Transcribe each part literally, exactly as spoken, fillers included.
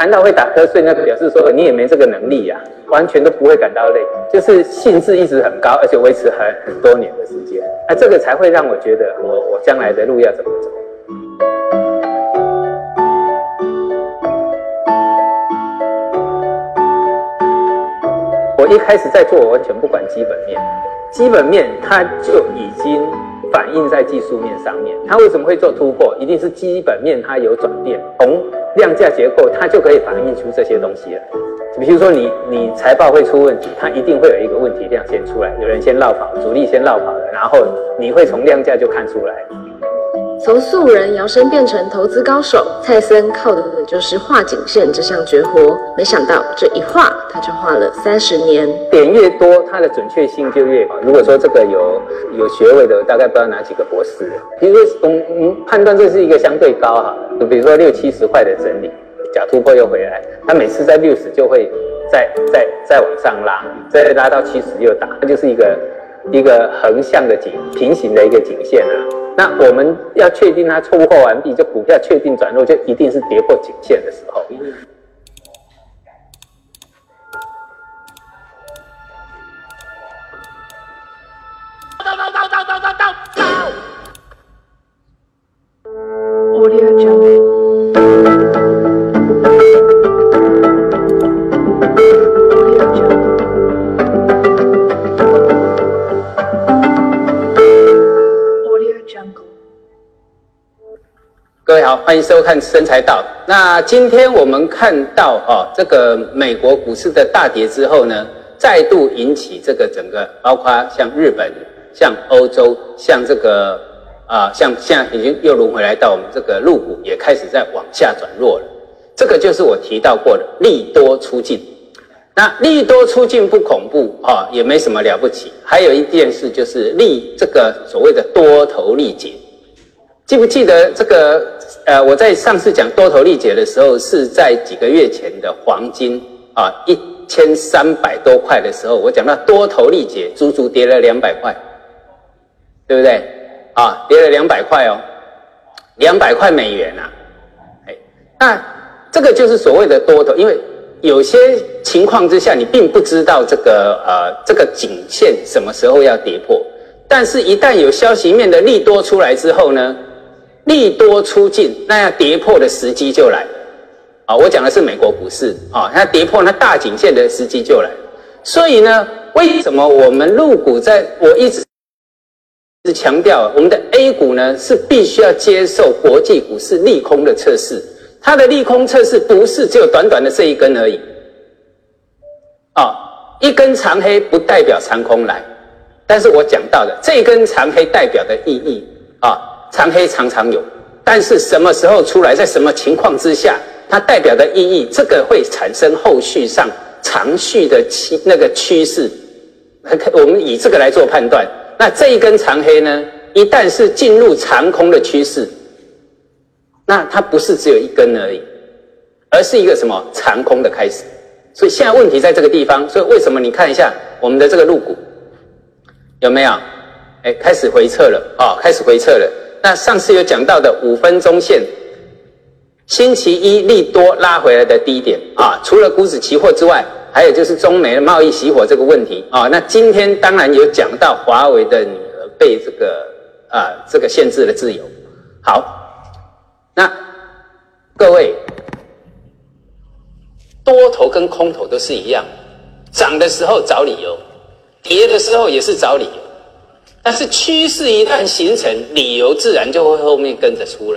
谈到会打瞌睡，那表示说你也没这个能力啊，完全都不会感到累，就是兴致一直很高，而且维持很很多年的时间。那这个才会让我觉得我我将来的路要怎么走。我一开始在做，我完全不管基本面，基本面它就已经反映在技术面上面。它为什么会做突破？一定是基本面它有转变，从量价结构它就可以反映出这些东西了。比如说你你财报会出问题，它一定会有一个问题量先出来，有人先落跑，主力先落跑了，然后你会从量价就看出来。 从素人摇身变成投资高手，蔡森靠的就是画颈线这项绝活。没想到这一画，他就画了三十年。 点越多，它的准确性就越好。如果说这个有有学位的，大概不知道哪几个博士。比如说，我们判断这是一个相对高哈，比如说六七十块的整理，假突破又回来，它每次在六十就会再再再往上拉，再拉到七十又打，它就是一个一个横向的颈平行的一个颈线啊。那我们要确定它出货完毕，就股票确定转弱，就一定是跌破颈线的时候。 到到到到到到到到 Audio Jungle。 各位好，欢迎收看生财道。那今天我们看到哦，这个美国股市的大跌之后呢，再度引起这个整个，包括像日本、像欧洲、像这个啊、呃，像现在已经又轮回来到我们这个陆股也开始在往下转弱了。这个就是我提到过的利多出尽。那利多出尽不恐怖啊、哦，也没什么了不起。还有一件事就是利这个所谓的多头利解。记不记得这个？呃，我在上次讲多头利解的时候，是在几个月前的黄金啊一千三百多块的时候，我讲到多头利解，足足跌了两百块，对不对？啊，跌了两百块哦，两百块美元啊！哎，那这个就是所谓的多头，因为有些情况之下，你并不知道这个呃这个颈线什么时候要跌破，但是一旦有消息面的利多出来之后呢？利多出尽，那要跌破的时机就来了啊！我讲的是美国股市啊，它跌破那大颈线的时机就来了。所以呢，为什么我们陆股在我一直是强调，我们的 A 股呢是必须要接受国际股市利空的测试。它的利空测试不是只有短短的这一根而已啊，一根长黑不代表长空来，但是我讲到的这根长黑代表的意义啊。长黑常常有，但是什么时候出来，在什么情况之下，它代表的意义，这个会产生后续上长续的那个趋势，我们以这个来做判断。那这一根长黑呢，一旦是进入长空的趋势，那它不是只有一根而已，而是一个什么长空的开始。所以现在问题在这个地方，所以为什么你看一下我们的这个陆股有没有？哎，开始回撤了啊、哦，开始回撤了。那上次有讲到的五分钟线，星期一利多拉回来的低点啊，除了股指期货之外，还有就是中美的贸易熄火这个问题啊。那今天当然有讲到华为的女儿被这个啊这个限制了自由。好，那各位，多头跟空头都是一样，涨的时候找理由，跌的时候也是找理由。但是趋势一旦形成，理由自然就会后面跟着出来，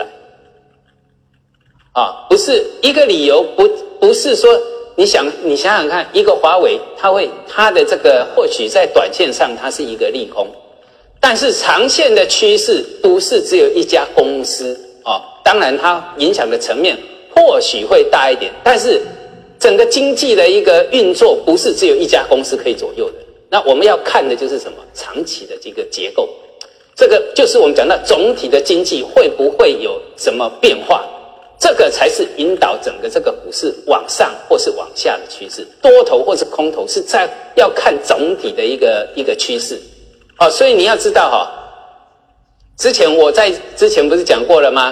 啊，不是一个理由，不不是说你想你想想看，一个华为，它会它的这个或许在短线上它是一个利空，但是长线的趋势不是只有一家公司啊，当然它影响的层面或许会大一点，但是整个经济的一个运作不是只有一家公司可以左右的。那我们要看的就是什么？长期的这个结构，这个就是我们讲到总体的经济会不会有什么变化，这个才是引导整个这个股市往上或是往下的趋势。多头或是空头是在要看总体的一个一个趋势。好，所以你要知道哈，之前我在之前不是讲过了吗？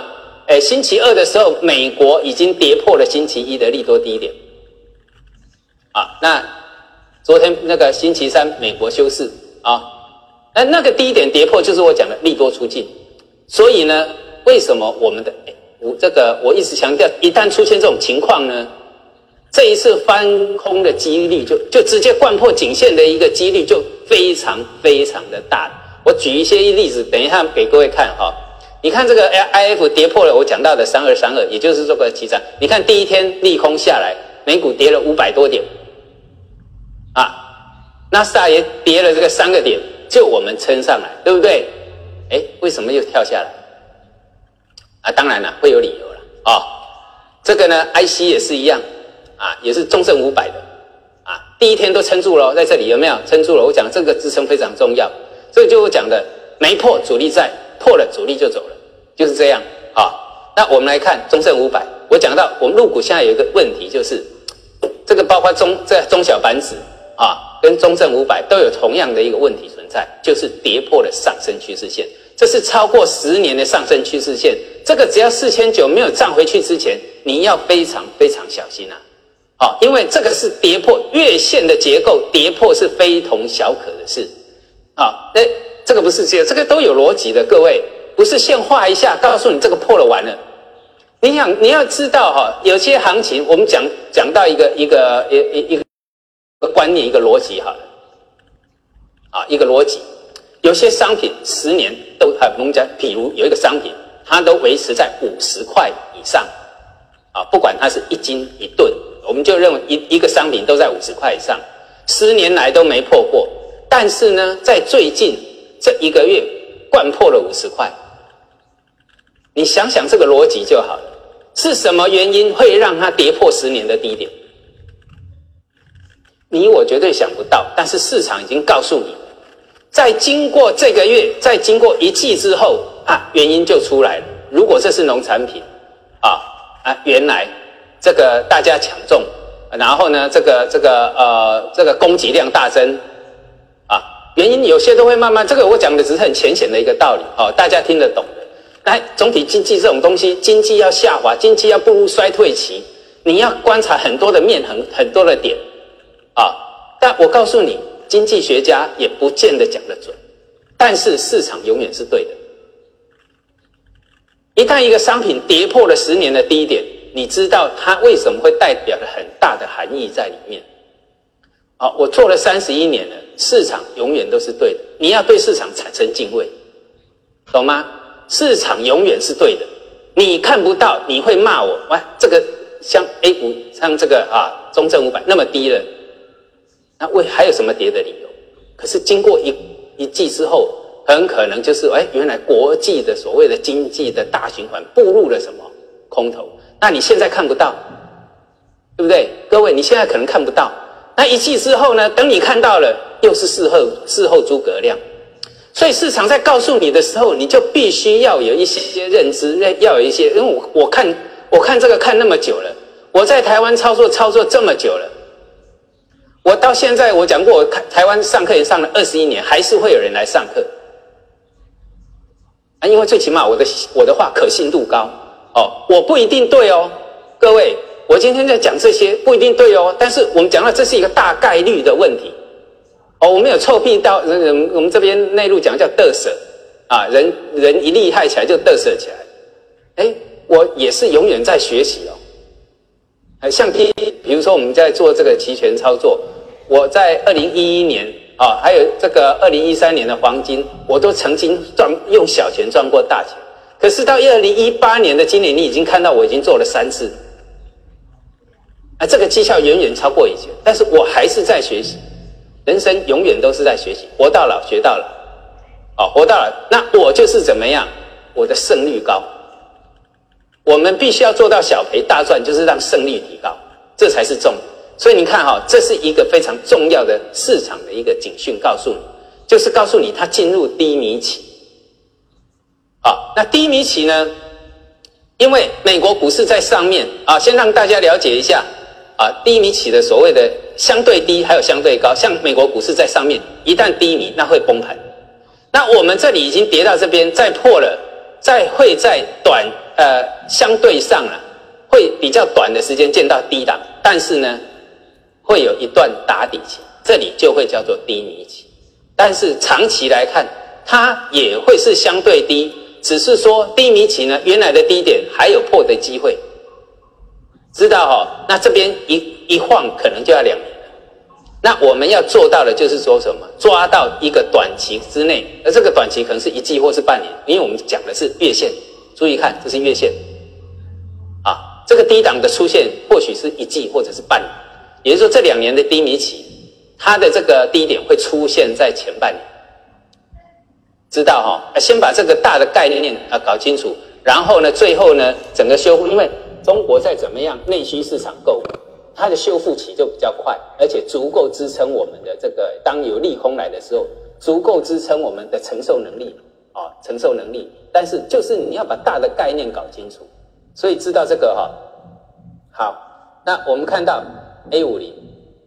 哎，星期二的时候，美国已经跌破了星期一的利多低点。啊，那昨天那个星期三，美国休市啊，那那个低点跌破，就是我讲的利多出尽。所以呢，为什么我们的哎，我这个我一直强调，一旦出现这种情况呢，这一次翻空的几率就就直接灌破颈线的一个几率就非常非常的大。我举一些例子，等一下给各位看哈。你看这个 I F 跌破了我讲到的三二三二，也就是这个起涨。你看第一天利空下来，美股跌了五百多点，啊，纳斯达也跌了这个三个点，就我们撑上来，对不对？哎，为什么又跳下来？啊，当然了，会有理由了啊、哦。这个呢 ，I C 也是一样啊，也是中证五百的啊，第一天都撑住了，在这里有没有撑住了？我讲这个支撑非常重要，所以就我讲的没破主力在，破了主力就走了，就是这样啊。那我们来看中证五百，我讲到我们陆股现在有一个问题，就是这个包括中这中小板指啊，跟中证五百都有同样的一个问题存在，就是跌破了上升趋势线。这是超过十年的上升趋势线，这个只要四千九百没有站回去之前，你要非常非常小心啊！好，因为这个是跌破月线的结构，跌破是非同小可的事。好，哎，这个不是这个，这个都有逻辑的，各位，不是线画一下告诉你这个破了完了。你想你要知道哈，有些行情我们讲讲到一个一个一一一个观念，一个逻辑好了，啊，一个逻辑。有些商品十年都啊，我们讲，譬如有一个商品，它都维持在五十块以上，啊，不管它是一斤一吨，我们就认为一一个商品都在五十块以上，十年来都没破过。但是呢，在最近这一个月灌破了五十块，你想想这个逻辑就好了，是什么原因会让它跌破十年的低点？你我绝对想不到，但是市场已经告诉你。在经过这个月，在经过一季之后啊，原因就出来了。如果这是农产品啊啊，原来这个大家抢种，然后呢，这个这个呃这个供给量大增啊，原因有些都会慢慢。这个我讲的只是很浅显的一个道理哦，大家听得懂的。那总体经济这种东西，经济要下滑，经济要步入衰退期，你要观察很多的面，很很多的点啊。但我告诉你。经济学家也不见得讲得准，但是市场永远是对的。一旦一个商品跌破了十年的低点，你知道它为什么会代表了很大的含义在里面。好，我做了三十一年了，市场永远都是对的。你要对市场产生敬畏，懂吗？市场永远是对的，你看不到，你会骂我，哇，这个像 A 股，像这个啊中证五百那么低了。那为还有什么跌的理由？可是经过一一季之后，很可能就是哎，原来国际的所谓的经济的大循环步入了什么空头？那你现在看不到，对不对？各位，你现在可能看不到。那一季之后呢？等你看到了，又是事后事后诸葛亮。所以市场在告诉你的时候，你就必须要有一些认知，要有一些，因为我我看我看这个看那么久了，我在台湾操作操作这么久了。我到现在，我讲过，我台湾上课也上了二十一年，还是会有人来上课啊，因为最起码我的我的话可信度高哦，我不一定对哦，各位，我今天在讲这些不一定对哦，但是我们讲到这是一个大概率的问题哦，我们有臭屁到人，我们这边内陆讲叫嘚瑟啊，人人一厉害起来就嘚瑟起来，哎，我也是永远在学习哦，像比如说我们在做这个期权操作。我在二零一一年啊，还有这个二零一三年的黄金，我都曾经赚用小钱赚过大钱。可是到二零一八年的今年，你已经看到我已经做了三次，啊，这个绩效远远超过以前。但是我还是在学习，人生永远都是在学习，活到老学到老，哦，活到老，那我就是怎么样，我的胜率高。我们必须要做到小赔大赚，就是让胜率提高，这才是重点。所以你看哈，这是一个非常重要的市场的一个警讯，告诉你，就是告诉你它进入低迷期。好，那低迷期呢？因为美国股市在上面啊，先让大家了解一下啊，低迷期的所谓的相对低还有相对高，像美国股市在上面，一旦低迷，那会崩盘。那我们这里已经跌到这边，再破了，再会在短呃相对上啊，会比较短的时间见到低档，但是呢，会有一段打底期，这里就会叫做低迷期。但是长期来看，它也会是相对低，只是说低迷期呢，原来的低点还有破的机会。知道哦，那这边一一晃可能就要两年了。那我们要做到的就是说什么？抓到一个短期之内，而这个短期可能是一季或是半年，因为我们讲的是月线。注意看，这是月线啊，这个低档的出现或许是一季或者是半年，也就是说这两年的低迷期，它的这个低点会出现在前半年。知道哈、哦？先把这个大的概念啊搞清楚，然后呢，最后呢，整个修复，因为中国再怎么样，内需市场够，它的修复期就比较快，而且足够支撑我们的这个当有利空来的时候，足够支撑我们的承受能力啊、哦，承受能力。但是就是你要把大的概念搞清楚，所以知道这个哈、哦。好，那我们看到 A 五十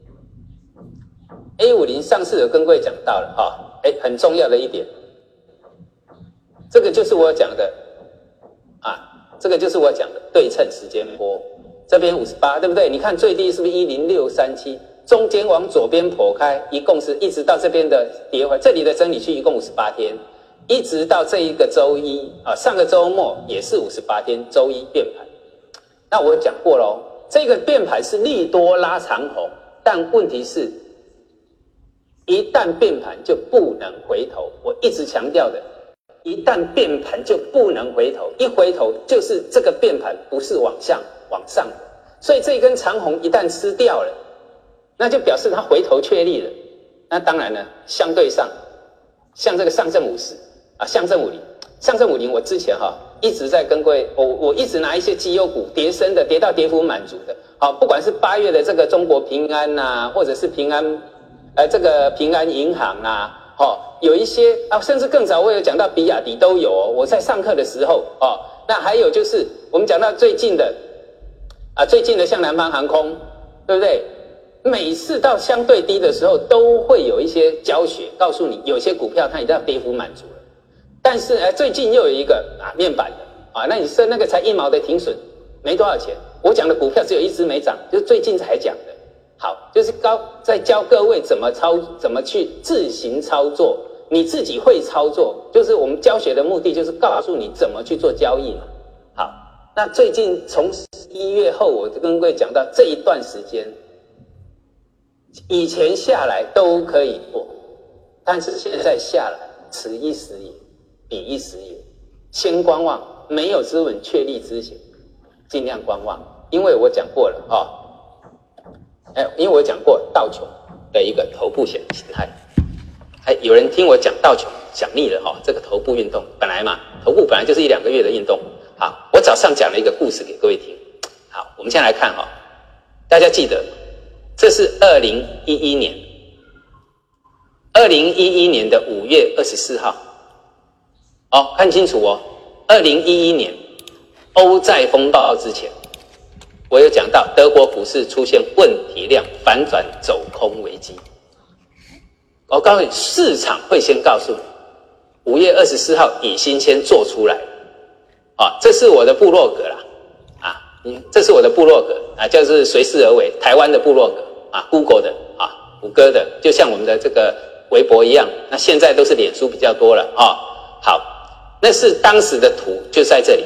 A 五十 上次有跟各位讲到了哈，哎，很重要的一点，这个就是我讲的啊。这个就是我讲的对称时间波，这边五十八，对不对？你看最低是不是一零六三七？中间往左边剖开，一共是一直到这边的跌回，这里的整理区一共五十八天，一直到这一个周一啊，上个周末也是五十八天，周一变盘。那我讲过咯，这个变盘是利多拉长红，但问题是，一旦变盘就不能回头。我一直强调的。一旦变盘就不能回头，一回头就是这个变盘不是往下往上的，所以这根长红一旦吃掉了，那就表示它回头确立了。那当然呢，相对上，像这个上证五十啊，上证五零，上证五零，我之前哈、啊、一直在跟各位，我我一直拿一些绩优股跌升的，跌到跌幅满足的，好，不管是八月的这个中国平安呐、啊，或者是平安，呃，这个平安银行啊。哦，有一些啊，甚至更早我有讲到比亚迪都有哦。我在上课的时候哦，那还有就是我们讲到最近的啊，最近的像南方航空，对不对？每次到相对低的时候，都会有一些教学告诉你，有些股票它已经要跌幅满足了。但是哎，最近又有一个啊面板的啊，那你设那个才一毛的停损，没多少钱。我讲的股票只有一只没涨，就是最近才讲的。好，就是高在教各位怎么操，怎么去自行操作，你自己会操作，就是我们教学的目的就是告诉你怎么去做交易嘛。好，那最近从一月后，我就跟各位讲到这一段时间，以前下来都可以过，但是现在下来，此一时也，彼一时也，先观望，没有之稳确立之前，尽量观望，因为我讲过了啊。哦哎，因为我讲过道琼的一个头部形态，哎，有人听我讲道琼讲腻了哈、哦，这个头部运动本来嘛，头部本来就是一两个月的运动。好，我早上讲了一个故事给各位听。好，我们现在来看哈、哦，大家记得这是二零一一年，二零一一年的五月二十四号。哦，看清楚哦，二零一一年欧债风暴之前。我有讲到德国股市出现问题量反转走空危机，我告诉你，市场会先告诉你，五月二十四号已经先做出来啊，这是我的部落格啦，啊，嗯，这是我的部落格啊，就是随势而为，台湾的部落格啊 ，Google 的啊，谷歌的，就像我们的这个微博一样，那现在都是脸书比较多了啊。好，那是当时的图，就在这里。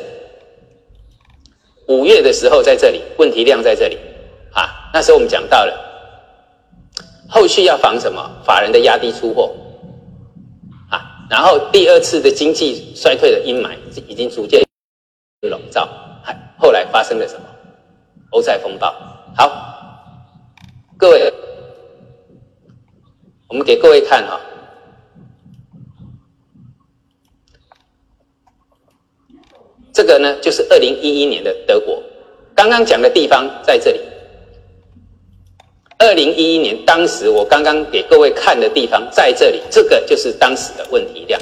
五月的时候在这里，问题量在这里啊。那时候我们讲到了，后续要防什么？法人的压低出货啊。然后第二次的经济衰退的阴霾已经逐渐笼罩。后来发生了什么？欧债风暴。好，各位，我们给各位看哈、哦。这个呢，就是二零一一年的德国，刚刚讲的地方在这里。二零一一年，当时我刚刚给各位看的地方在这里，这个就是当时的问题量。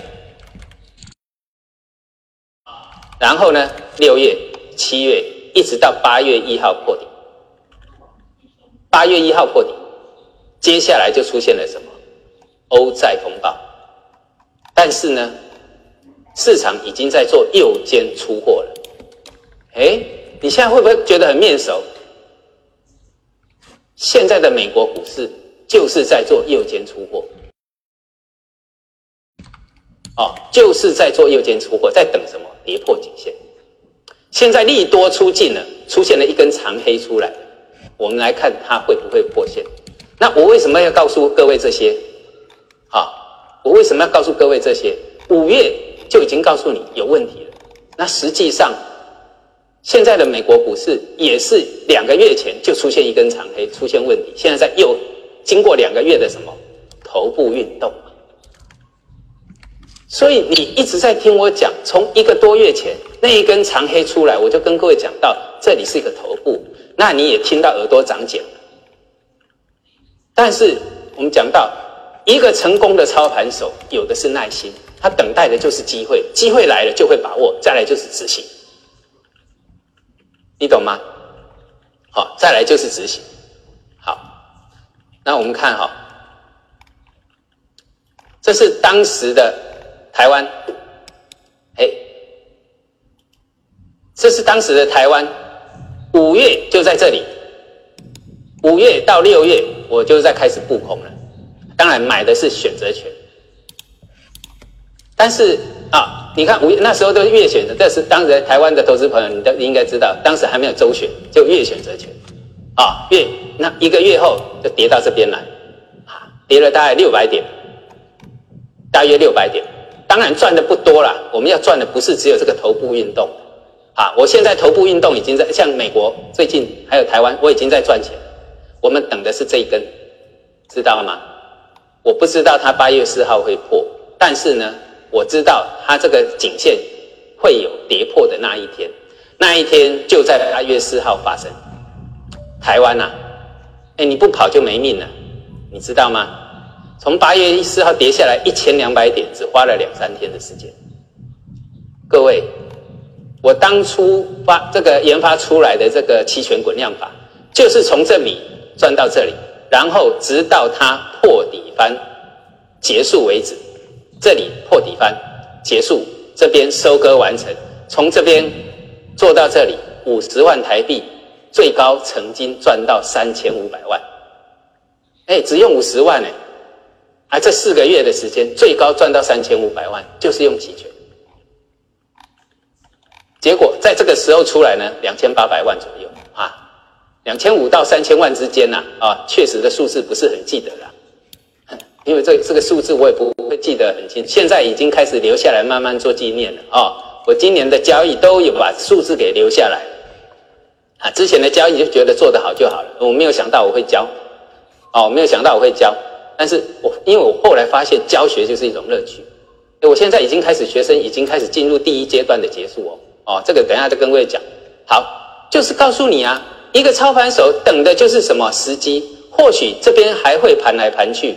然后呢，六月、七月一直到八月一号破顶，八月一号破顶，接下来就出现了什么？欧债风暴。但是呢，市场已经在做右肩出货了， 哎，你现在会不会觉得很面熟？现在的美国股市就是在做右肩出货，哦，就是在做右肩出货，在等什么？跌破颈线。现在利多出尽了，出现了一根长黑出来，我们来看它会不会破线。那我为什么要告诉各位这些？啊，我为什么要告诉各位这些？五月就已经告诉你有问题了。那实际上，现在的美国股市也是两个月前就出现一根长黑，出现问题，现在在又经过两个月的什么头部运动。所以你一直在听我讲，从一个多月前那一根长黑出来，我就跟各位讲到这里是一个头部，那你也听到耳朵长茧了。但是我们讲到一个成功的操盘手，有的是耐心，他等待的就是机会，机会来了就会把握，再来就是执行。你懂吗？好，再来就是执行。好，那我们看哈，这是当时的台湾，哎，这是当时的台湾，五月就在这里，五月到六月我就在开始布空了，当然买的是选择权，但是啊，你看五月那时候都是月选的，这是当时台湾的投资朋友你都应该知道，当时还没有周选，就月选择权，啊，月那一个月后就跌到这边来，啊，跌了大概六百点，大约六百点，当然赚的不多啦，我们要赚的不是只有这个头部运动，啊，我现在头部运动已经在像美国最近还有台湾，我已经在赚钱，我们等的是这一根，知道吗？我不知道它八月四号会破，但是呢。我知道它这个颈线会有跌破的那一天，那一天就在八月四号发生。台湾啊，哎，你不跑就没命了，你知道吗？从八月四号跌下来一千两百点，只花了两三天的时间。各位，我当初发这个研发出来的这个期权滚量法，就是从这里赚到这里，然后直到它破底翻结束为止。这里破底翻结束，这边收割完成，从这边做到这里五十万台币，最高曾经赚到三千五百万，哎，只用五十万哎，啊，这四个月的时间最高赚到三千五百万，就是用期权。结果在这个时候出来呢，两千八百万左右啊，两千五到三千万之间呐，啊，确实的数字不是很记得啦。因为这这个数字我也不会记得很清，现在已经开始留下来，慢慢做纪念了啊、哦！我今年的交易都有把数字给留下来啊，之前的交易就觉得做得好就好了，我没有想到我会教，哦，我没有想到我会教，但是我因为我后来发现教学就是一种乐趣，我现在已经开始学生已经开始进入第一阶段的结束哦，哦，这个等一下再跟各位讲。好，就是告诉你啊，一个操盘手等的就是什么时机，或许这边还会盘来盘去。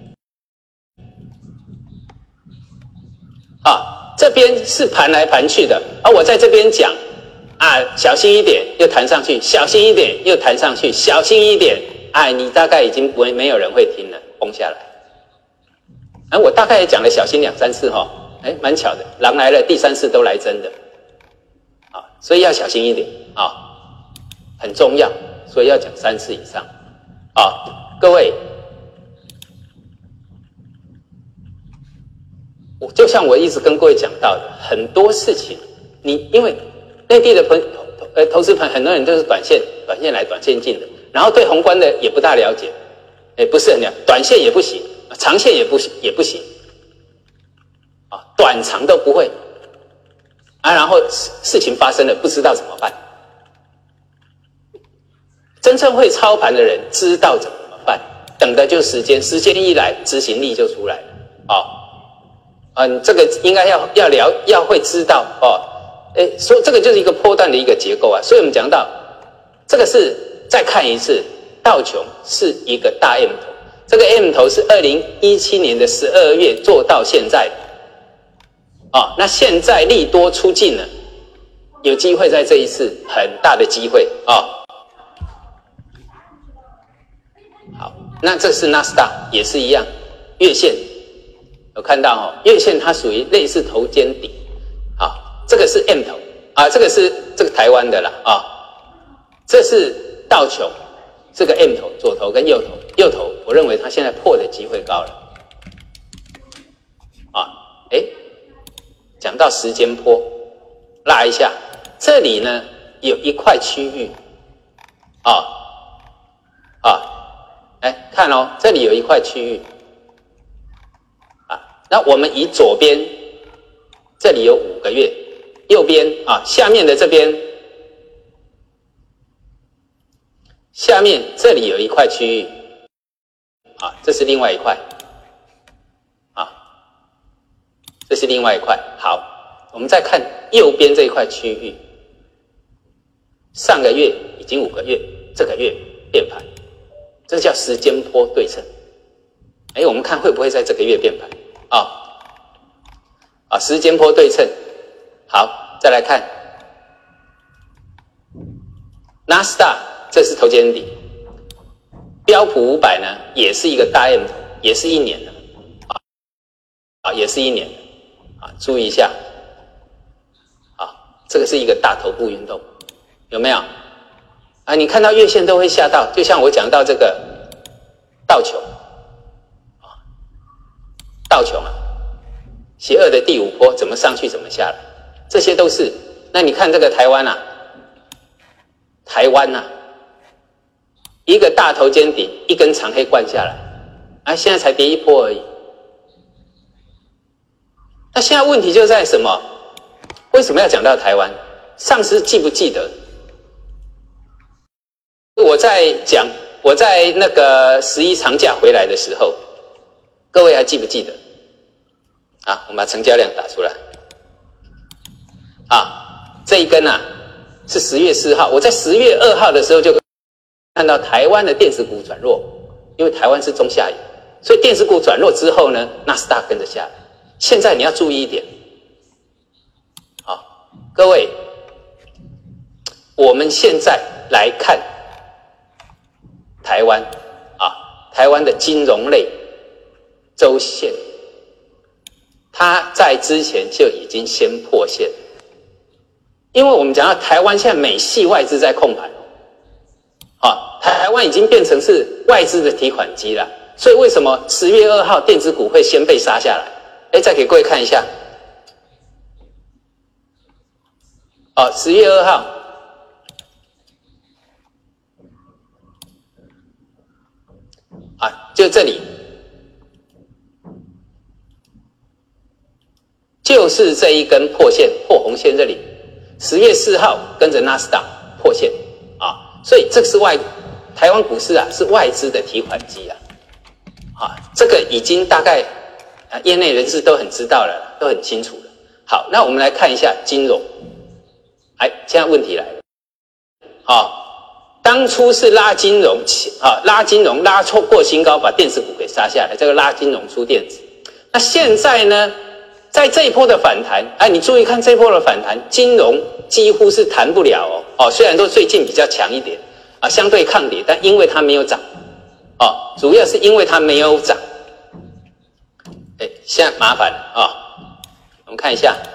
啊，这边是盘来盘去的，而、啊、我在这边讲，啊，小心一点，又弹上去，小心一点，又弹上去，小心一点，哎，你大概已经不会没有人会听了，崩下来。哎、啊，我大概也讲了小心两三次哈、哦，哎，蛮巧的，狼来了，第三次都来真的，啊，所以要小心一点啊，很重要，所以要讲三次以上，啊，各位。就像我一直跟各位讲到的，很多事情，你因为内地的朋呃投资朋友很多人都是短线短线来短线进的，然后对宏观的也不大了解，也不是很了解，短线也不行，长线也不也不行，啊，短长都不会，啊，然后事情发生了不知道怎么办。真正会操盘的人知道怎么办，等的就是时间，时间一来，执行力就出来了，啊。嗯，这个应该要要了，要会知道哦。哎，所以这个就是一个波段的一个结构啊。所以我们讲到这个是再看一次，道琼是一个大 M 头，这个 M 头是二零一七年的十二月做到现在，哦，那现在利多出尽了，有机会在这一次很大的机会啊、哦。好，那这是纳斯达也是一样，月线。有看到哦，月线它属于类似头肩底，好，这个是 M 头啊，这个是这个台湾的啦啊，这是道琼这个 M 头左头跟右头，右头我认为它现在破的机会高了啊。哎，讲到时间波，拉一下，这里呢有一块区域啊啊，哎看哦，这里有一块区域啊，那我们以左边这里有五个月，右边啊下面的这边。下面这里有一块区域，啊，这是另外一块，啊，这是另外一块。好，我们再看右边这一块区域，上个月已经五个月，这个月变盘，这叫时间波对称。哎，我们看会不会在这个月变盘？啊，啊，时间波对称。好，再来看纳斯达克。这是头肩底，标普五百呢也是一个大 M 头，也是一年的啊，啊也是一年的啊，注意一下啊，这个是一个大头部运动，有没有？啊，你看到月线都会吓到，就像我讲到这个道琼啊，道琼啊，邪恶的第五波怎么上去怎么下来，这些都是。那你看这个台湾啊，台湾啊。一个大头肩顶，一根长黑灌下来，啊，现在才跌一波而已。那现在问题就在什么？为什么要讲到台湾？上次记不记得？我在讲，我在那个十一长假回来的时候，各位还记不记得？啊，我们把成交量打出来。啊，这一根啊是十月四号，我在十月二号的时候就。看到台湾的电子股转弱，因为台湾是中下游，所以电子股转弱之后呢，纳斯达克跟着下来。现在你要注意一点，好，各位，我们现在来看台湾啊，台湾的金融类周线，它在之前就已经先破线，因为我们讲到台湾现在美系外资在控盘。啊，台湾已经变成是外资的提款机了，所以为什么十月二号电子股会先被杀下来？哎，再给各位看一下。哦，十月二号，啊，就这里，就是这一根破线破红线这里，十月四号跟着纳斯达破线啊。所以这是外台湾股市啊，是外资的提款机啊，啊，这个已经大概啊业内人士都很知道了，都很清楚了。好，那我们来看一下金融，哎，现在问题来了，啊，当初是拉金融，啊拉金融拉错过新高，把电子股给杀下来，这个拉金融出电子。那现在呢，在这一波的反弹，哎，你注意看这一波的反弹，金融几乎是弹不了哦。哦，虽然说最近比较强一点啊，相对抗跌，但因为它没有涨，哦，主要是因为它没有涨。哎，现在麻烦了啊、哦，我们看一下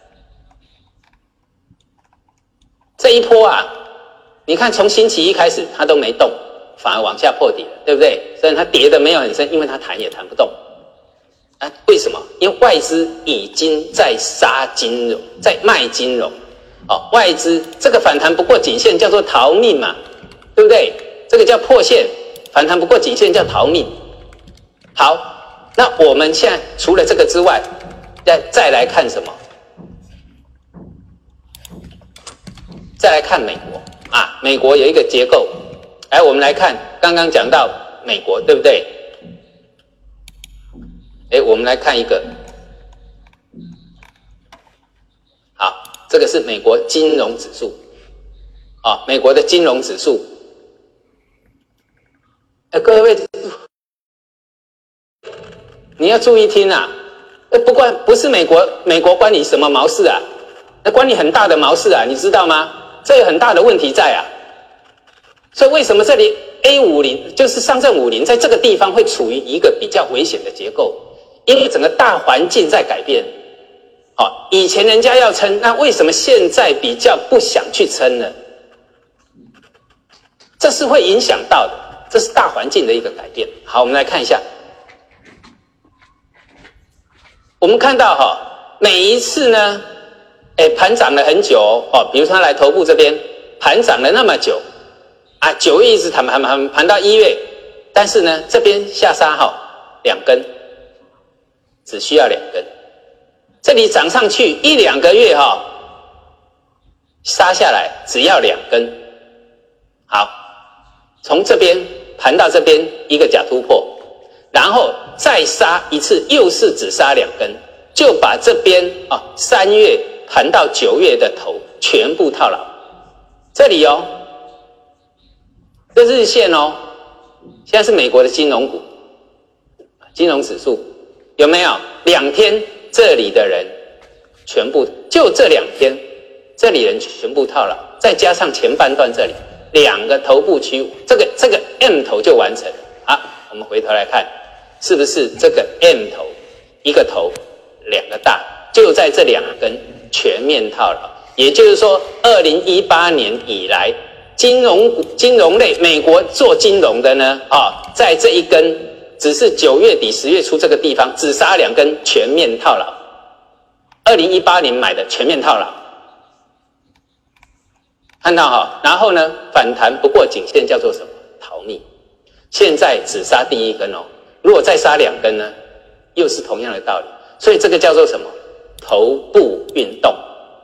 这一波啊，你看从星期一开始它都没动，反而往下破底了，对不对？虽然它跌的没有很深，因为它弹也弹不动。啊，为什么？因为外资已经在杀金融，在卖金融。哦，外资这个反弹不过颈线叫做逃命嘛，对不对？这个叫破线，反弹不过颈线叫逃命。好，那我们现在除了这个之外，再再来看什么？再来看美国啊，美国有一个结构。来，我们来看，刚刚讲到美国，对不对？哎，我们来看一个。好。这个是美国金融指数，啊，美国的金融指数。哎，各位，你要注意听啊！不关不是美国，美国关你什么毛事啊？那关你很大的毛事啊，你知道吗？这有很大的问题在啊。所以为什么这里 A 五十就是上证五十在这个地方会处于一个比较危险的结构？因为整个大环境在改变。 好，以前人家要撑，那为什么现在比较不想去撑呢？这是会影响到的，这是大环境的一个改变。好，我们来看一下，我们看到哈，每一次呢，哎，盘涨了很久哦，比如说它来头部这边盘涨了那么久啊，九月一直盘盘盘盘到一月，但是呢，这边下杀哈两根，只需要两根，这里涨上去一两个月哈，杀下来只要两根，好。从这边盘到这边一个假突破，然后再杀一次，又是只杀两根，就把这边啊三月盘到九月的头全部套牢。这里哦，这日线哦，现在是美国的金融股，金融指数有没有？两天这里的人全部就这两天，这里人全部套牢，再加上前半段这里。两个头部区，这个这个 M 头就完成。好，我们回头来看，是不是这个 M 头一个头两个大，就在这两根全面套牢。也就是说，二零一八年以来，金融股、金融类美国做金融的呢，啊、哦，在这一根只是九月底十月初这个地方只杀两根全面套牢。二零一八年买的全面套牢。看到哈，然后呢，反弹不过颈线叫做什么？逃命。现在只杀第一根哦，如果再杀两根呢，又是同样的道理。所以这个叫做什么？头部运动。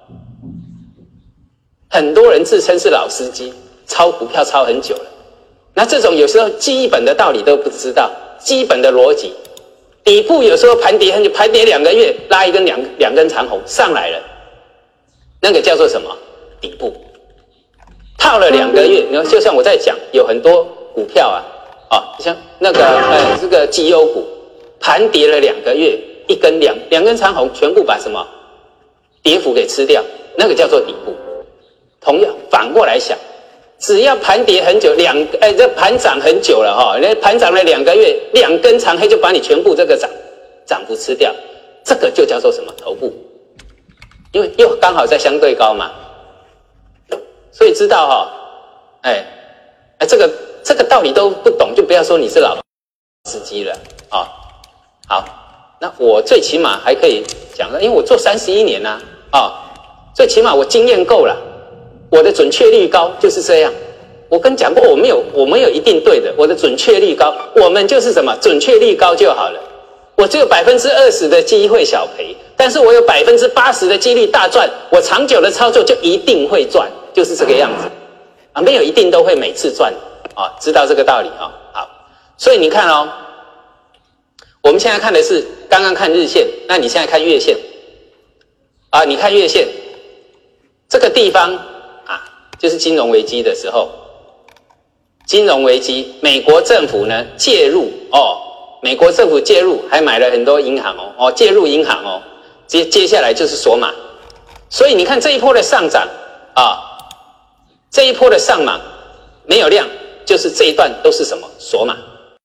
很多人自称是老司机，抄股票抄很久了，那这种有时候基本的道理都不知道，基本的逻辑。底部有时候盘跌很久，盘跌两个月，拉一根两两根长红上来了，那个叫做什么？底部。套了两个月，你看，就像我在讲，有很多股票啊，啊，像那个呃这个绩优股，盘跌了两个月，一根两两根长红，全部把什么跌幅给吃掉，那个叫做底部。同样反过来想，只要盘跌很久，两哎这盘涨很久了哈，那盘涨了两个月，两根长黑就把你全部这个涨涨幅吃掉，这个就叫做什么头部，因为又刚好在相对高嘛。所以知道哈、哦，哎，哎，这个这个道理都不懂，就不要说你是老司机了啊、哦。好，那我最起码还可以讲了，因为我做三十一年呐、啊，啊、哦，最起码我经验够了，我的准确率高，就是这样。我跟你讲过，我没有我没有一定对的，我的准确率高，我们就是什么准确率高就好了。我只有百分之二十的机会小赔，但是我有百分之八十的几率大赚，我长久的操作就一定会赚。就是这个样子啊，没有一定都会每次赚啊，知道这个道理啊。好，所以你看哦，我们现在看的是刚刚看日线，那你现在看月线啊，你看月线这个地方啊，就是金融危机的时候，金融危机，美国政府呢介入哦，美国政府介入，还买了很多银行哦，哦介入银行哦，接接下来就是锁码，所以你看这一波的上涨啊。这一波的上码没有量，就是这一段都是什么锁码。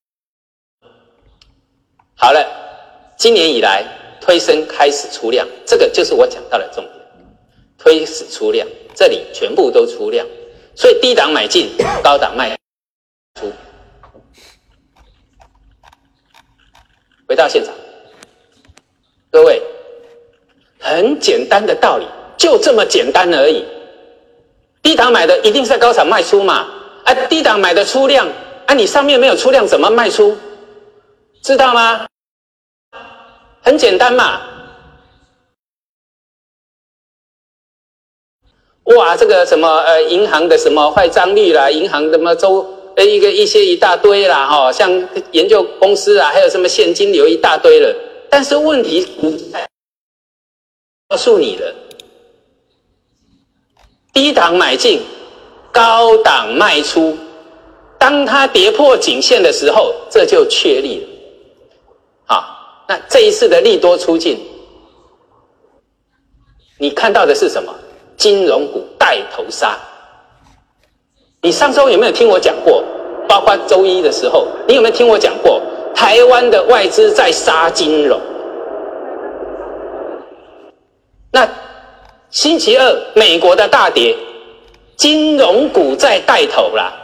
好了，今年以来推升开始出量，这个就是我讲到的重点，推始出量，这里全部都出量，所以低档买进，高档卖出。回到现场，各位，很简单的道理，就这么简单而已。低档买的一定是在高场卖出嘛？啊，低档买的出量，啊，你上面没有出量怎么卖出？知道吗？很简单嘛。哇，这个什么呃，银行的什么坏账率啦，银行的什么周呃一个一些一大堆啦，哈、哦，像研究公司啊，还有什么现金流一大堆了。但是问题告诉你了。低档买进，高档卖出。当它跌破颈线的时候，这就确立了。好，那这一次的利多出尽，你看到的是什么？金融股带头杀。你上周有没有听我讲过？包括周一的时候，你有没有听我讲过？台湾的外资在杀金融。 星期二美国的大跌，金融股在带头啦。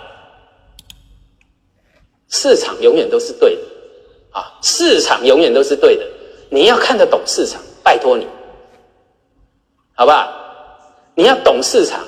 市场永远都是对的啊，市场永远都是对的。你要看得懂市场，拜托你，好不好？你要懂市场，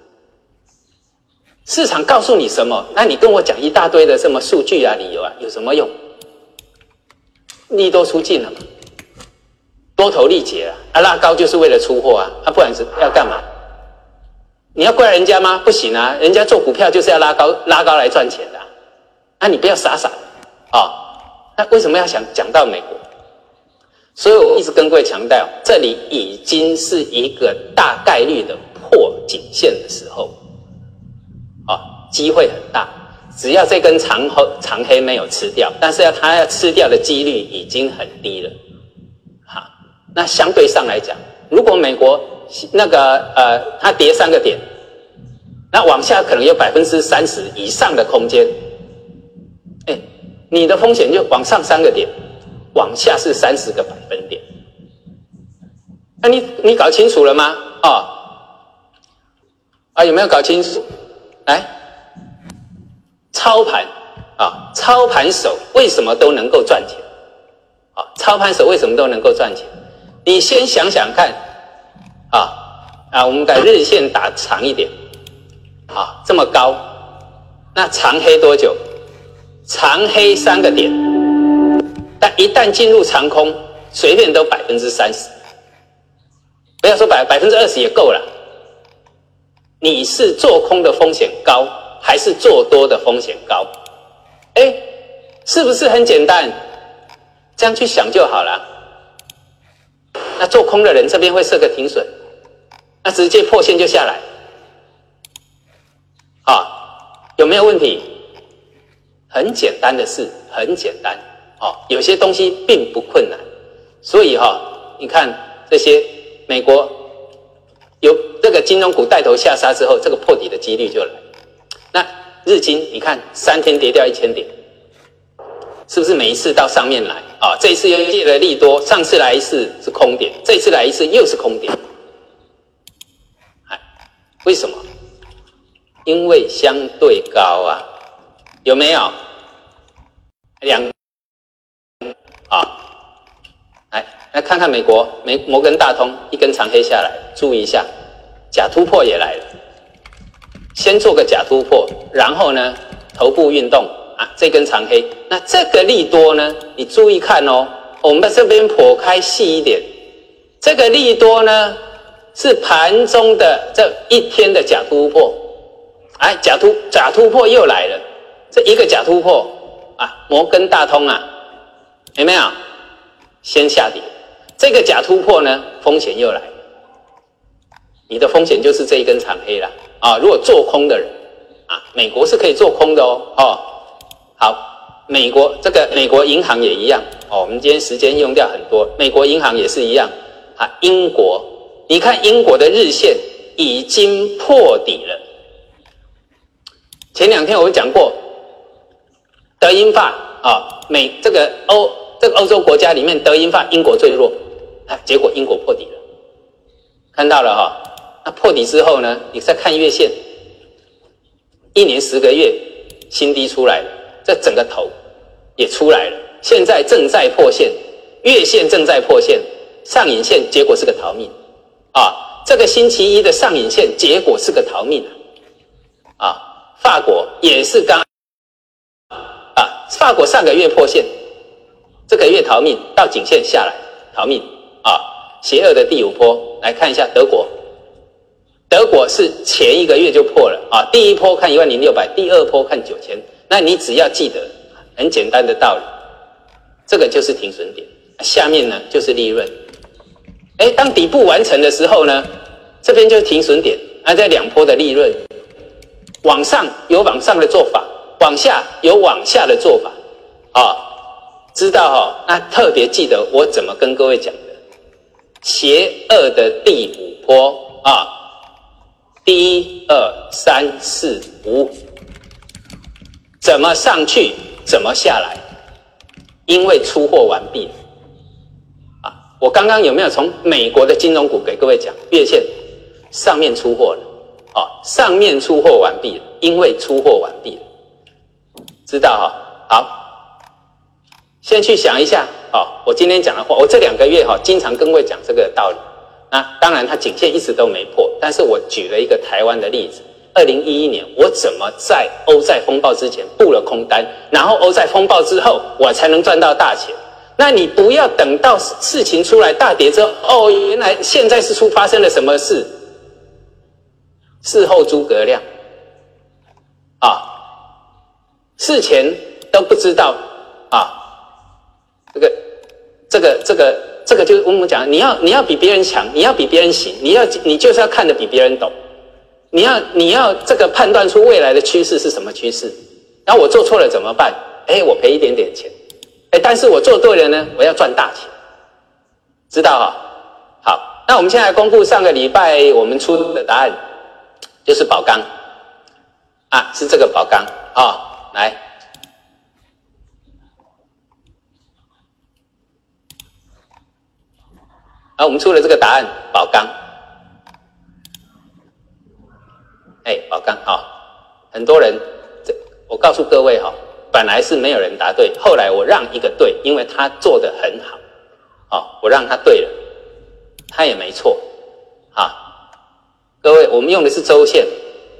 市场告诉你什么，那你跟我讲一大堆的什么数据啊、理由啊，有什么用？利多出尽了嘛，多头力竭啊，啊拉高就是为了出货啊，啊不然是要干嘛？你要怪人家吗？不行啊，人家做股票就是要拉高拉高来赚钱的、啊。那、啊、你不要傻傻的啊、哦！那为什么要想讲到美国？所以我一直跟各位强调，这里已经是一个大概率的破颈线的时候，啊、哦，机会很大。只要这根长黑长黑没有吃掉，但是要它要吃掉的几率已经很低了。好，那相对上来讲，如果美国那个呃它跌三个点，那往下可能有百分之三十以上的空间。哎，你的风险就往上三个点，往下是三十个百分点。那、啊、你你搞清楚了吗？哦，啊有没有搞清楚？来，操盘啊，操盘手为什么都能够赚钱？啊，操盘手为什么都能够赚钱？你先想想看，啊啊，我们把日线打长一点，啊，这么高，那长黑多久？长黑三个点，但一旦进入长空，随便都百分之三十，不要说百百分之二十也够了。你是做空的风险高，还是做多的风险高？哎，是不是很简单？这样去想就好了。那做空的人这边会设个停损，那直接破线就下来，啊，有没有问题？很简单的事，很简单哦。有些东西并不困难，所以哈、哦，你看这些美国有这个金融股带头下杀之后，这个破底的几率就来。那日经你看三天跌掉一千点，是不是每一次到上面来啊、哦？这一次又借了利多，上次来一次是空点，这次来一次又是空点。哎，为什么？因为相对高啊。有没有两啊？来来看看美国，美摩根大通一根长黑下来，注意一下，假突破也来了。先做个假突破，然后呢，头部运动啊，这根长黑，那这个利多呢，你注意看哦，我们这边剖开细一点，这个利多呢是盘中的这一天的假突破，哎，假突假突破又来了。这一个假突破啊，摩根大通啊，有没有？先下跌，这个假突破呢，风险又来了。你的风险就是这一根长黑啦啊！如果做空的人啊，美国是可以做空的哦哦。好，美国这个美国银行也一样哦。我们今天时间用掉很多，美国银行也是一样啊。英国，你看英国的日线已经破底了。前两天我们讲过。德英法啊，美这个欧这个欧洲国家里面，德英法英国最弱，啊，结果英国破底了，看到了哈、哦。那破底之后呢，你再看月线，一年十个月新低出来了，这整个头也出来了，现在正在破线，月线正在破线，上影线结果是个逃命啊，这个星期一的上影线结果是个逃命啊，法国也是刚。啊，法国上个月破线，这个月逃命到颈线下来逃命啊，邪恶的第五波。来看一下德国，德国是前一个月就破了啊，第一波看一万零六百，第二波看九千。那你只要记得很简单的道理，这个就是停损点，下面呢就是利润。哎，当底部完成的时候呢，这边就是停损点，啊，这两波的利润，往上有往上的做法。往下有往下的做法啊，知道哈、哦？那特别记得我怎么跟各位讲的，邪恶的第五波啊，一二三四五，怎么上去怎么下来，因为出货完毕啊。我刚刚有没有从美国的金融股给各位讲月线上面出货了，哦，上面出货完毕了，因为出货完毕了，知道哈、哦？好，先去想一下，哦，我今天讲的话，我这两个月哈、哦，经常跟各位讲这个道理。那当然，它颈线一直都没破，但是我举了一个台湾的例子。二零一一年，我怎么在欧债风暴之前布了空单，然后欧债风暴之后，我才能赚到大钱？那你不要等到事情出来大跌之后，哦，原来现在是出发生了什么事？事后诸葛亮啊，事前都不知道啊，这个这个这个这个就是我们讲，你要你要比别人强，你要比别人行，你要你就是要看得比别人懂，你要你要这个判断出未来的趋势是什么趋势。然后我做错了怎么办？哎，我赔一点点钱，哎，但是我做对了呢，我要赚大钱，知道哈？好，那我们现在公布上个礼拜我们出的答案，就是宝钢啊，是这个宝钢啊、哦，来。好，我们出了这个答案，宝钢。哎，宝钢啊、哦，很多人，这我告诉各位哈、哦，本来是没有人答对，后来我让一个对，因为他做得很好，哦，我让他对了，他也没错，啊，各位，我们用的是周线，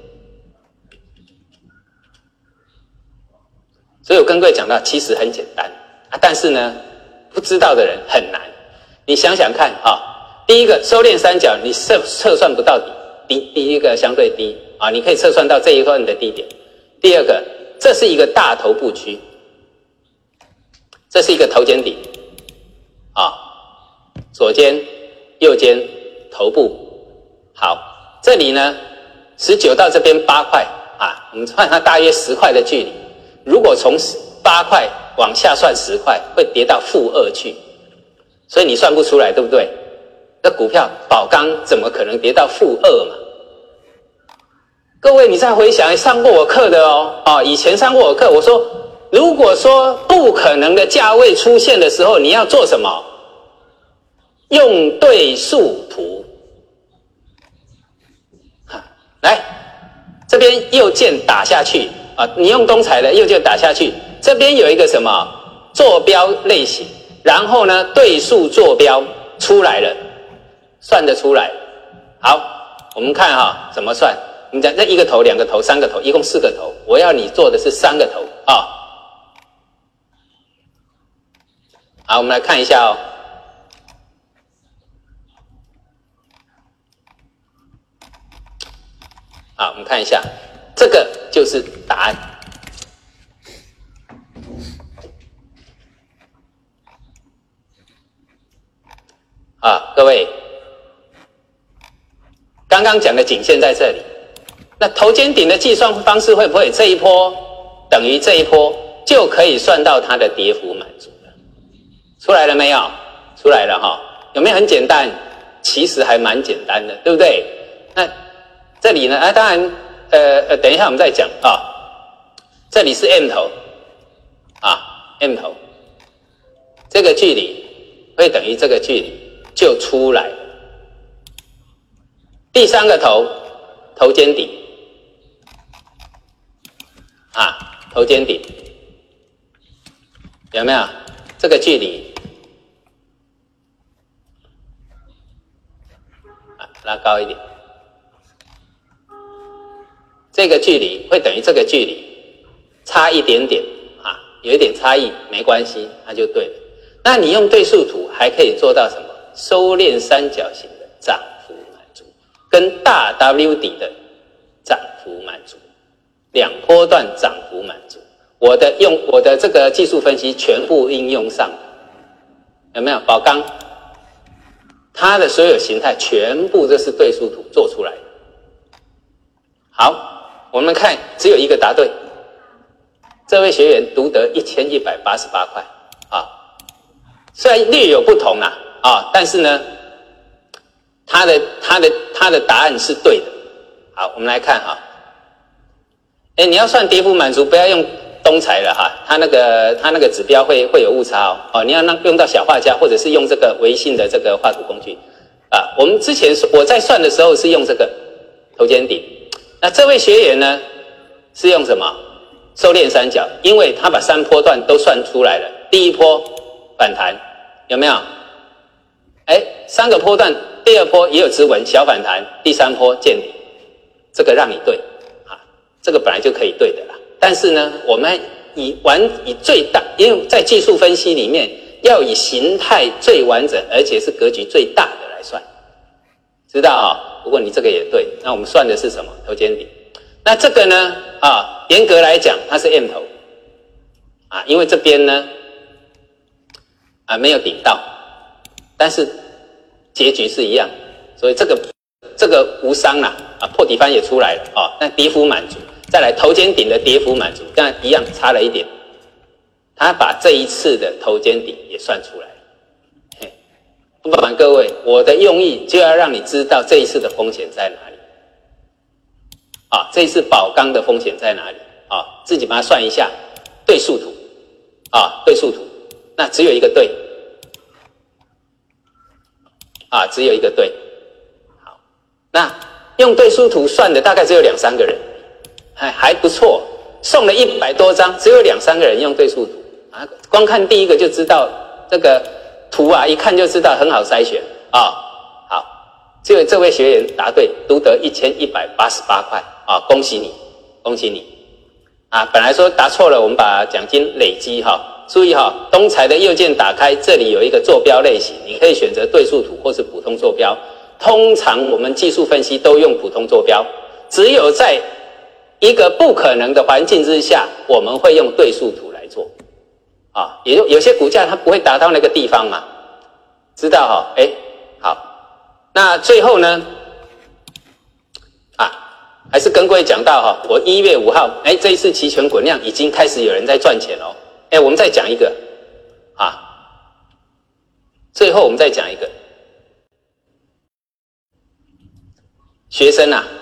所以我跟各位讲到，其实很简单啊，但是呢，不知道的人很难。你想想看啊，第一个收敛三角，你测测算不到底，第第一个相对低啊，你可以测算到这一段的低点。第二个，这是一个大头部区，这是一个头肩底啊，左肩、右肩、头部。好，这里呢，十九到这边八块啊，我们算它大约十块的距离。如果从八块往下算十块，会跌到负二去。所以你算不出来，对不对？那股票宝钢怎么可能跌到负二嘛？各位，你再回想，上过我课的哦，哦，以前上过我课，我说，如果说不可能的价位出现的时候，你要做什么？用对数图。来，这边右键打下去啊，你用东彩的右键打下去，这边有一个什么坐标类型。然后呢，对数坐标出来了，算得出来。好，我们看哈、哦，怎么算？我们讲这一个头、两个头、三个头，一共四个头。我要你做的是三个头啊、哦。好，我们来看一下哦。好，我们看一下，这个就是答案。啊，各位，刚刚讲的颈线在这里，那头肩顶的计算方式会不会这一波等于这一波就可以算到它的跌幅满足了？出来了没有？出来了哈，有没有很简单？其实还蛮简单的，对不对？那这里呢？啊，当然，呃呃，等一下我们再讲啊。这里是 M 头啊 ，M 头，这个距离会等于这个距离。就出来了。第三个头，头肩底啊，头肩底有没有这个距离？啊，拉高一点，这个距离会等于这个距离，差一点点啊，有一点差异没关系，它就对了。那你用对数图还可以做到什么？收敛三角形的涨幅满足，跟大 W 底的涨幅满足，两波段涨幅满足。我的用我的这个技术分析全部应用上，有没有？宝钢，它的所有形态全部都是对数图做出来的。好，我们看只有一个答对，这位学员独得一千一百八十八块啊，虽然略有不同啦。啊，但是呢，他的他的他的答案是对的。好，我们来看哈。哎，你要算跌幅满足，不要用东彩了哈，它那个它那个指标会会有误差哦。哦，你要用到小画家，或者是用这个微信的这个画图工具。 啊，我们之前我在算的时候是用这个头肩顶，那这位学员呢是用什么？收敛三角，因为他把三波段都算出来了。第一波反弹有没有？哎，三个波段，第二波也有止稳小反弹，第三波见底，这个让你对啊，这个本来就可以对的啦。但是呢，我们以完以最大，因为在技术分析里面要以形态最完整，而且是格局最大的来算，知道啊？如果你这个也对，那我们算的是什么？头肩顶。那这个呢？啊，严格来讲，它是 M 头啊，因为这边呢啊没有顶到，但是结局是一样，所以这个这个无伤啦啊，破底翻也出来了啊，那跌幅满足，再来头肩顶的跌幅满足，但一样差了一点，他把这一次的头肩顶也算出来了。嘿，不瞒各位，我的用意就要让你知道这一次的风险在哪里。啊，这一次宝钢的风险在哪里？啊，自己把它算一下，对数图，啊，对数图，那只有一个对，啊，只有一个对，好，那用对数图算的大概只有两三个人，还还不错，送了一百多张，只有两三个人用对数图，啊，光看第一个就知道这个图啊，一看就知道很好筛选，啊，好，只有这位学员答对，独得一千一百八十八块。啊，恭喜你，恭喜你！啊，本来说答错了，我们把奖金累积哈。注意哈，东财的右键打开，这里有一个坐标类型，你可以选择对数图或是普通坐标。通常我们技术分析都用普通坐标，只有在一个不可能的环境之下，我们会用对数图来做。啊，也就有些股价它不会达到那个地方嘛，知道哈？哎，好，那最后呢？还是跟各位讲到哈，我一月五号，哎，这一次期权滚量已经开始有人在赚钱哦。哎，我们再讲一个，啊，最后我们再讲一个，学生啊，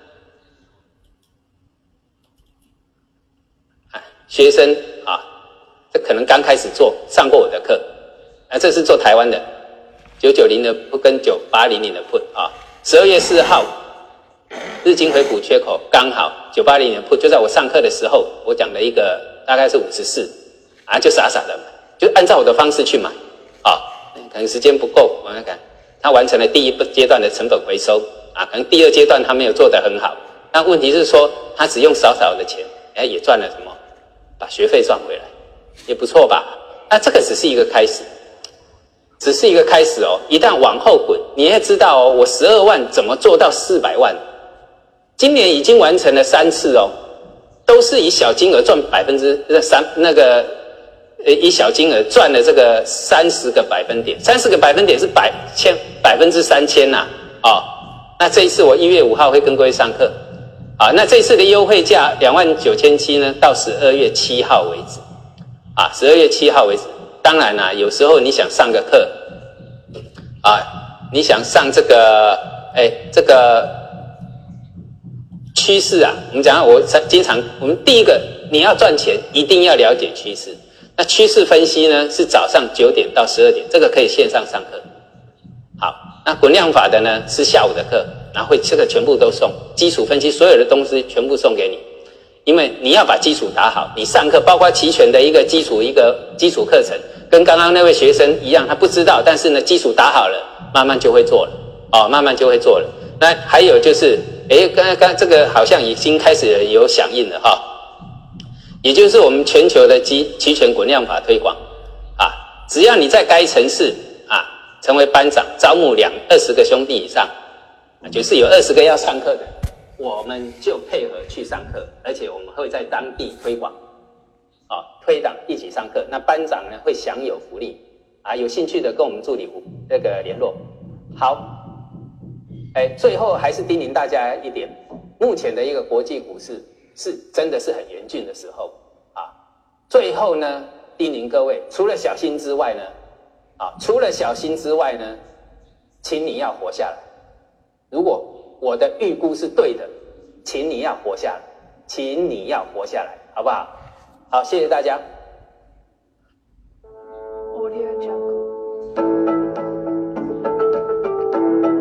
学生啊，这可能刚开始做，上过我的课，啊，这是做台湾的，九九零的 put 跟九八零零的 put 啊，十二月四号。日经回补缺口刚好九八零年 put 就在我上课的时候，我讲了一个大概是五十四啊，就傻傻的买，就按照我的方式去买啊，可能时间不够，我看看，他完成了第一阶段的成本回收啊，可能第二阶段他没有做得很好，但问题是说他只用少少的钱，哎，也赚了什么，把学费赚回来，也不错吧？那这个只是一个开始，只是一个开始哦，一旦往后滚，你也知道哦，我十二万怎么做到四百万？今年已经完成了三次哦，都是以小金额赚百分之三那个呃以小金额赚了这个三十个百分点，三十个百分点是百千百分之三千呐，哦，那这一次我一月五号会跟各位上课，啊，那这一次的优惠价两万九千七呢，到十二月七号为止，啊，十二月七号为止。当然啦、啊，有时候你想上个课，啊，你想上这个，哎，这个。趋势啊，我们讲，我经常，我们第一个你要赚钱，一定要了解趋势。那趋势分析呢，是早上九点到十二点，这个可以线上上课。好，那滚量法的呢，是下午的课，然后会这个全部都送，基础分析所有的东西全部送给你，因为你要把基础打好，你上课包括期权的一个基础一个基础课程，跟刚刚那位学生一样，他不知道，但是呢，基础打好了，慢慢就会做了，哦，慢慢就会做了。那还有就是。诶，刚刚这个好像已经开始有响应了哈，也就是我们全球的期期权滚量法推广啊，只要你在该城市啊成为班长，招募两二十个兄弟以上，就是有二十个要上课的，我们就配合去上课，而且我们会在当地推广，啊，推广一起上课，那班长呢会享有福利啊，有兴趣的跟我们助理那个联络，好。哎，最后还是叮咛大家一点，目前的一个国际股市是真的是很严峻的时候啊。最后呢，叮咛各位，除了小心之外呢，啊，除了小心之外呢，请你要活下来。如果我的预估是对的，请你要活下来，请你要活下来，好不好？好，谢谢大家。 Audio Jungle.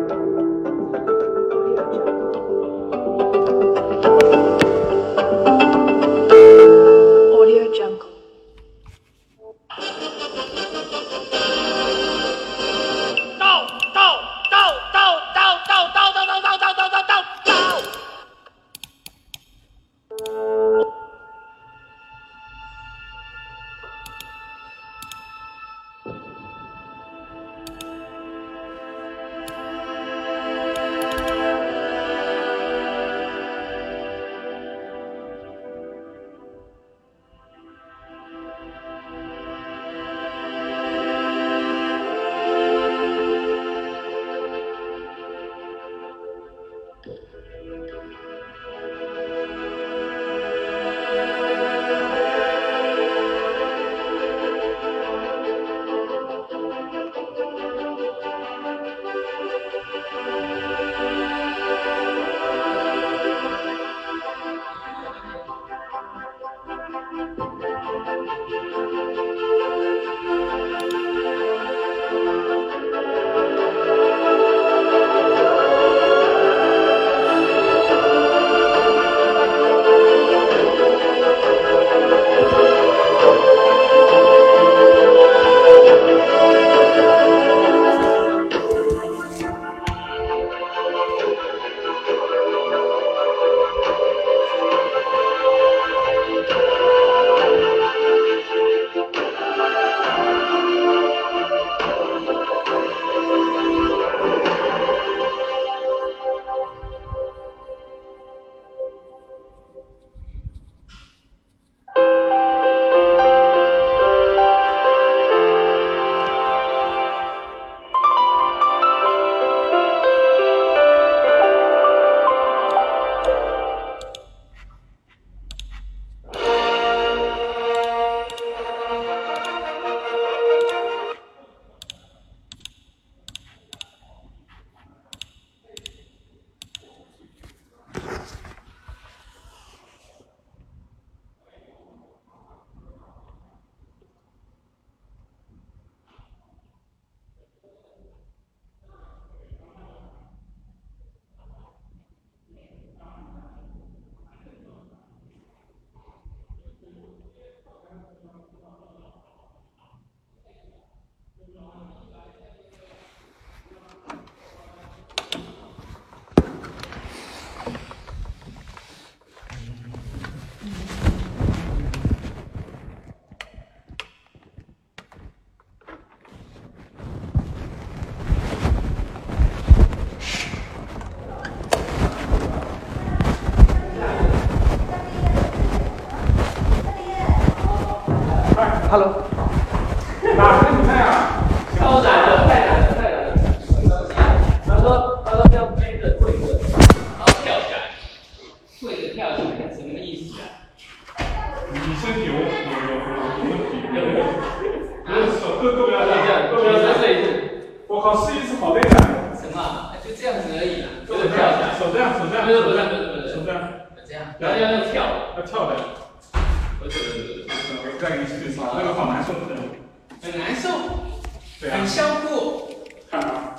，Hello。 哪个比赛啊？ 超难的，太难了，太难了。他说他说要背着跪着，然后跳起来，跪着跳起来，什么意思啊？ 你身体有有有有问题，有有。不是手各各不要这样，各不要再试一次。 我靠，试一次好累的。 什么？就这样子而已啦，或者跳起来。 手这样，手这样。 不是不是不是不是。 手这样。 这样。然后要要跳， 要跳的。 不是不是不是。 我再给你试一次，那个好难受的。 很难受。 对啊。 很消过。 看啊。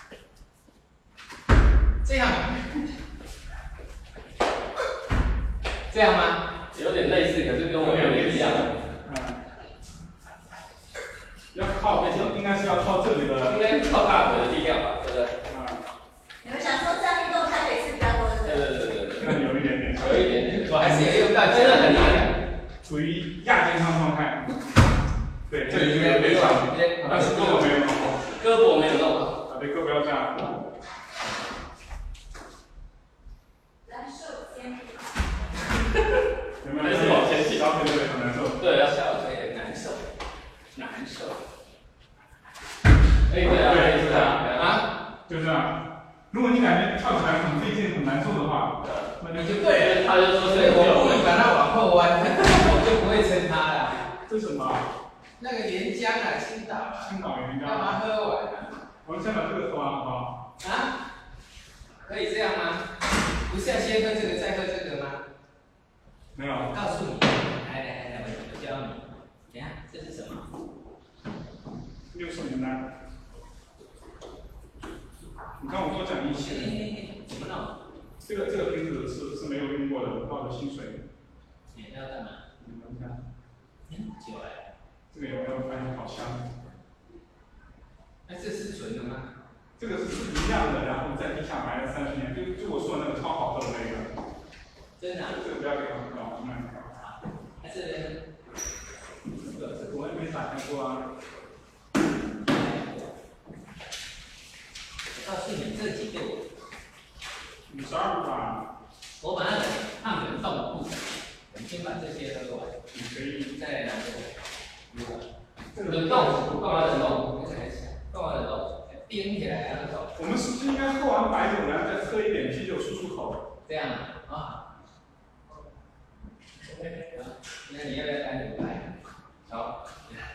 这样。这样吗？有点类似，可是跟我有点一样。 嗯。要靠，应该是要靠这里的。 应该靠大腿的力量吧，对不对？ 啊。 你们想说这样运动它可以吃比较多的？ 对对对对对。 那有一点点。 有一点点。我还是也用到，真的很厉害。 处于亚健康状态。对，这里面没有，但是胳膊没有弄好。 胳膊没有弄好。 啊，对，胳膊要这样。 难受肩。 有没有？还是往前起，小腿这里很难受。 对，要小腿难受，难受。可以对啊，可以这样啊， 就这样。如果你感觉跳起来很费劲、很难受的话，那你就对了。他就说，所以我故意把它往后弯，我就不会撑它了。 这是什么？ 那个岩浆啊，青岛啊。 青岛岩浆。 干嘛喝完啊？ 我们先把这个喝完好不好？ 啊？可以这样吗？不是要先喝这个再喝这个吗？ 没有。 告诉你，来来来来，我教你。等下，这是什么？ 六十年代。你看我多讲义气。 怎么弄？ 这个这个瓶子是是没有用过的，我倒的清水。 你要干嘛？ 你闻一下。 嗯，酒哎。 这个有没有发现好香？ 那这是纯的吗？ 这个是一样的，然后在地下埋了三十年，就就我说的那个超好喝的那个。 真的、啊？ 这个不要给他们搞，嗯。 还是这个这个我也没打开过啊。 我告诉你，这几度？ 五十二度吧。 我把它冷烫冷冻不成，我们先把这些喝完。 你可以。 再来拿这个。冷冻，干嘛冷冻？干嘛冷冻？冰起来然后。 我们是不是应该喝完白酒，然后再喝一点啤酒漱漱口？ 这样啊。OK， 好，那你要不要单独来？好。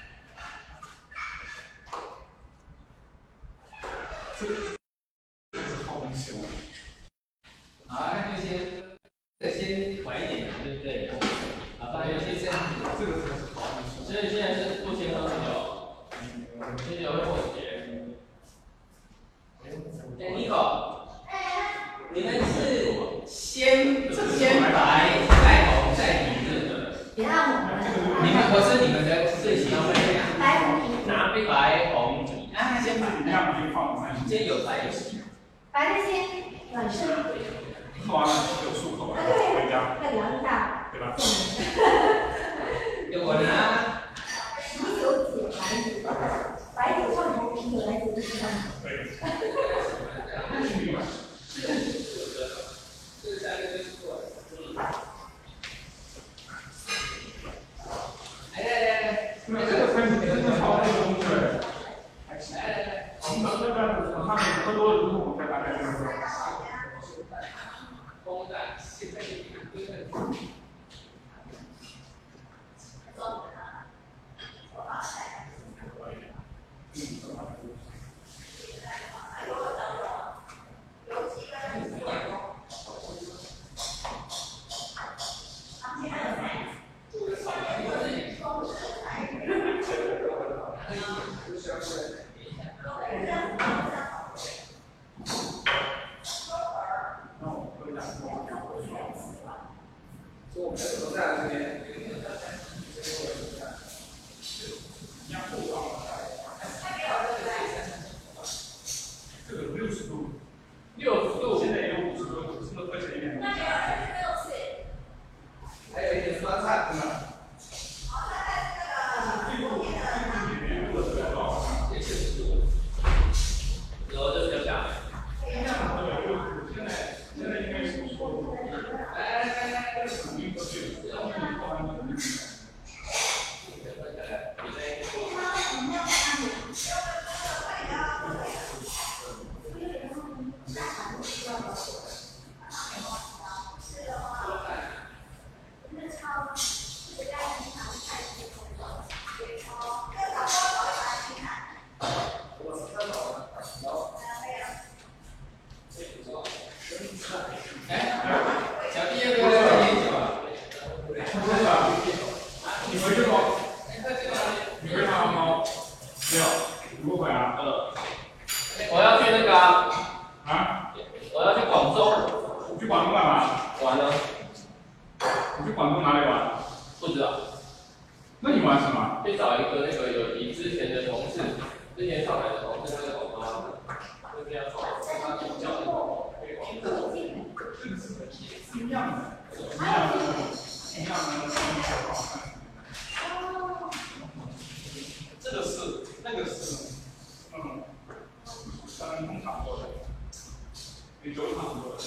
这这是好东西哦。 好，那就先这先缓一点，对不对？好，反正就这样子。 这个才是好东西。 所以现在是不先喝啤酒，啤酒会破血。哎，妮可，你们是先先白再红再米日的。 别让我们。 你们可是你们的事情会这样。 白红米。 拿白红米，啊，先白。 一样已经放了三十。 先有白有米。 白的先暖身。 喝完了啤酒漱口，然后回家。 那凉大。 对吧？ 我呢？ 啤酒解白酒，白酒上头，啤酒来解释上头。 对。 这三个就是错的。来来来来， 那这个才是真正好喝的东西。 来来来， 我们那边我看你喝多了之后，我再大概这样喝。 风的现在已经不是很。 去找一个那个有你之前的同事，之前上海的同事，他的狗妈，就是要找他去叫那个给狗。 一样的，一样的，一样的，这个是，那个是，嗯，山东厂做的，比酒厂做的。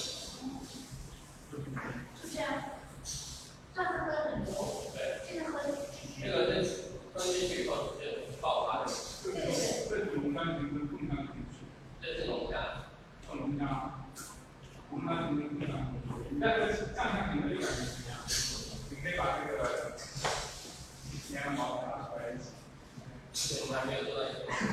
是这样，上次喝很油，现在喝那个是喝进去以后是爆发的。 对对对。 这是龙山型跟凤山型。 这是龙虾。 龙虾。龙山型跟凤山型。但是酱香型的又感觉不一样。你可以把这个粘毛拿出来一起。 对，我还没有做到一个。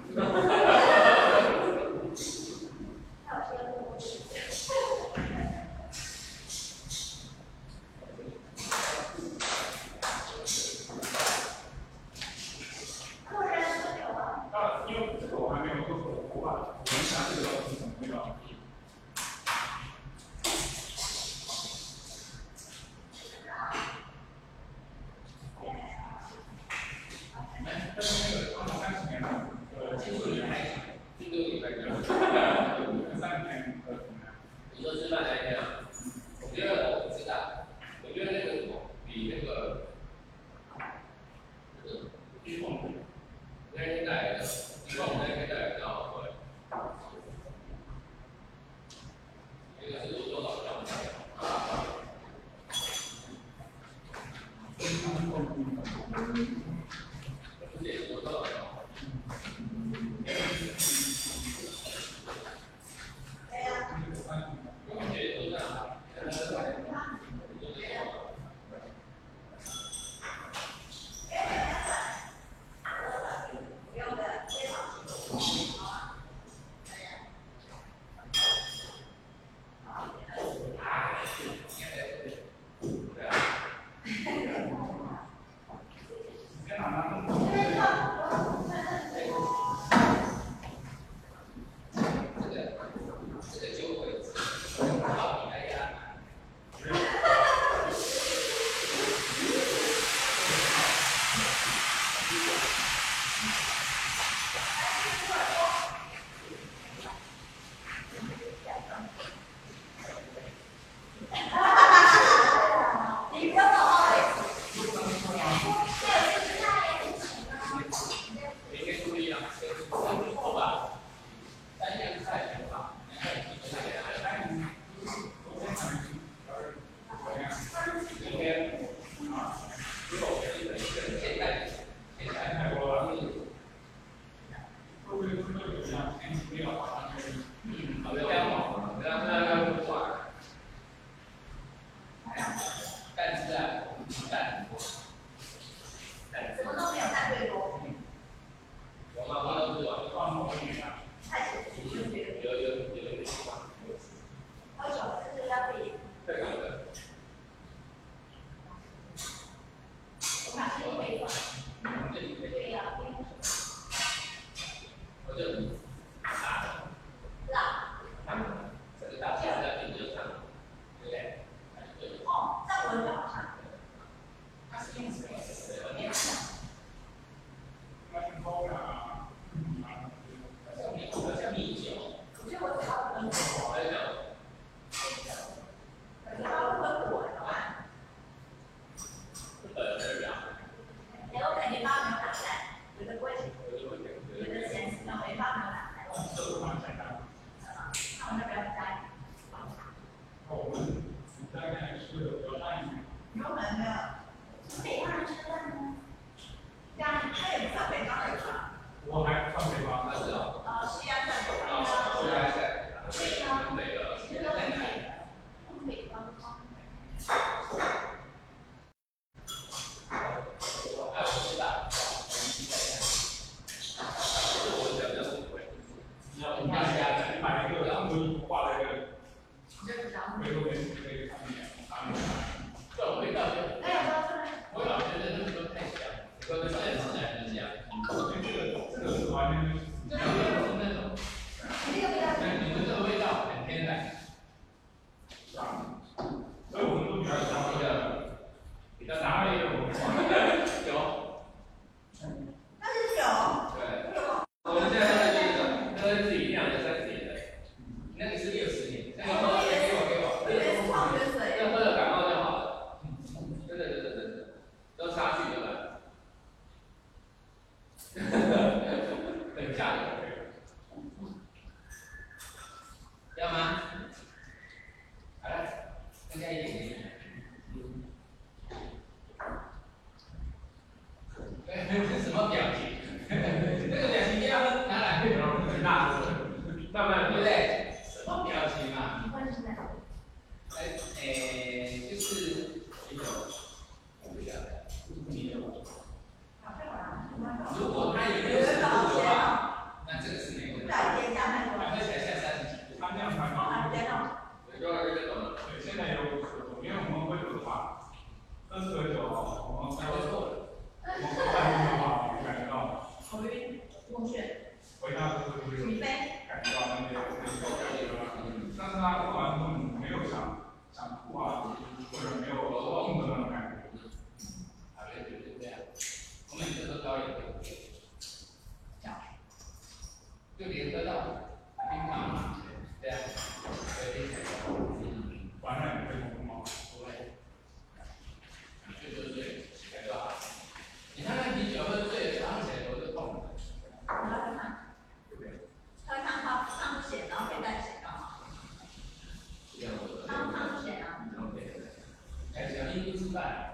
啊，因为这个我还没有做过，我把龙虾这个是什么味道？哎，但是那个他们三十年了，呃，进度也还行， 进度也还行。 三十年呃怎么样？ 你说吃饭那天啊，我觉得我不知道，我觉得那个什么比那个就是玉凤那天带来的，玉凤那天带来的好喝。这个是我做老乡的。这也是我做老乡。 这什么表情？这个表情要拿来很大声，慢慢对不对？什么表情嘛？哎，诶，就是一种，我不晓得，你的。如果它有六十度的话，那这个是没问题。感觉起来像三十几度。 它这样看法。 对， 现在有五十度，因为我们会有话，喝喝酒，我们喝错了，我们喝半晕的话，你感觉到。 头晕、目眩。 回家之后就会有感觉到那些那些，但是他喝完之后没有想想吐啊，或者没有痛的那种感觉。 啊，对对对，这样。我们这个高也会，就连得到冰糖嘛，对啊，对冰糖，嗯， 晚上也会痛吗？ 不会，睡就睡，起来就好。你看看啤酒喝醉了，早上起来头就痛了。 喝汤泡汤不咸，然后可以带血刚好。汤汤不咸啊。 哎，小英不吃饭。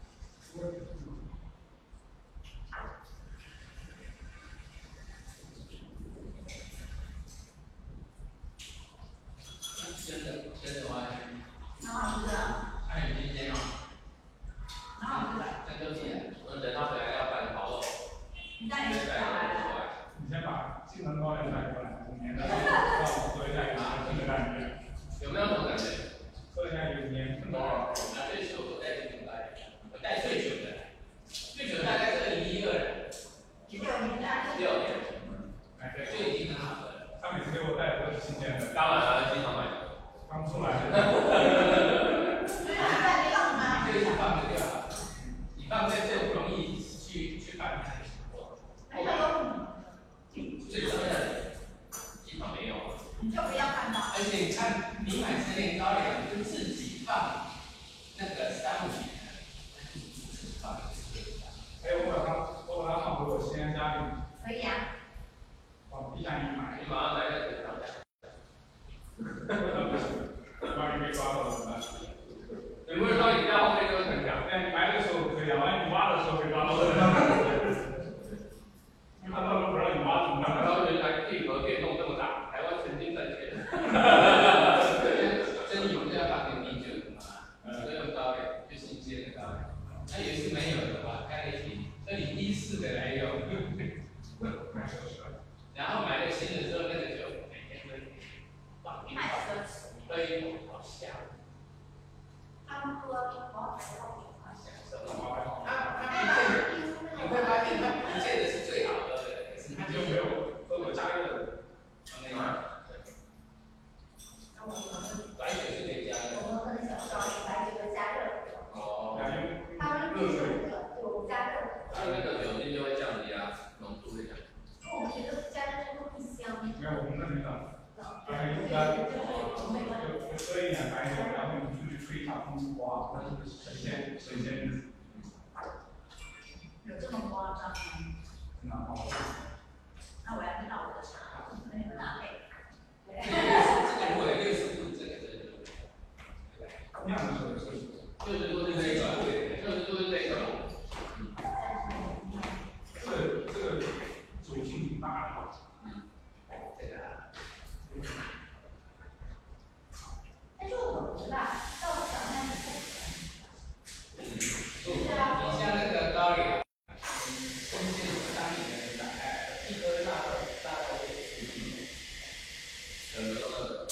真的真的吗？ 蛮好吃的。 还有今天吗？ 蛮好吃的。 真都进来，我等他回来要办烤肉。 你带你小孩来。 你先把技能高点带过来，黏的，让我喝一下有什么感觉？ 有没有什么感觉？ 喝一下有黏的。 啊，这次我带这种来，我带最久的，最久大概是二零一二年。 六年代。 六年。 哎，对， 这已经很好了。 他每次给我带的都是新鲜的。 当然了，经常买的。 刚出来的。 所以还在没放吗？ 这个放着就好，你放在这不容易去去反弹。 没有。 最重要的，基本没有。 你就不要看到。 而且你看，你买成年高粱就自己放那个三五年，自己放。 哎，我把它，我把它放回我西安家里。 可以啊。 往地下一买， 你马上来个给他们。 万一被抓到了怎么办？ 有没有说你在后面就很讲？ 哎，你埋的时候可以啊，万一你挖的时候被抓到了。因为他到时候不让你挖怎么办？ 然后原来地壳变动这么大，台湾曾经赚钱。真有这样把点啤酒嘛，所有高粱就新鲜的高粱。那有一次没有的话，开了一瓶二零一四的来用。然后买了新的之后，那个酒每天喝一点，哇，冰块，喝一口好香。 他们喝冰块还要冰块。 享受。它它不见得，你会发现它不见得是最好喝的，可是它就没有喝过加热的。那个。白酒是可以加热。 我们很小时候白酒会加热。 哦。 他们热水的有加热。 它那个酒精就会降低啊，浓度会降。 我觉得加热之后更香。 没有，我们那没有。而且一般就喝一点白酒，然后你出去吹一场风，哇，那是神仙神仙日子。 有这么夸张吗？ 真的好。 那我要知道我的茶，跟你们搭配。 这个如果有六十度，这个真的。 酿的时候是。 六十度是这个，六十度是这个。 这个这个酒精挺大的。 嗯。这个。 但是我觉得，到我小那里嗯。是啊。你像那个高粱，新鲜的当地人打开，一喝大口大口的。呃。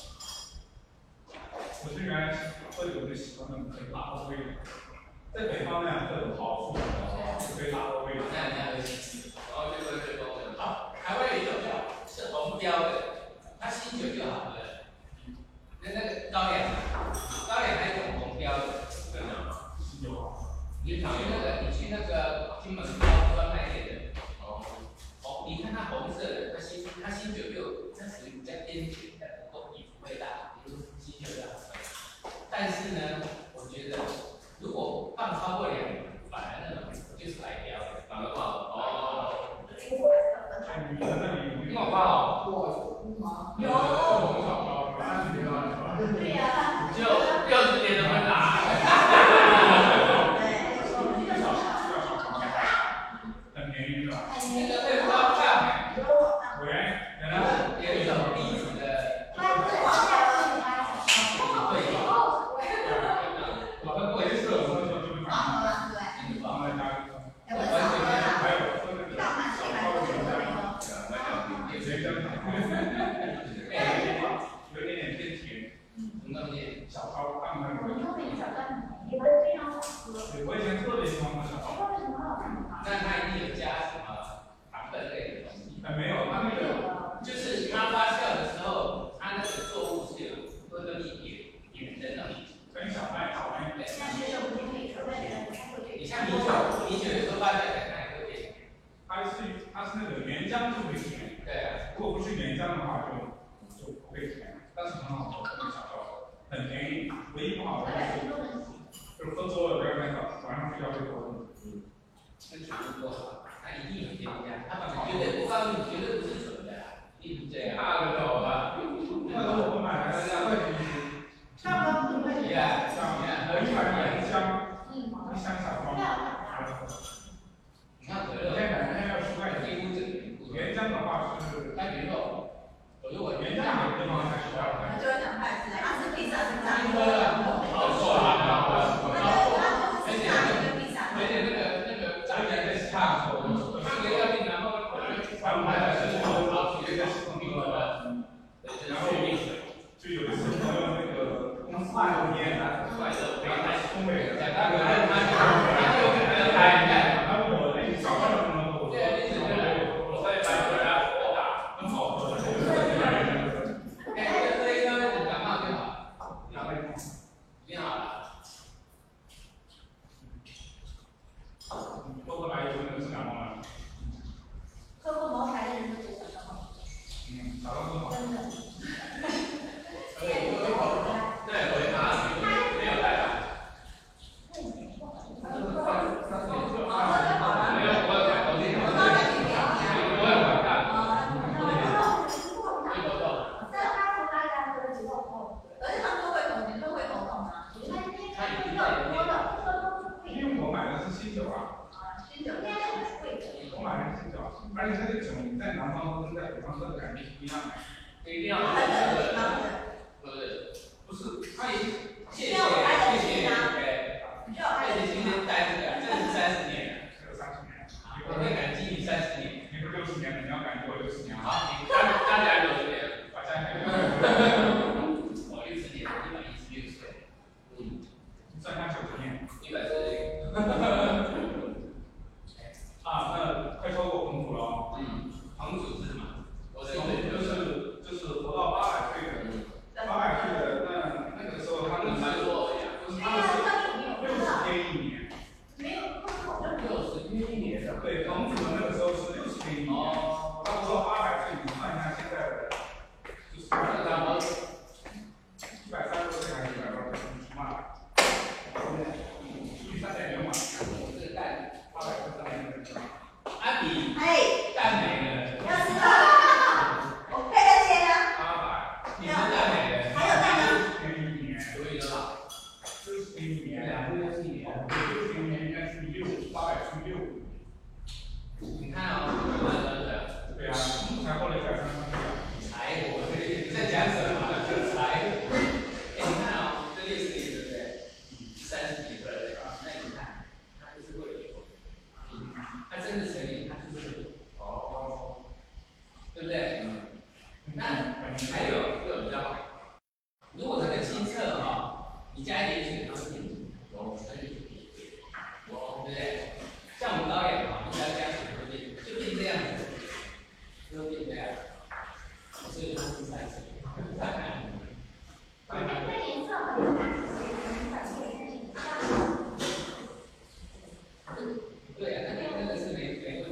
我是原来喝酒就喜欢那种可以拉到胃的，在北方那样喝有好处，可以拉到胃。 那人家喝西式，然后就喝最丰盛。好，台湾有一种叫是红标的，它新酒就好喝了。那那个高粱，高粱还有一种红标的，真的吗？ 新酒好。 你去那个，你去那个金门高专卖店的，哦，红，你看它红色的，它新它新酒就它属于比较偏甜的，不以味大，比如新酒的好喝。但是呢，我觉得如果放超过两年，反而那种就是白标的，反而不好。哦。 哎，你们那里有你好棒哦。 有。 红枣糕，二十年了是吧？ 对呀。 就六十年的很大。 对，我们这个小那个会发烫， 喂，原来有一种低级的， 它是往下去吗？ 对， 我的过一次我们就就放好了，对。 放在家里， 哎，我想喝了。 还有喝那个上满水还是喝没喝？ 有些真有点点偏甜， 什么东西？ 小烧他们那个。 我们那个小罐也不是非常好喝。 我以前特别喜欢喝小烧。 为什么好看？ 那它一定有加什么糖分类的东西？ 哎，没有，它那个就是它发酵的时候，它那个作物是有会跟你点点的那种。 跟小麦小麦。 现在学生不是可以说外人不太会你像米酒，米酒有时候发酵起来它也会变。 它是它是那个原浆就会甜， 对啊。 如果不是原浆的话就就不会甜，但是很好喝，那个小烧很便宜，唯一不好的就是就是喝多了不要太早，晚上睡觉会多。 嗯，那绝对不好，它一定有添加，它绝对不告诉你绝对不是纯的，一定这样。大的走吧， 那个我们买的两块钱一斤， 差不多五块钱。 像和一百买一箱， 嗯。 一箱小烧。 你看可我乐， 现在买要十块钱， 几乎整个原浆的话是它原肉，我如果原浆有的地方才十二块。 就两块是，它是披萨是炸喝了，好错啊，而且而且那个那个炸起来的烫手，那个要命，然后还有买的是好， 有一个是那个，然后就有一次朋友那个公司有烟的，然后他是东北的， 那个他他就可能还在， 然后我那个小孩儿能够， 对，一直就我再买回来我打，很好喝的。 哎，喝一喝感冒就好， 两杯。 挺好的。 多喝白酒真的是感冒了。 喝过茅台的人都觉得很好。 嗯，早上喝好。 真的。 对，我拿没有带吧。没有，我买口径。我有买蛋。没活动。 在他们大家喝几口后，而且他们都会口，你都会口痛吗？他应该有多的，喝都是会。 因为我买的是新酒啊。 啊，新酒应该是会的。 我买的是新酒，而且这个酒你在南方喝跟在北方喝的感觉是不一样的。 一定要很冷的地方的。 不是，不是，他也谢谢谢谢， 对， 谢谢今天带这个，这是三十年， 这个三十年， 我会感激你三十年。 你不六十年，你要感激我六十年。 好，你大大家六十年， 大家我六十年，一百一十六岁，嗯， 算下九十年。 一百四十六。 啊，那快超过彭祖了哦。 嗯，彭祖是什么？我的就是就是活到八百岁的，八百岁的那那个时候他们是说， 就是他们是六十天一年。 没有喝口六十天一年的。 对，彭祖的那个时候是六十天一年， 哦， 他活到八百岁，你算一下现在的，就是那咱们一百三十多岁还是一百多岁？你妈的，一三点六嘛， 我这个蛋， 八百岁三点六。 阿比哎， 蛋没了， 要知道，我配了钱啊。 八百， 你是蛋没了， 还有蛋呢。 天一年， 所以呢， 六十天一年， 两个六十年， 六十天一年应该是六，八百除以六。 你看啊，我们的对啊，才过了一百三十岁。 财我你在讲什么？这财，哎，你看啊，这六十年对不对？三十几个对吧？那你看，它就是会有，它真的成立，它就是会有， 哦， 对不对？ 嗯。 那还有一个比较好，如果这个亲测哈，你加一点水都是点有可以，对不对？像我们导演哈，你只要加水就变，就变这样子，就变这样，所以它是三十。 那颜色很对啊，那个那个是没没问题。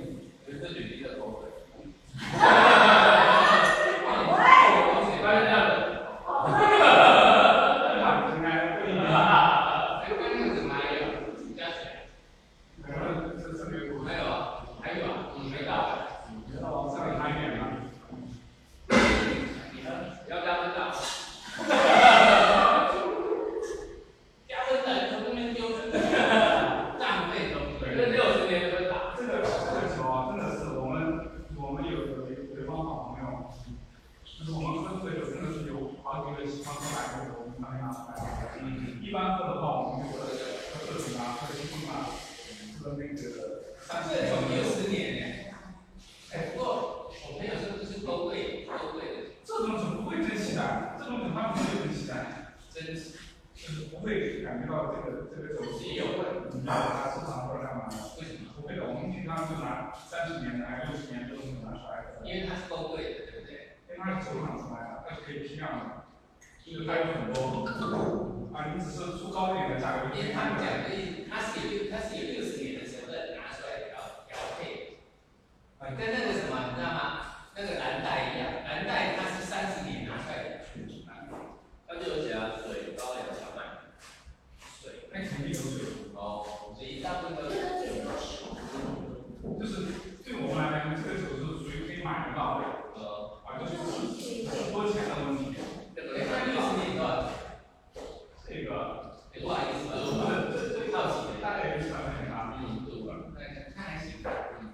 拿三十年的还是六十年这种拿出来的？ 因为它是够贵的，对不对？ 因为它是酒厂出来的，它是可以批量的，就是它有很多啊，你只是出高一点的价格。 因为他们讲的意思，它是有六，它是有六十年的成分拿出来调调配，啊，跟那个什么，你知道吗？那个蓝带一样，蓝带它是三十年拿出来的，它就有写啊，水、高粱、小麦，水， 那肯定有水。 哦，所以大部分都这个酒都是就是对我们来讲，这个酒是属于可以买得到的， 呃， 啊，就是很多钱的问题。 这个它六十年多少钱？ 这个， 不好意思， 这我这这好奇的， 大概也是两百吧。 嗯，对吧？那那还行，嗯。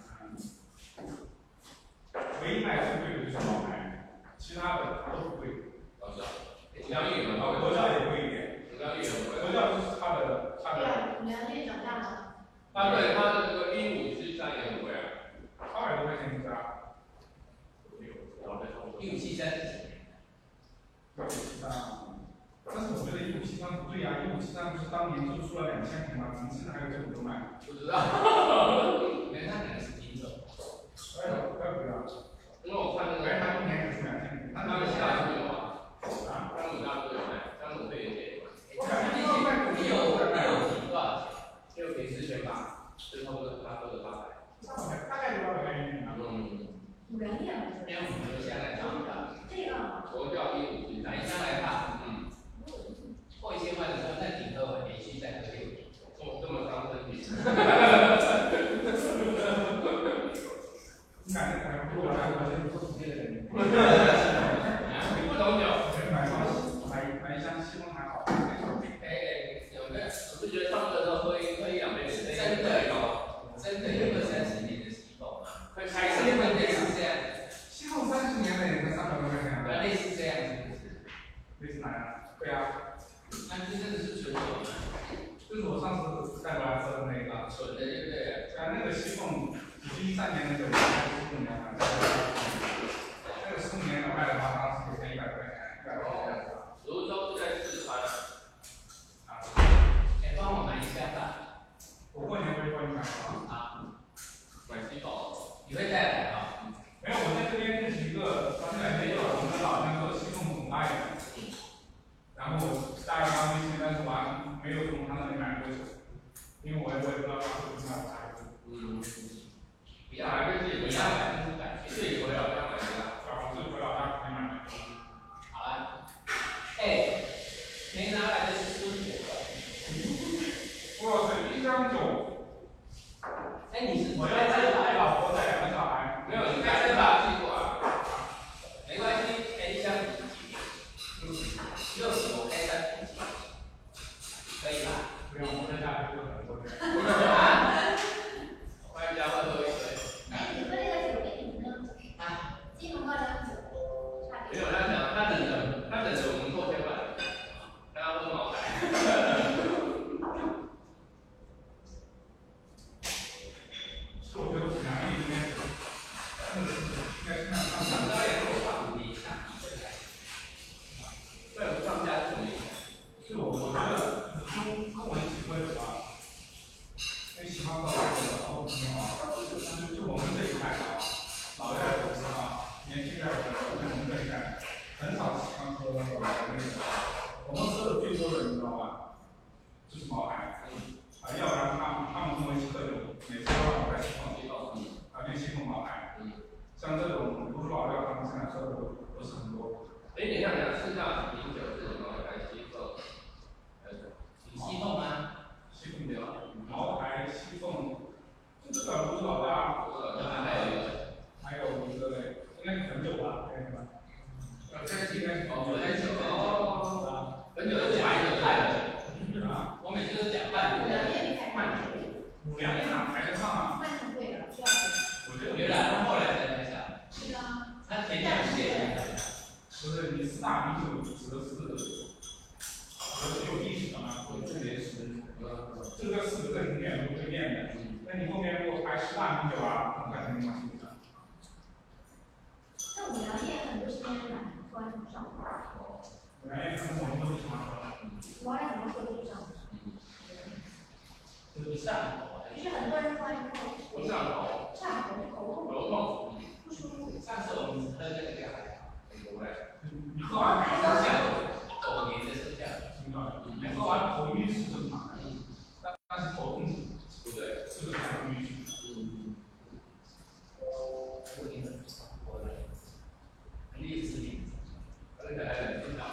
唯一卖最贵的就是茅台，其他的都不贵。 老师，五粮液嘛， 国窖也贵一点， 五粮液， 国窖就是它的它的。 五粮液涨价吗？ 啊，对，它的这个鹦鹉七三也很贵啊， 八百多块钱一家。 鹦鹉七三是几年？ 一五七三，但是我觉得一五七三不对呀、啊，一五七三不是当年就出了两千瓶吗？怎么现在还有这么多卖？ 不知道，因为它可能是品种。 哎呦，怪不得。 因为我看那个， 哎，他一年也出两千瓶， 他们大陆有啊， 啊， 他们大陆有卖，他们会有点。 我感觉六六六瓶多少钱？六瓶四千八，就差不多差不多八百。 大概就八百块钱一瓶啊。 嗯。 五粮液吗？ 因为我们现在涨的， 这个。 国窖鹦鹉七三，一上来看，嗯，破一千万的时候，那顶多连续再喝六瓶，哦，这么伤身体。 你感觉可能不来，我先做直接的人。 不懂酒， 买双买买一箱西风还好。 哎，有没有？我是觉得差不多都喝一喝一两杯，真的有，真的有二三十年的西凤啊，快开始会类似这样。 西凤三十年的也才三百多块钱啊。 类似这样是不是？ 类似哪样？对啊。 那这真的是纯酒吗？ 就是我上次带过来喝的那个。 纯的，对不对？ 对啊，那个西凤只是一三年的酒，还是十五年的。那个十五年的卖的话，当时才一百块钱，一百块钱。 泸州就在四川。 啊。 哎，帮我买一箱吧。 我过年会帮你买吗？ 啊。买西凤。你会带来啊？ 没有，我在这边认识一个，他现在没有了，我们老家做西凤总代言。然后我加了他微信，但是我还没有从他那里买过酒，因为我我也不知道他是不是买啥酒。 嗯。比较还是自己回家买，就是感觉自己回老家买的。 啊，自己回老家可以买。 好啊。哎，没拿来的是苏酒。 哇塞，一箱酒。 哎，你是我要带带老婆带两个小孩。 没有，你开车吧，记住啊。没关系，哎，一箱几瓶？六十，我开三瓶。可以吧？ 不用，我在家喝很多。 啊？我回家会喝一杯。 哎，你喝这个酒跟你们啊，金龙高粱酒差别。 没有，他讲他等着，他等着我们破千万，让他喝茅台。 是我觉得五粮液应该是，应该是看上上家也够大无敌，这有上家是什么意思？ 是我我觉得跟跟我一起喝酒啊，因为喜欢喝酒的好朋友啊，就就我们这一代啊，老一代的啊，年轻一代的，像我们这一代，很少喜欢喝老的那个，我们喝的最多的你知道吧？就是茅台，啊，要不然他们他们跟我一起喝酒，每次都让我来西凤，啊，练西凤茅台，像这种不是老料，他们现在喝的不是很多。 哎，你看讲四大名酒是什么？来西凤，呃，你西凤吗？ 西凤酒，茅台、西凤，这个不是老大， 还有一个， 还有一个嘞，应该是汾酒吧，还是什么？ 呃，这是应该是哦，汾酒哦，汾酒是白酒派的。 啊， 我每次都讲半五粮液没开上。 五粮液哪排得上啊？ 那挺贵的，需要钱。 我觉得原来他后来才开上， 是啊。 他前两届。 不是，你四大名酒指的是，指的是有历史的嘛？有重点史，这个四个字永远不会变的。那你后面如果排十大名酒啊，那肯定往的。 那五粮液很多时间是晚上喝完上午。 五粮液可能我们都不喜欢喝。 我爱怎么喝就上。 就是上火， 就是很多人关于口不上头， 上头头痛头痛， 不舒服。 上次我们喝的那个还好，对不对？ 你喝完剩下狗年的剩下， 你喝完头晕是正常的，但但是头痛不对， 是不是很容易？ 嗯，我听的，我的，历史里，那个还很重要。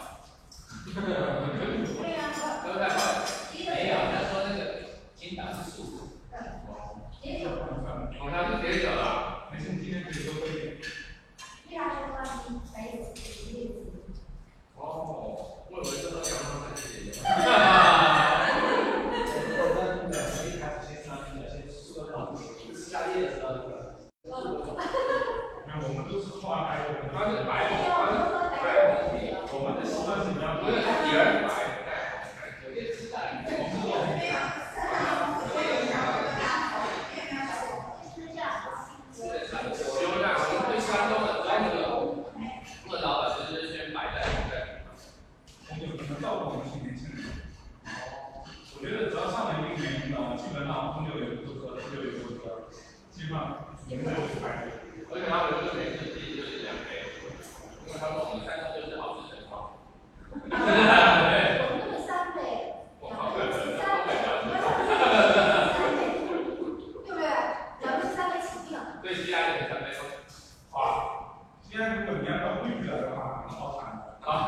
对呀， 都在换，没有，他说那个青岛是素食。 也有。 哦，他是别酒了， 没事，你今天可以多喝一点。 为啥说关心还有叶子？ 哦，我以为是喝凉汤才是解酒。 那我们都是喝完白酒， 他是白酒， 他是白酒， 我们的习惯是比较不是他底儿白，有些吃蛋，我们做。有两个对山东的那个，那老板就是先摆在对。 红酒可能照顾我们是年轻人。我觉得只要上了一定年龄了，基本上红酒也不喝，啤酒也不喝，基本上我们都是白酒。 而且他们就是每次自己就是两杯，因为他说我们山东就是好吃的嘛。 我们那个三杯，两杯是三杯，三杯，对不对？两杯是三杯起订。 对，西安也三杯。 啊，西安如果你要到贵州的话，很好谈的。 啊。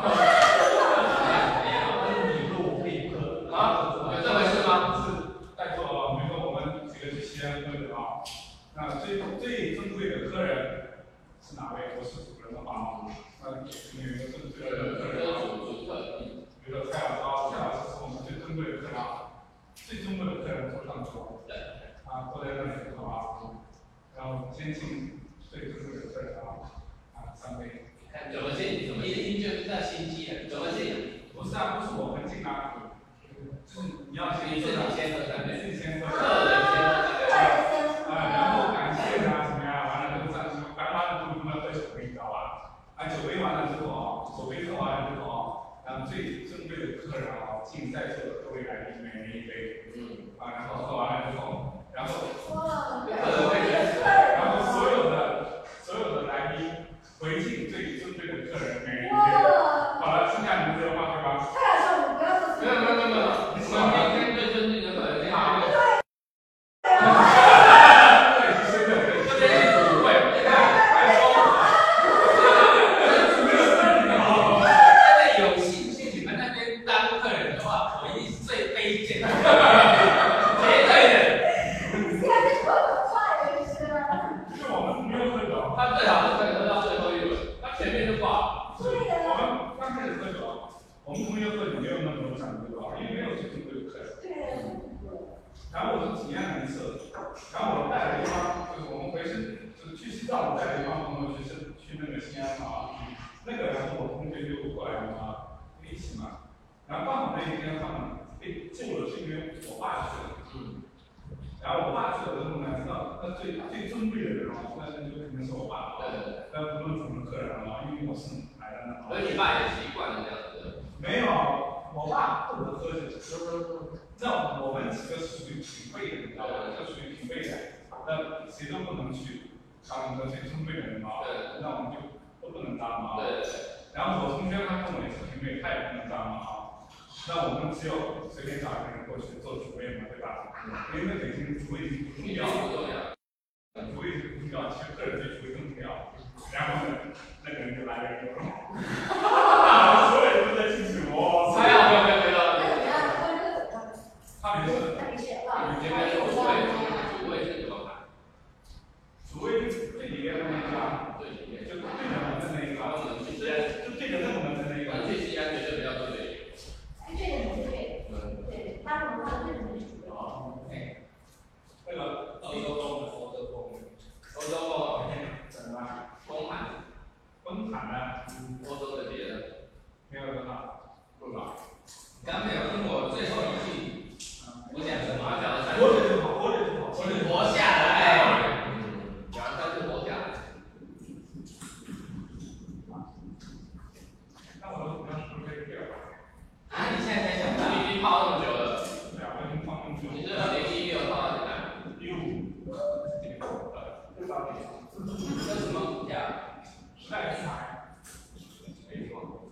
你说我可以不喝啊？有这回事吗？ 是在座，比如说我们几个去西安喝酒啊，那最最珍贵的客人是哪位？我是主人的话，那里面有一个最最的客人啊，比如说蔡老师，蔡老师是我们最珍贵的客人啊，最珍贵的客人坐上桌，啊，坐在那里是吧？然后先请最珍贵的客人啊，啊，三杯。 看怎么进，怎么一听就知道心机了，怎么进？ 不是啊，不是我们进啊，就是你要先你自己先喝三杯， 自己先喝， 客人先喝三杯。 啊，然后感谢他怎么样？完了之后上去，完完了之后我们喝酒杯，你知道吧？啊，酒杯完了之后啊，酒杯喝完了之后啊，然后最珍贵的客人啊，敬在座的各位来宾每人一杯，嗯，啊，然后喝完了之后，然后，然后所有的所有的来宾回敬最珍贵的客人每人一杯。好了，剩下你们这个话对吧？ 蔡老师，我们不要做。 没有没有没有没有，我们今天最尊敬的客人，好。 然后我就体验了一次，然后我带了一帮，就是我们回去，就是去西藏，我带了一帮朋友去去那个西安嘛，那个然后我同学就过来了嘛，一起嘛，然后刚好那一天他们被救了，是因为我爸去了，嗯，然后我爸去了之后呢，知道那最最珍贵的人啊，那那就肯定是我爸了，那不论什么客人了，因为我是来的呢。 而你爸也习惯了这样子。 没有，我爸不能喝酒。那我们几个是属于平辈的，你知道吧？就属于平辈的，那谁都不能去当一个最尊贵的人嘛。对。那我们就都不能当嘛。对。然后我同学他跟我也是平辈，他也不能当嘛啊。那我们只有随便找一个人过去做主位嘛，对吧？因为在北京主位不重要，不重要。主位不重要，其实个人对主位更重要。然后呢，那个人就来了一个，所有人都在进去，哇塞！没有没有没有。他没事，你前面主位，主位是怎么排？主位最里面的那个，最里面就对着门的那个，就对着那个门的那个。最西安绝对不要对对。 对着门对，对，他们话对着门是主哦，那个欧洲风的欧洲风， 欧洲风， 怎么了？ 风寒， 风寒呢？ 欧洲的别的， 没有多少，不吧？ 刚没有听我最后一句。我讲什么？讲的三活着就好，活着就好， 活着活下来。嗯，讲三次活下来。 那我的股票是不是可以掉？ 啊，你现在才想到？你已经泡那么久了。 对啊，我已经泡那么久了。 你是二零一六泡到现在？ 这什么股票？ 时代平台。 没错。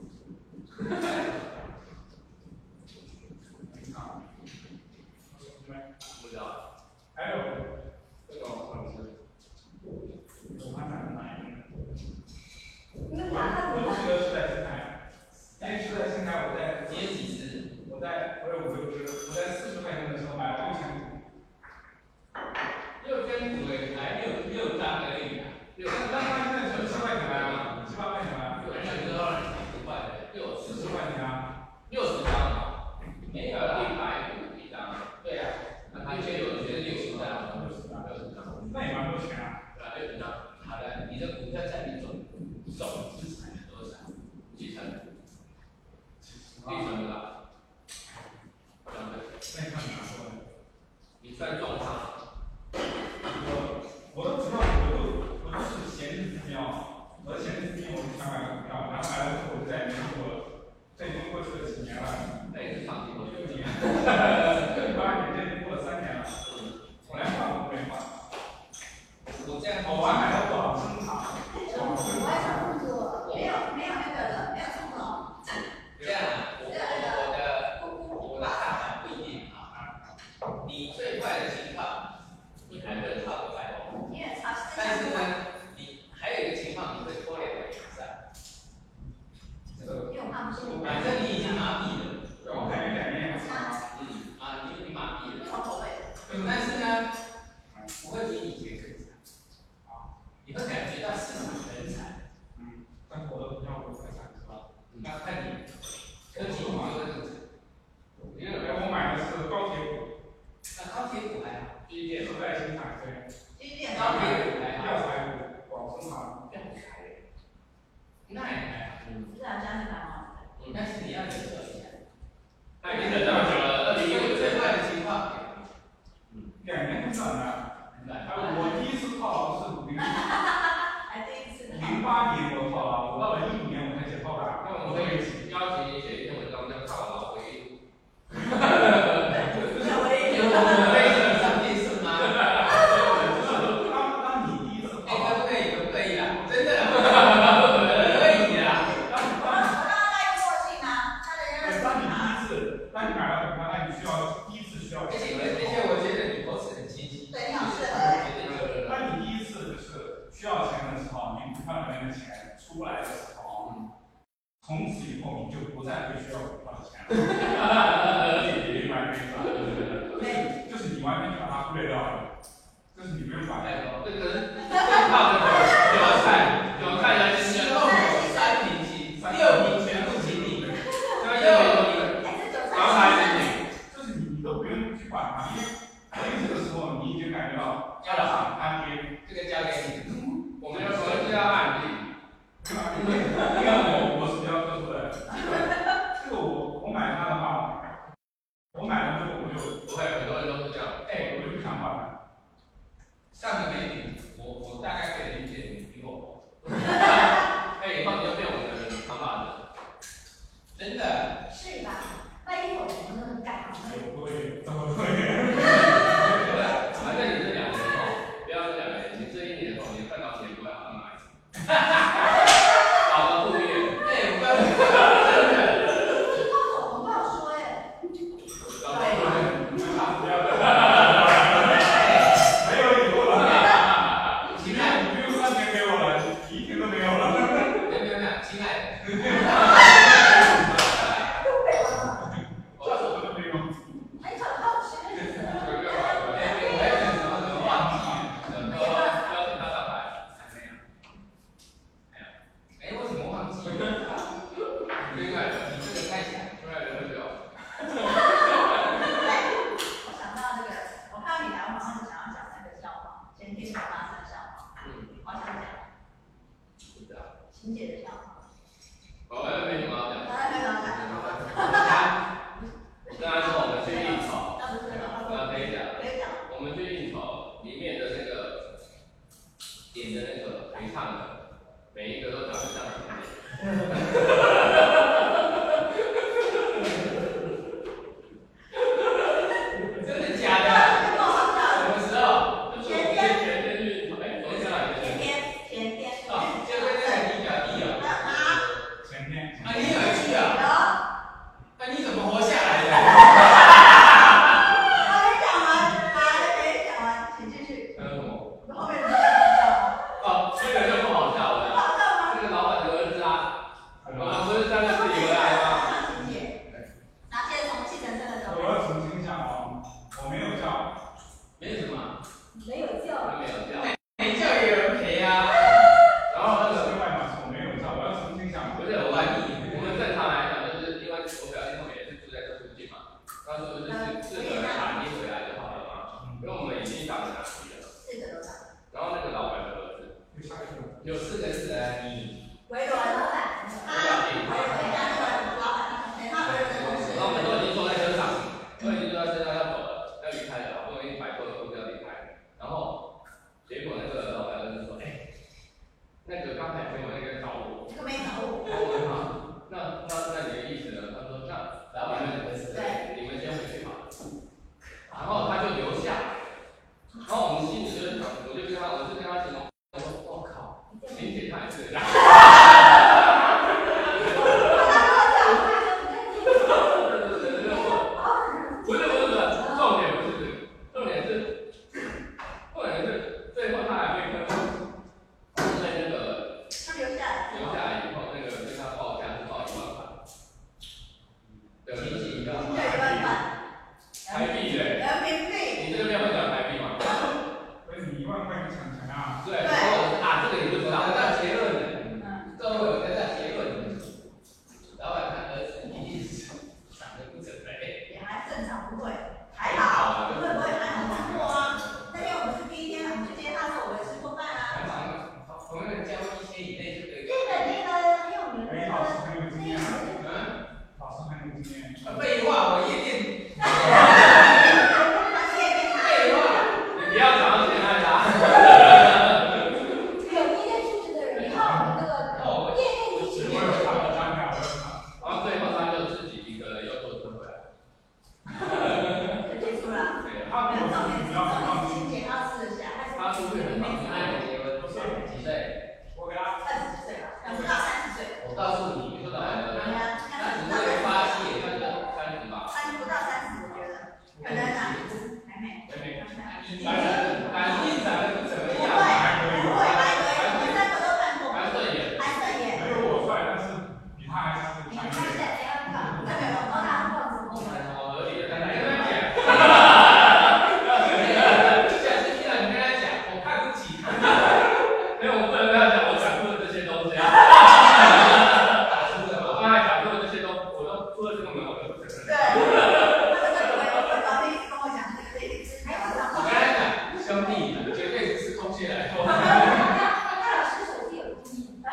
不知道。 还有这个我是，我看看哪一个？我我记得时代平台，因为时代平台我在你有几只？ 我在我有五六只，我在四十块钱的时候买了六千股。 六千股也才六六张而已啊！六张， 那它现在成七块钱了，七八块钱了。 六张你都让人十块的，六四十块钱啊。 六十张啊？没有一百股一张。对啊，那他现在有些六十张， 六十张， 六十张。 那也蛮多钱啊。 对啊，六十张。好的，你的股票占比总总资产是多少？几成？几成多少？两个。 那你看哪说的？ 你算重仓。 我我的股票我就我就是闲置资金啊，我的闲置资金我是想买股票，然后买了之后我就再也没动过了，这已经过去了几年了， 那也是长期投资。 六年，六八年，这已经过了三年了，我连换我都没换。 我这样， 我还买了广生堂， 我还想这么做，没有没有那个的，没有这么好。 这样啊，我我的我的看法不一定啊。你最坏的情况，你还会套个百万。 因为它但是呢，你还有一个情况，你会拖两个以上。 这个因为我怕不是我反正你已经麻痹了。 我感觉两年也差。 嗯啊，你已经麻痹了。 无所谓。 但是呢，不会比以前更惨。你会感觉到市场很惨。 嗯，但是我的股票不会惨，是吧？ 那看你科技股就会更惨。因为我买的是高铁股。 那高铁股还好，基建时代新产对。 基建高铁股还好。 药材股，广生堂。 药材，那也还好。 不是啊，这样是蛮好的。 嗯，但是你要忍受一下。那已经忍这么久了，那你有最坏的情况？嗯， 两年很短的。哎，我第一次套牢是零。 还第一次。 零八年我套牢，我到了一五年我才解套的。 那我们可以邀请你写一篇文章叫《套牢回忆录》。 哈哈哈哈哈！ 有我们可以上电视吗？ 就是当当你第一次哎， 套牢， 可不可以？可不可以啊？真的，可以啊。 当我刚刚那个默契呢，他的人当你第一次，当你买了股票，那你需要第一次需要。 而且而且我觉得你口齿很清晰。 对，你好适合。 当你第一次就是需要钱的时候，你股票里面的钱出不来的时候，从此以后你就不再会需要股票的钱了。明白这意思吧？对，就是你完全把它忽略掉了，这是你没有把哎，这个人最靠的有看有看人之后三瓶起，六瓶全部清理，这个又然后还清理， 就是你你都不用去管它，因为因为这个时候你已经感觉到它涨它跌， 这个交给你，我们要说是要案例。 对吧？因为因为我我是比较特殊的，这个我我买它的话，我买了之后我就不会，很多人都是这样。 哎我就不想换了。 上个媒体，我我大概可以理解你比我红。哎，以后你就变我的长发子，真的。 是吧？那一会儿我们能干好。 有对，怎么对？ 反正你这两年后，不要说两年，你这一年后，你赚到钱过来好买。搞个副业，哎，我刚真的。 你告诉我，我不好说哎。 搞个副业， 不要没有以后了。 亲爱的， 你不用三年给我了，一天都没有了。 没有没有没有，亲爱的。 我说的没有。 很少好吃。 哎，为什么忘记了？另外的，你这个太强，另外的很久。 我想到这个，我看到你来，我马上就想要讲那个笑话，前天才发生的笑话。 嗯， 好想讲。 不知道。 晴姐的笑话。 我也没什么好讲。 当然没有讲。 我刚才说我们去应酬， 那不是了， 那可以讲。 可以讲。 我们去应酬，里面的那个点的那个陪唱的，每一个都长得像晴姐。真的假的？什么时候？就是我们前天去应酬，哎，昨天哪一天？ 有四个字的你。 微软老板，他微软家那个老板，等他微软的同事。 然后我们都已经坐在车上，都已经坐在车上要走了，要离开了，好不容易摆脱了裤子要离开，然后结果那个老板就说，哎，那个刚才给我那个找我， 这个没找我。 我问他，那那那你的意思呢？他说那老板那对，你们先回去好了。然后他就留下，然后我们心里就想，我就跟他，我就跟他形容，我说我靠，林姐她也是这样。不是不是不是，重点不是这个，重点是，重点是最后他还会跟，在那个他留下来， 留下来以后，那个跟他报价是报一万块，对，亲戚一样， 对一万块， 台币对， 人民币， 你这个边会讲台币吗？ 所以你一万块你想钱啊？ 对，然后啊，这个你不知道，那结论呢？嗯，这会有个在结论，老板看儿子一定是想的不准备。 也还正常，不会，还好，不会不会，还好难过啊。那天我们是第一天，我们去接他的时候，我也吃过饭啊。 常常同样交一千以内就可以。 日本那个很有名的哎， 那个老师很有经验啊。 嗯， 老师很有经验。 废话，我夜店。 他夜店他废话，你不要讲到现在啦。 有夜店素质的人，你看我们那个夜店一起。 我有看，我看，我有看。 然后最后他就自己一个人又坐车回来。 就结束了。 对， 他没有重点， 不要重放点是姐他试了下， 他出去很忙，他也结婚，几岁？ 我给他二十岁吧，不到三十岁。 我告诉你，你说哪来的？ 对呀， 他只会发泄，他就三十吧。 三十不到三十，我觉得，可能啊，还没， 还没。 已经。 感性长得不怎么不会， 样。 不会，还可以，我们三个都看过。 还顺眼。 还顺眼。 没有我帅，但是比他还是你看现在怎样看？那没有，高大胖子，我们。 好合理的，跟他讲。下次见到你跟他讲，我看不起他。没有，我不能跟他讲，我讲出了这些东西啊。我刚才讲出了这些东西，我都出了这个门，我都不承认。 对。他这个我我昨天跟我讲这个这个之前晚上。 我跟他讲，兄弟，绝对是空穴来风。 他老师手机有记忆。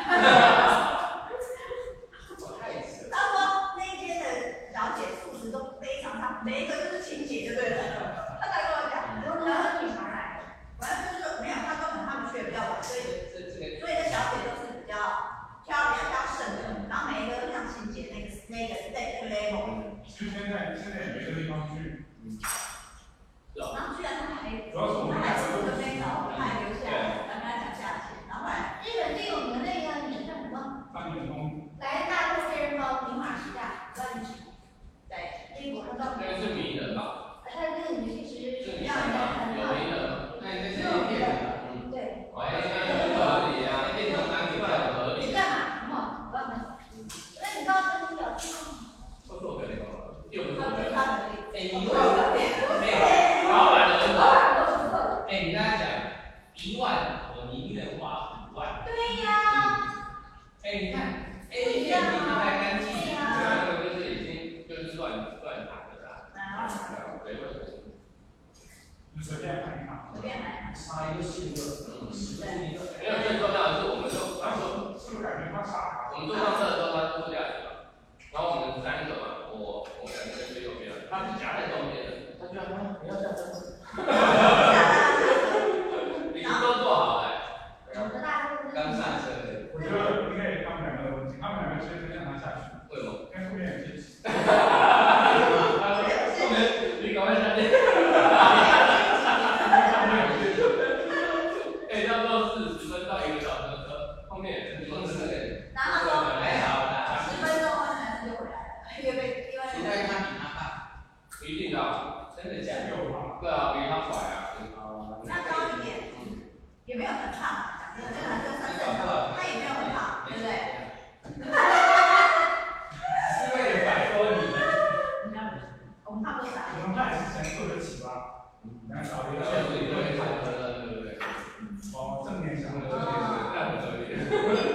他说那一间的小姐素质都非常差，每一个都是亲姐就对了。他才跟我讲，然后女孩来的，完了就是没有，他根本他们去的比较晚，所以所以那小姐都是比较挑比较挑剩的，然后每一个都像亲姐那个那个那个 level。 就现在现在也没个地方去。 然后居然他还主要是我们他还吃个飞刀，他还留下来，然后跟他讲价钱，然后后来日本最有名的那个女生叫什么？ 三点钟。 来大陆飞人包明码实价，不知道你知道？对，微博上照片。 那个是名人吧？ 但是那个女性其实是名让人人吧？ 很有名人。那你那些骗人的。嗯。 对。 哎，合理啊，变成男女比较合理。 你干嘛？什么？我要问。那你告诉你表弟吗？ 不是我跟你说，又不是他我跟你说。 他的。 哎，你会哎，老板的儿子。哎，你跟他讲一万，我宁愿花五万。 对呀。 哎，你看 A 片比他还干净，那个就是已经就是乱乱谈的啦。 啊。 对对对。 你随便看一看。 随便来。 差一个性格，嗯，没有最重要的是，我们就他说， 是不是感觉他傻？ 我们坐上车的时候，他是副驾驶嘛，然后我们三个嘛，我我们两个跟最右边，他是夹在中间的，他居然说不要下车。已经都做好了。刚上车的。 我觉得应该也他们两个的问题，他们两个直接让他下去。 为什么？ 因为后面有些。 后面你赶快下去。哎，要坐四十分到一个小时的车，后面也是坐这个。 然后说还好啦， 十分钟后男生就回来了，因为因为。 因为他比他大。一定的，真的假的？ 有吗？ 对啊，比他快啊。 他高一点，也没有很胖，讲真的，这个男生算正常，他也没有很胖，对不对？ 是为了摆脱你。 我们差不多傻。 我们那也是先坐得起吧？两小时。 对对对对对对。 哦，正面想的。 对对对，那很合理。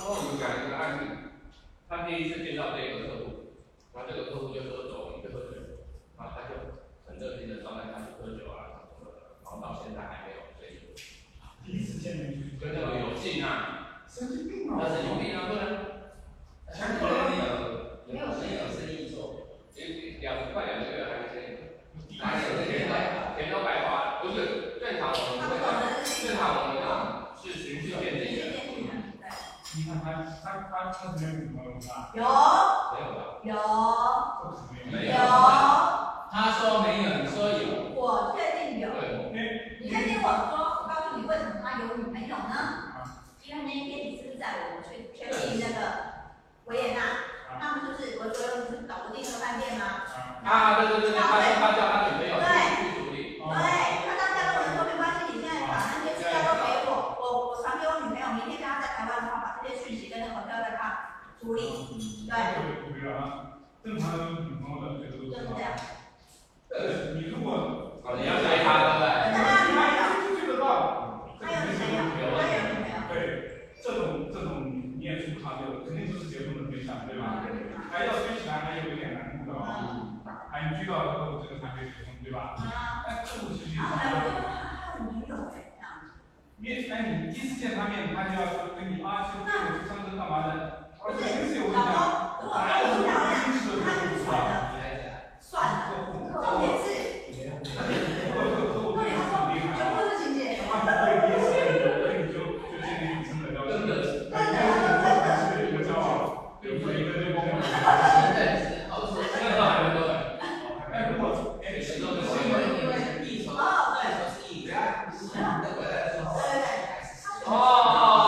跟我们讲一个案例，他第一次见到这个客户，然后这个客户就说走，你去喝酒，然后他就很热心的招待他去喝酒啊什么的，然后到现在还没有追求。 第一次见面就跟那个有劲啊， 神经病啊！ 他神经病啊，不然，他可能没有没有没有生意做，两快两个月还没生意，还有钱都钱都白花，不是正常我们会正常我们讲是循序渐进的。 你看他他他他没有女朋友吧？ 有没有吧？ 有没有。 有， 他说没有，你说有。 我确定有。 对。 你可以听我说，我告诉你为什么他有女朋友呢？因为那一天你是不是在我们去确定那个维也纳，他们就是我所有不是搞不定那个饭店吗？ 啊，对对对对，他说他叫他女朋友去处理。 对，他当下跟我说没关系，你现在把那些资料都给我，我我传给我女朋友，明天叫她在台湾的话，把这些讯息跟那个朋友让他处理。对。 对啊，正常的女朋友的这个都就是这样。 对，你如果你要追他，对不对？ 那他女朋友。 就这个道理。 他有女朋友，他有女朋友。 对，这种这种你也出不长久，肯定不是结婚的对象，对吧？还要追起来还有一点难度的啊。哎，你知道之后这个才可以结婚，对吧？ 啊。 哎，这种其实。 啊，还有他女友哎，这样。 你哎，你第一次见他面，他就要说跟你啊，去去上车干嘛的？而且平时有问题啊， 如果他有漂亮，他就算了，算了，重点是。重点他说全部是情节。 他不会第一次跟你就就建立真的交情，真的，真的是一个交往，有一个这个。 真的是，好说，这个还没多。 哎，如果哎， 是都是新闻，因为一手， 哦，对， 是一，那回来的时候， 对对对， 哦。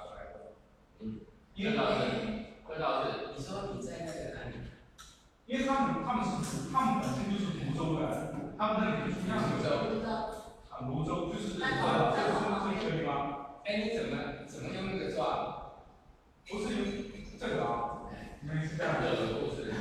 因为他们他们是他们本身就是泸州的，他们那里就是样子的。啊，泸州就是这个这个这个地方。 哎，你怎么怎么用那个抓？ 不是用这个啊，你们是这样的。 不是。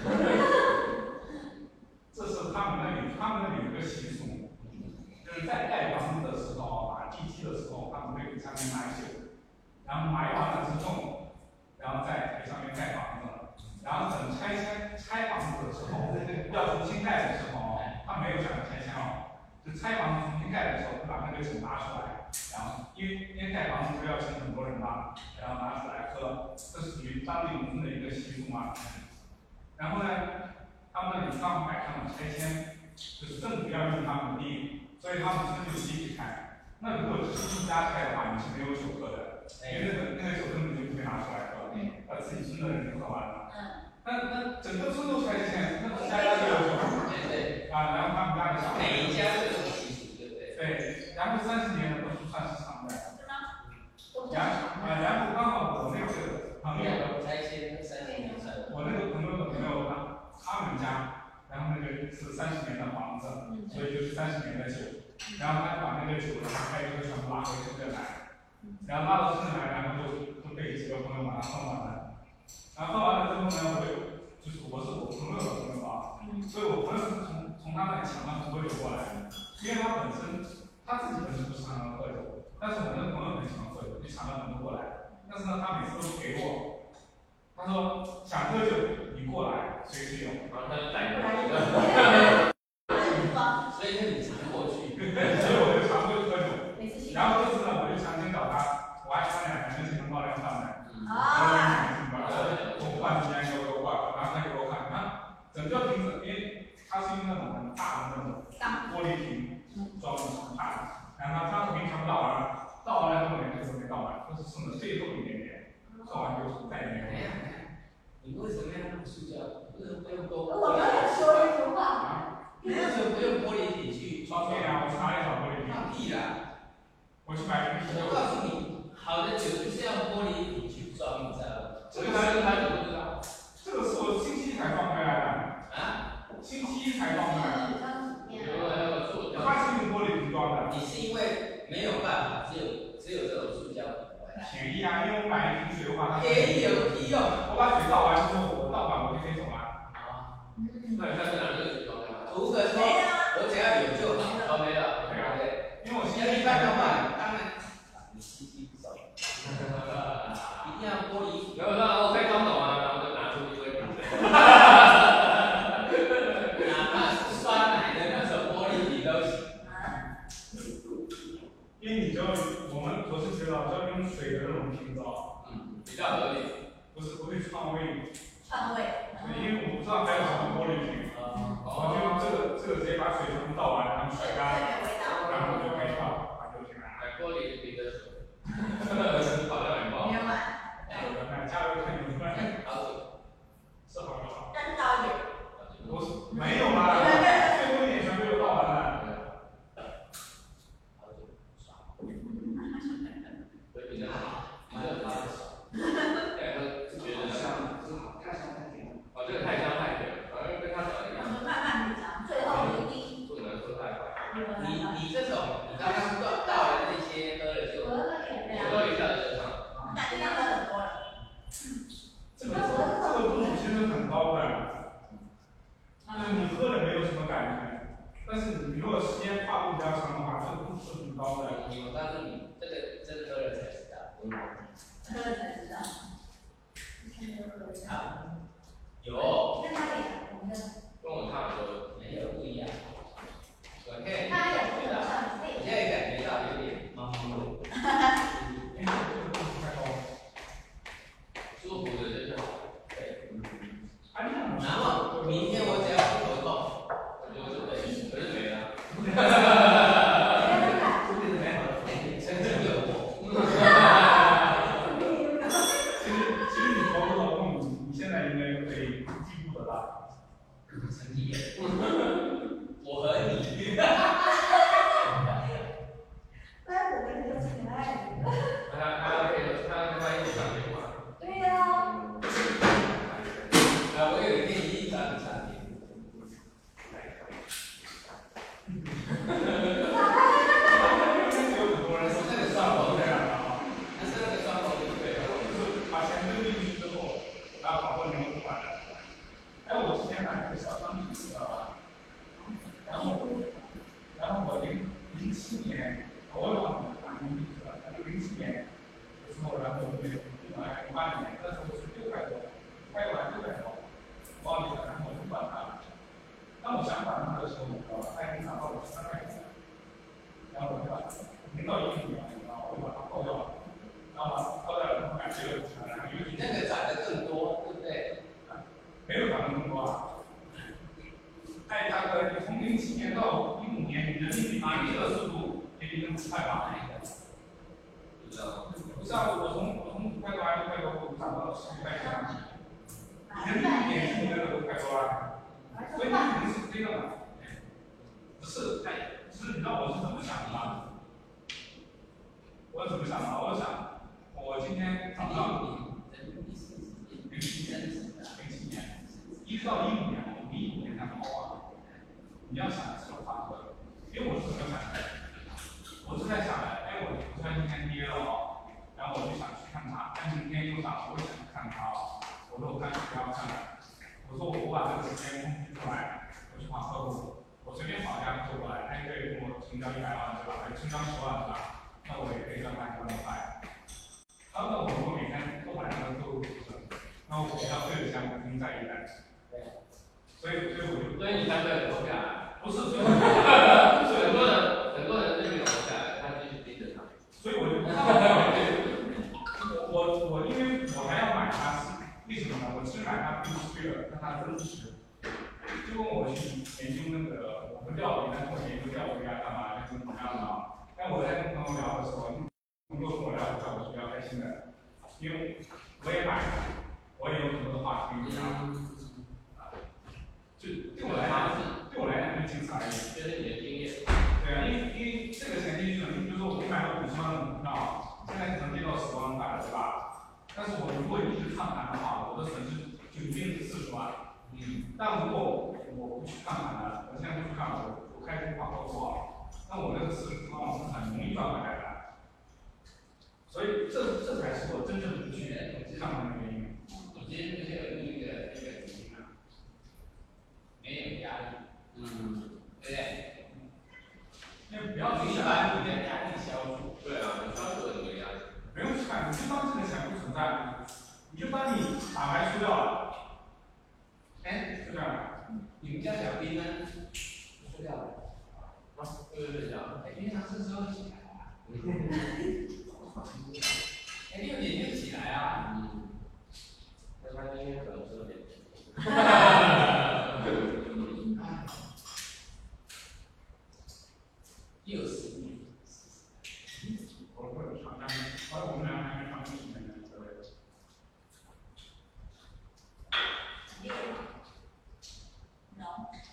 这是他们那里他们那里有个习俗，就是在盖房子的时候，打地基的时候，他们会给上面埋酒，然后埋完了之后，然后再给上面盖房子。然后等拆迁拆房子的时候，要重新盖的时候，他没有讲拆迁哦，就拆房子重新盖的时候，会把那个酒拿出来，然后因为因为盖房子不要请很多人嘛，然后拿出来喝，这属于当地农村的一个习俗嘛。然后呢，他们那里刚好赶上了拆迁，就是政府要用他们的地，所以他们真的就集体开。那如果只是一家开的话，你是没有酒喝的，因为那个那个酒根本就不会拿出来喝，把自己村的人就喝完了。那那整个村都拆迁，那家家都有酒， 对对。 啊，然后他们家的小孩， 每一家都有习俗，对不对？ 对，然后三十年的都是算是常的。 是吗？ 然后啊，然后刚好我那个朋友， 拆迁三十年才。 我那个朋友的朋友他他们家，然后那个是三十年的房子，所以就是三十年的酒，然后他就把那个酒，然后开车全部拉回深圳来，然后拉到深圳来，然后就就被几个朋友把它喝完了。然后喝完了之后呢，我有，就是我是我朋友的朋友啊，所以我朋友是从从他那里抢了很多酒过来，因为他本身他自己本身不是很能喝酒，但是我那个朋友很喜欢喝酒，就抢了很多过来。但是呢，他每次都给我，他说想喝酒你过来，随时有， 然后他就带过来。所以你常过去。 所以我就常过去喝酒。然后这次呢，我就强行找他，我还差两个人才能报量上来。啊。我换时间给我换，然后他给我看，看整个瓶子，因为它是用那种很大的那种玻璃瓶装的，很大的，然后他瓶全部倒完了，倒完了之后连这个都没倒完，就是剩的最后一点点，倒完就再也没有。 你为什么要用塑胶？为什么不用多？ 我刚才说了一句话。 你为什么不用玻璃瓶去装？ 对呀，我查了一找玻璃瓶。 放屁啦！ 我去买啤酒。 我告诉你，好的酒就是要玻璃瓶去装，你知道吗？ 这个他他怎么知道？这个是我星期一才放回来的。啊？星期一才放回来的。他是用玻璃瓶装的。 你是因为没有办法，只有只有这种塑胶瓶。 便宜啊，因为我买一瓶水的话，它便宜有屁用！ 我把水倒完之后，我倒满我就可以走了。 啊。那你下次拿这个水装干嘛？图个说，我只要有就好。都没了。对啊。因为我现在一般的话，当然，你稀稀不少。一定要玻璃。没有，那我可以装走啊，然后就拿出一堆瓶子。哪怕是酸奶的那种玻璃瓶都行。 因为你知道，我们我是觉得要用水的那种瓶子啊， 嗯，比较合理。 不是不会串味。 串味。 因为我不知道还有什么玻璃瓶。我就这个这个直接把水全部倒完，然后甩干，然后就可以放，放就行了。 买玻璃瓶的水。好像很棒。 没有买。 买加油肯定买。 好久。 是好就好。 但是倒一点。 不是，没有啦，最后一点全部都倒完了。 好久，爽。对，比较好，比较好。然后就觉得像，太香太甜了。哦，这个太香太甜了，反正跟他讲的一样。 我们慢慢品尝，最后一滴。 不能喝太快。你你这种，你刚刚倒倒的那些喝了就，喝了一下就上。 但是喝很多了。 这个这个度数其实很高的，就是你喝了没有什么感觉，但是你如果时间跨度比较长的话，这个度是很高的。 我告诉你，这个真的喝了才知道。 喝了才知道。 啊？有。 跟他比，我们的。 跟我差不多，没有不一样。我可以。 他有这个上我现在感觉到有点茫茫的。 因为这个度数太高了。 舒服的就是好。对。 然后明天我只要不头痛，我就准备，我就没了。曾经有过。 其实其实你头不头痛，你现在应该可以进步的大。 曾经有。我和你。 不然我跟你就挺爱你的。 他他可以，他他一起上电话。 对呀。 啊，我有一天一直找你产品。 小商品，知道吧？然后，然后我零零七年，我也忘了哪年去了，反正零七年的时候，然后我就呃零八年，那时候是六块多，开完六块多，忘记了，然后我就管它了。当我想管它的时候，你知道吧？它已经涨到了三块钱，然后我就把零到一五年，然后我就把它抛掉了。然后把它抛掉了，然后感觉然后你那个涨得更多，对不对？ 没有涨得更多啊。哎，大哥，你从零七年到一五年，你人民币贬值的速度也比那么快吧？ 不知道。 不是啊，我从我从五块多还六块多，我涨到了十几块钱。人民币贬值，你那个都快多了，所以你肯定是这个嘛。不是，哎，其实你知道我是怎么想的吗？我怎么想的？我想，我今天早上零七年，零七年，一直到一五年，我们一五年才抛啊。你要想这个反馈，因为我是怎么想的？我是在想，哎，我我虽然今天跌了哦，然后我就想去看它，但明天又涨，我也想去看它哦。我说我干脆不要看了，我说我把这个时间空出来，我去跑客户，我随便跑一家客户过来，他一个月跟我成交一百万对吧？还成交十万对吧？那我也可以赚他一万块。然后那我如果每天都把这个客户提升，那我股票对得上我应在一单。所以，所以我就， 所以你才会投下来。 不是，所以很多人很多人是没有投下来，他继续盯着它。 所以我就看到，我我我因为我还要买它，是为什么呢？我其实买它不是为了让它增值，就跟我去研究那个我们钓鱼，但是我研究钓鱼啊干嘛，就是怎么样的啊。但我在跟朋友聊的时候，能够跟我聊的话，我是比较开心的，因为我也买了，我也有很多的话可以聊。就对我来讲，对我来讲就仅此而已。 这是你的经验。 对啊，因为因为这个前提是，就是说我买了五十万的股票，现在可能跌到十万块了，对吧？但是我如果一直看盘的话，我的损失就一定是四十万。嗯。但如果我不去看盘了，我现在不去看，我我开始往后做，那我这个四十万是很容易赚回来的。所以这这才是我真正不去看盘的原因。 我今天就是有一个那个题嘛，没有压力，嗯，对不对？ 那不要你把你的压力消除。对啊，你消除了你的压力。 不用去看，你就当这个钱不存在，你就当你打牌输掉了。哎，就这样。 你们家小兵呢？睡觉了。啊，对对对，讲。哎，平常这时候起来啊。哎，六点就起来啊？嗯。那他今天可能十二点。哈哈哈哈哈。又是你。 我会尝尝，我我们俩还没尝试几年呢，各位。 六。能。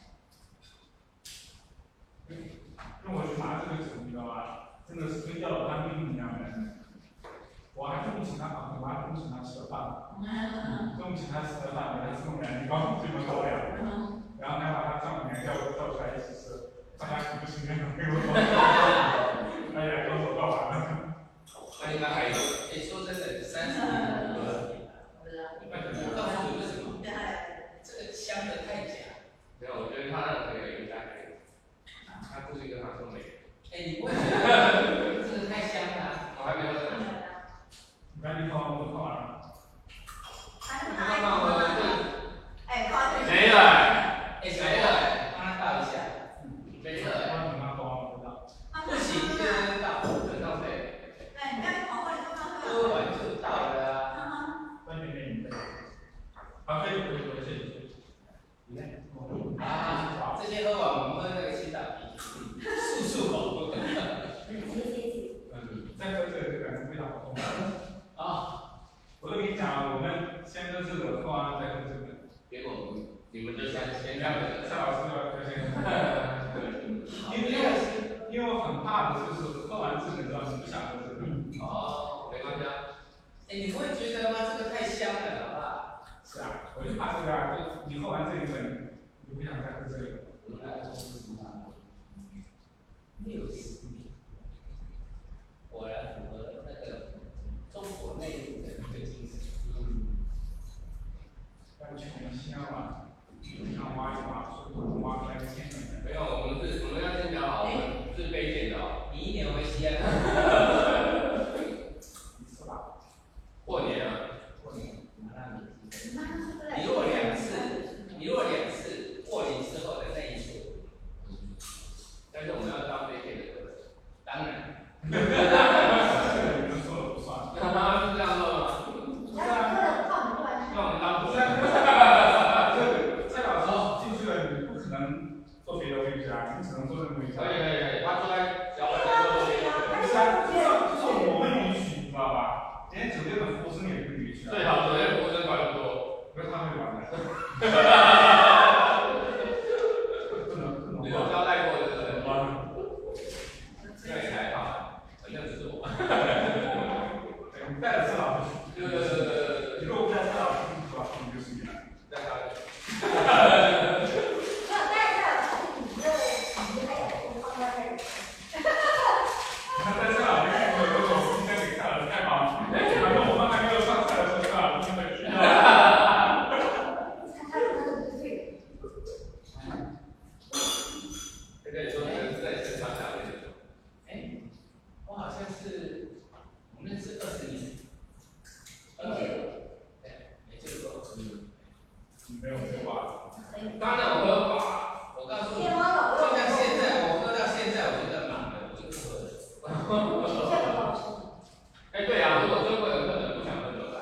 跟我去拿这个纸，你知道吧？真的是跟要了当兵一样的。我还中午请他啊，我还中午请他吃了饭。中午请他吃了饭，给他送燃气包，这么高粱。然后还把他丈母娘叫叫出来一起吃，大家挺不情愿的给我说。哎呀，工作做完了。 那应该还有，哎，说真的，三十年多了。我告诉你为什么？这个香的太假。没有，我觉得他的朋友应该可以。他估计跟他说没。哎，你不会觉得这个太香了？我还没有怎么。 你赶紧放，我都放完了。 刚刚我问。 哎，靠这。 没了，哎，没了，帮他倒一下。没了。 帮你妈倒，我知道。 不行，这倒，很浪费。 哎，你刚跑过来，刚刚喝完就倒了啊。 关键点你在。好，可以可以可以，谢谢谢谢。你看， 啊，这些喝完我们喝那个青岛啤酒，漱漱口。 嗯，再喝这个就感觉味道好重。 啊， 我都跟你讲了，我们先喝这个，喝完了再喝这个。 结果你们就先先干这个。 夏老师要先喝。因为因为我很怕的就是喝完这个之后你不想喝这个。 哦，没关系啊。哎，你不会觉得吗？这个太香了，好不好？ 是啊，我就怕这个啊，就你喝完这一份，你就不想再喝这个。 我来说是什么？六十年，果然符合那个中国内陆的一个精神。 嗯。要穷香啊，像挖吗？来个签名。 没有，我们是我们要先讲好，我们是卑贱的哦。你一年为西安。 一次吧。 过年啊。 过年。 你如果两次，你如果两次过年之后的那一次，但是我们要当卑贱的客人，当然。 你们说了不算。 是这样做吗？ 不是啊， 那我们当不是。 蔡老师进去了，你不可能坐别的位置啊，你只能坐那个位置。 可以可以可以，他坐在小板凳坐别的位置。 是啊，这是我们允许，你知道吧？连酒店的服务生也不允许啊。 最好酒店服务生管得多， 不是他会管的。不能不能。 你有交代过的对不对？ 管。 这个也还好，反正只是我。 对，你带着蔡老师。 对对对对对。 你如果不带蔡老师，是吧？你就是你了。 带他。 没有这话。 当然我喝吧，我告诉你，就像现在我喝到现在，我就在忙的，我就不喝了。哎，对啊，如果最后有客人不想喝怎么办？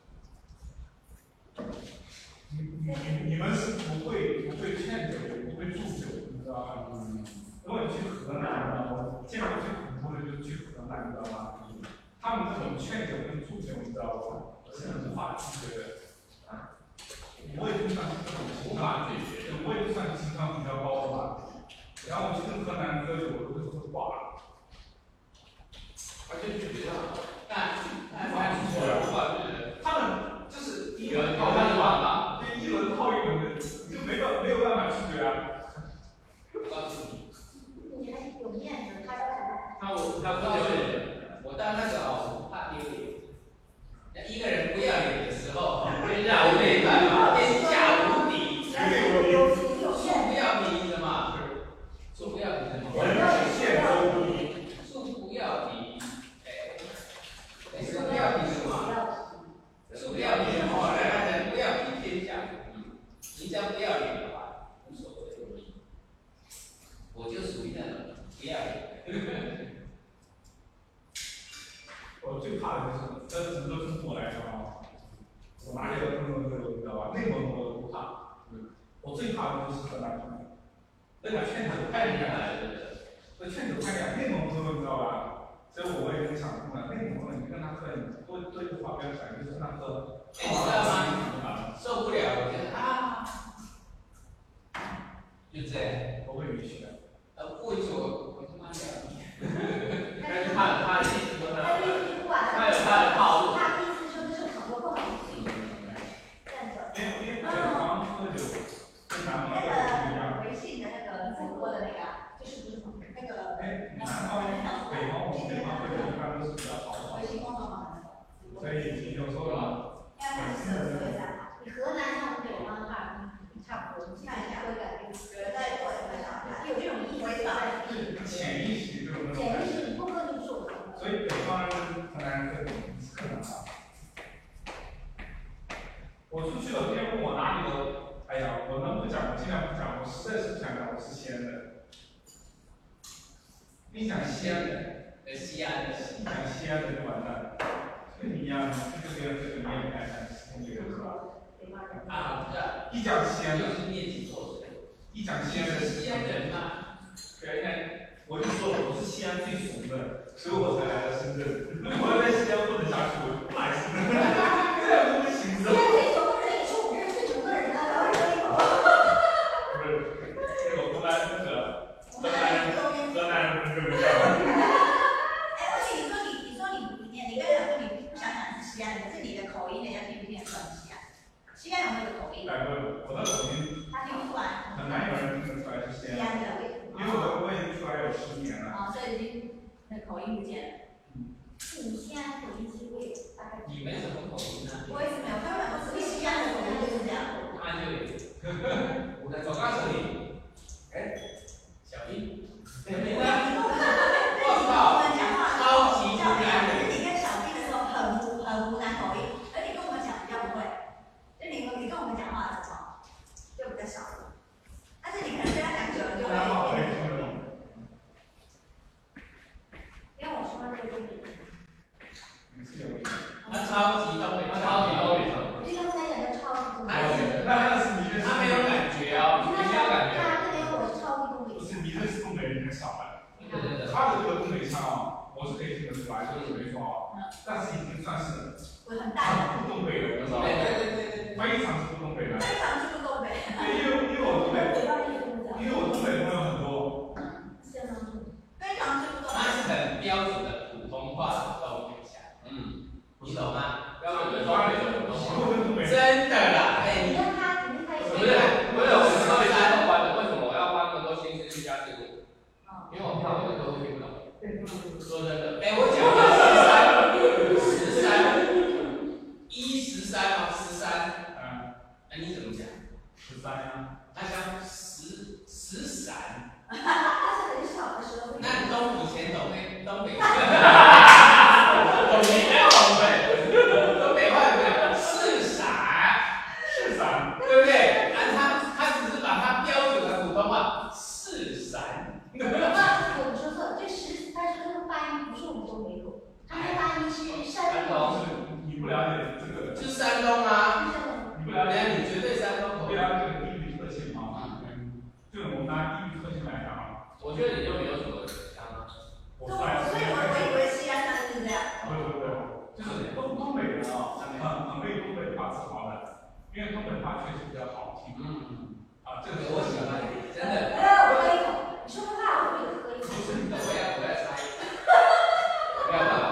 你你你们是不会不会劝酒，也不会祝酒，你知道吧？如果你去河南呢，我见过最恐怖的就是去河南，你知道吗？他们这种劝酒跟祝酒，你知道吧？我是无法拒绝的。啊，我也不算是这种无法拒绝，我也不算情商比较高的吧。然后我去跟河南人喝酒，我都会喝挂了。 而且拒绝了，那那那你说了无法拒绝， 他们就是一有有他的办法， 对，一轮套一轮的，你就没有没有办法拒绝啊。 我告诉你， 你还有面子，他要什么？ 他我他不丢脸，我当那个哦不怕丢脸。一个人不要脸的时候，天下无敌，天下无敌。 有有素不要皮什么？素不要皮什么？ 现周无敌。 素不要皮，哎，哎，素不要皮什么？素不要皮什么？来人不要皮，天下无敌。你只要不要脸的话，无所谓。我就属于那种不要脸。 我最怕的就是，这整个中国来说啊，我哪里都不能喝，你知道吧？内蒙我都不怕，我最怕的就是河南朋友，那个劝酒太厉害了，那劝酒太厉害，内蒙朋友你知道吧？所以我也很想通了，内蒙朋友你跟他喝，你多多一句话不要讲，就是跟他喝， 哎，你知道吗？受不了，我觉得啊，就这样， 我会允许的。 呃，不允许我，我他妈的，但是他他的意思说他，他有他的套路。 他意思就是很多不好的事情。站着。 因为因为北方喝酒跟南方那喝酒不一样。 个微信的那个直播的那个，就是不是那个。 哎，南方、北方，我们北方喝酒一般都是比较豪华。 微信公众号。 所以有时候呢， 你河南像北方的话，差不多，看一下会感觉有人在做什么想法，有这种意识在。 潜意识这种。 潜意识不喝就不是我。 所以北方人跟河南人喝酒是可能的。我出去了，别人问我哪里的，哎呀，我能不讲我尽量不讲，我实在是不想讲我是西安的。一讲西安的， 呃，西安的， 一讲西安的就完蛋。跟你一样，去这边这个你也不太想听这个是吧？ 啊，是。 一讲西安就是面积做水。 一讲西安的西安人嘛， 对，看，我就说了，我是西安最怂的，所以我才来了深圳。如果在西安混得下去，我就不来深圳。这样都不行的。 西安最怂的人也是我们这最穷的人啊，然后可以吗？ 不是，那个湖南那个河南人，河南人不是这么讲。 哎，而且你说你，你说你，你你刚才说你不想讲是西安人，是你的口音，人家听不听得出来是西安？西安有没有口音？ 哎，不，我的口音。 他听不出来。 很难有人听得出来是西安的。 因为我我已经出来有十年了。 啊，所以已经那口音不见了。 嗯。 你西安口音其实我也大概。 你没什么口音啊。 我也是没有，他们说西安的口音就是这样。 安就有。我告诉你， 哎，小英， 你没呢？ 我靠， 们讲话超级叫湖南可是你跟小弟的时候很湖很湖南口音，而你跟我们讲比较不会，就你们你跟我们讲话的时候就比较少了，但是你可能跟他讲久了就会。因为我说的这个。 他超级东北，他超级东北腔。 我就刚才讲的超级东北。 那那是你的， 他没有感觉哦，你没有感觉。 他那边我是超级东北。 不是你这是东北人太少了。 对对对。 他的这个东北腔啊，我是可以听得出来，就是没说啊，但是已经算是很大不东北人，知道吗？ 对对对对对。 非常之不东北人。 非常之不东北。 对，因为因为我东北，因为我东北朋友很多。 非常之不东北。 他是很标准的普通话的东北腔，嗯，你懂吗？标准的东北的普通话，真的啦，哎， 你看他，你看他。 不是不是，我是说一下关的，为什么我要花那么多心思去加这个？因为我怕我的客户听不懂。说真的，哎，我讲了十三，十三，一十三吗？十三，嗯，哎，你怎么讲？ 十三呀。 他讲十十三。 那是很小的时候。 那你东以前懂那东北？懂没有？东北话怎么讲？是闪， 是闪， 对不对？啊，他他只是把它标准的普通话是闪。 我我说错了，这十，但是这个发音不是我们东北口，它的发音是山东。 你不了解这个。 就是山东啊。 你不了解， 你绝对山东口。 不了解这个地域特性吗？就我们拿地域特性来讲啊。 我觉得你就没有什么腔啊。 所以我我以为西安他是这样。 不不不，就是东东北人啊，很很为东北话自豪的，因为东北话确实比较好听。嗯。啊，这个我喜欢，真的。 哎，我喝一口，你说的话我也喝一口。 不是，我要我要猜。不要乱。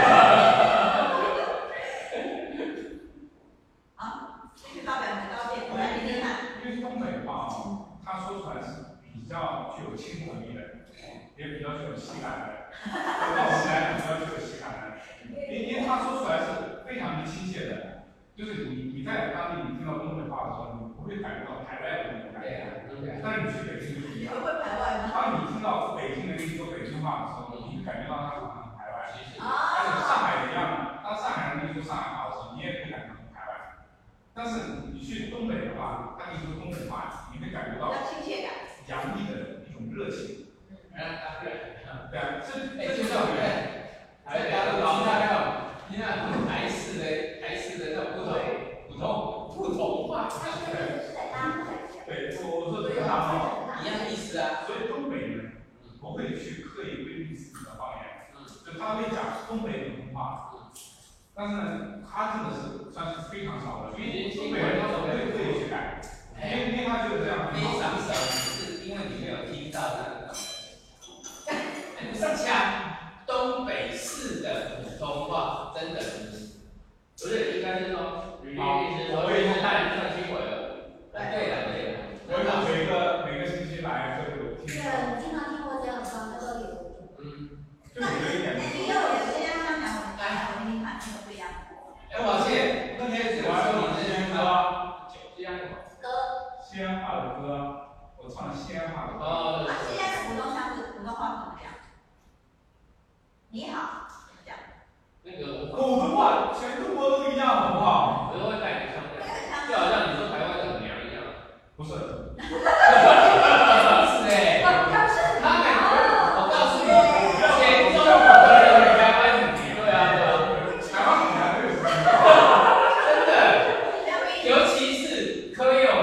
好，继续发表你的高见，我来听听看。 因为东北话啊，它说出来是比较具有亲和力的。也比较具有喜感的，对我们来讲比较具有喜感的，因因为他说出来是非常的亲切的，就是你你在当地你听到东北话的时候，你不会感觉到排外的那种感觉，但是你去北京就不一样。 会排外吗？ 当你听到北京人跟你说北京话的时候，你会感觉到他好像很排外。 啊。 但是上海一样的，当上海人跟你说上海话的时候，你也会感觉很排外。但是你去东北的话，他跟你说东北话，你会感觉到亲切感， 洋溢的一种热情。 嗯，对， 对啊，这哎，就像我们，还大家都听到那种，听到台式的台式的那种不同普通普通话， 对，是在当来讲。 对，我我说这个大话一样意思啊。 所以东北人不会去刻意规避自己的方言，就他会讲东北普通话，但是呢，他真的是算是非常少的，因为东北人他不会刻意去改，因为因为他觉得这样非常少，是因为你没有听到那个。不是讲东北式的普通话，真的不是，应该是说，吕律师说，律师他也算听我的。对了对了， 我有每个每个星期来都有听。 对，经常听我讲讲这个有。 嗯。就是有一点。 你要有些人他讲我来我听听看，听不一样。 哎，抱歉，那天只玩你这些歌，西安歌。 西安话的歌，我唱了西安话的歌。 哦。 西安的普通腔是普通话怎么样？你好，这样。 那个普通话全中国都一样，好不好？ 我都会带个腔调，就好像你说台湾的娘一样。 不是。 不是哎。他们，我告诉你，全中国的人台湾很娘。对啊对啊。 台湾很娘，对。 真的，尤其是柯佑。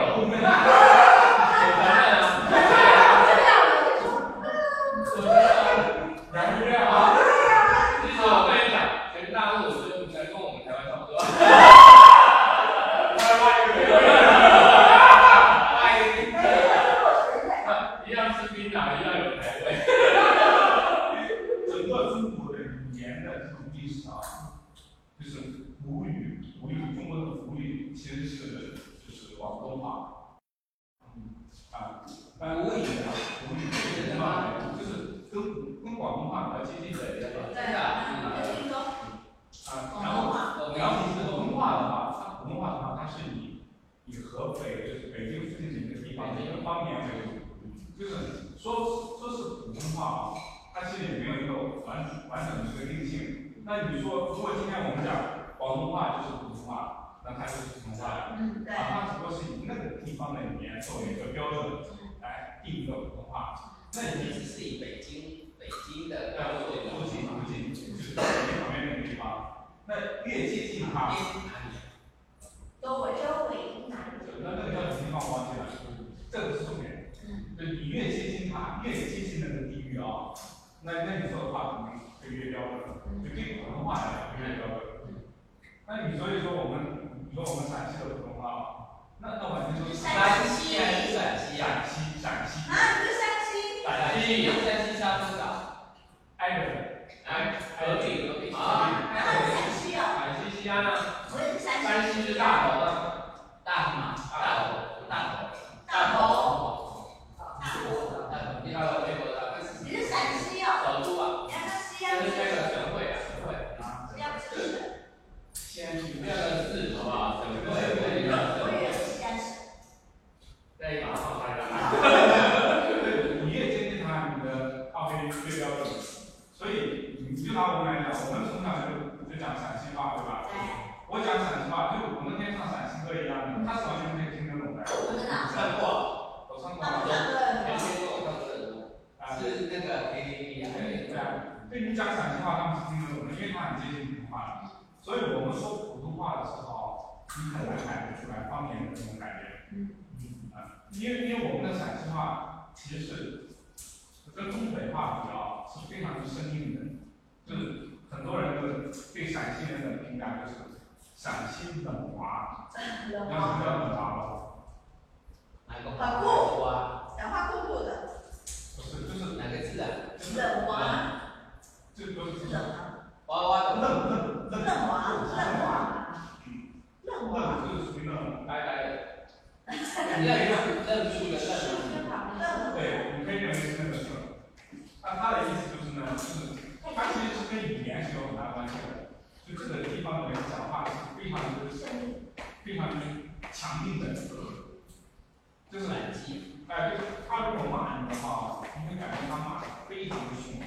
就是说说是普通话啊，它其实也没有一个完完整的这个定性。那你说，如果今天我们讲广东话就是普通话，那它就是普通话呀。 嗯，对。 啊，它只不过是以那个地方的语言作为一个标准来定一个普通话。那那你只是以北京北京的要标准附近附近，就是北京旁边那个地方。那越接近它， 周围周围哪里？ 那那个叫什么地方我忘记了，这个是重点。 嗯。 就你越接近它，越接近那个地域啊，那那你说的话肯定会越标准，就对普通话来讲会越标准。那你所以说我们，你说我们陕西的普通话，那那完全就是山西还是陕西啊？ 陕西陕西。 啊，你是山西？ 陕西山西差多少？ 挨着。 哎，合并合并啊，那是陕西啊。 陕西西安呢？ 我也是山西。 山西是大头的，大什么？大头，大头， 大头。 大头，大头，你看我微博的。 你是陕西啊？ 首都啊。 你看西安。 就是那个省会啊，省会。 西安是省。 西安是那个市好不好？省会。 我也是西安市。 对，马上来了。 你越接近它，你的话会越标准。所以你就拿我们来讲，我们从小就就讲陕西话，对吧？ 对。 我讲陕西话，就我那天上陕西课一样的，他是完全可以听得懂的。 我真的。 唱过。 我唱过。 他不唱歌。 没听过，唱歌的。是那个 K T V 啊。 对啊，对你讲陕西话，他们是听得懂的，因为它很接近普通话。所以我们说普通话的时候，你很难感觉出来方言的这种感觉。嗯。啊，因为因为我们的陕西话其实是跟东北话比较是非常生硬的，就是很多人的对陕西人的评价就是陕西冷滑。 冷滑。什么叫冷滑吗？ 很酷啊，讲话酷酷的。 不是，就是哪个字啊？ 冷滑。 这个都是冷啊。 娃娃的。 冷冷冷。 冷滑，冷滑。 嗯。 冷滑。 冷就是属于那种呆呆的。认认输的认。 对，你可以认为是那个字。那它的意思就是呢，就是它其实是跟语言是有很大关系的。就这个地方的人讲话是非常就是非常强硬的，就是反击。 哎，就是他如果骂你的话，你会感觉他骂的非常的凶。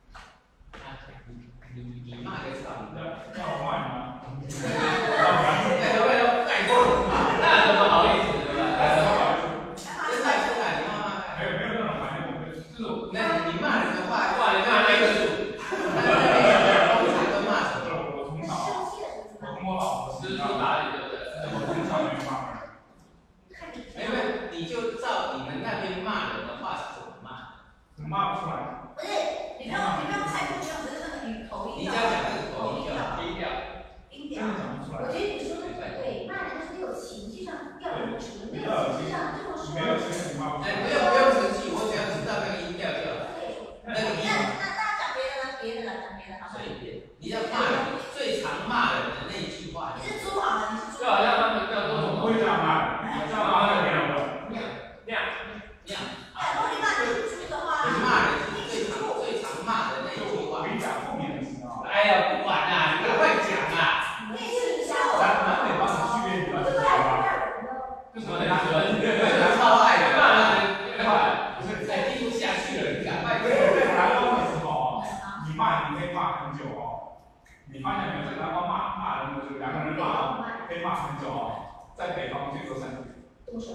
你你你骂个啥？ 让我骂你吗？ 那个为了盖过，那怎么好意思对吧？ 那怎么好意思？ 真的真的，你骂骂看。 没有没有那种环境，我们就是那你骂人的话，哇，你骂那个数，那那个通常都骂什么？ 我从小，我跟我老婆知书达理，对不对？ 我从小就骂人。 没有，你就照你们那边骂人的话是怎么骂？ 骂不出来。 不是，你不用你不用太过分，只是那个语口音。 你只要讲这个口音调，音调， 音调。 讲不出来。 我觉得你说的对，骂人就是得有情绪上要有情，没有情绪上这么说。 没有情绪骂不出来。 哎，不用不用生气，我只要知道那个音调就好。那个音。 那那那讲别的呢？别的呢？讲别的好。 随便，你要骂人，最常骂人的那一句话。 你是猪好了，你是猪。 就好像他们叫做什么？ 不会这样骂，这样骂的别人了。 酿酿酿。 哎，如果你骂你是猪的话， 你骂人最常最常骂的那一句话。 我跟你讲后面的事啊。 哎呀，不管啦，你赶快讲啊！ 你是猪。 咱南北方的区别比较知道吧？ 为什么他说你超爱的骂人，快，不是再听不下去了，你赶快。 在南方的时候，你骂你可以骂很久哦。你发现没有，在南方骂骂人就是两个人骂，可以骂很久哦。在北方最多三句。 动手。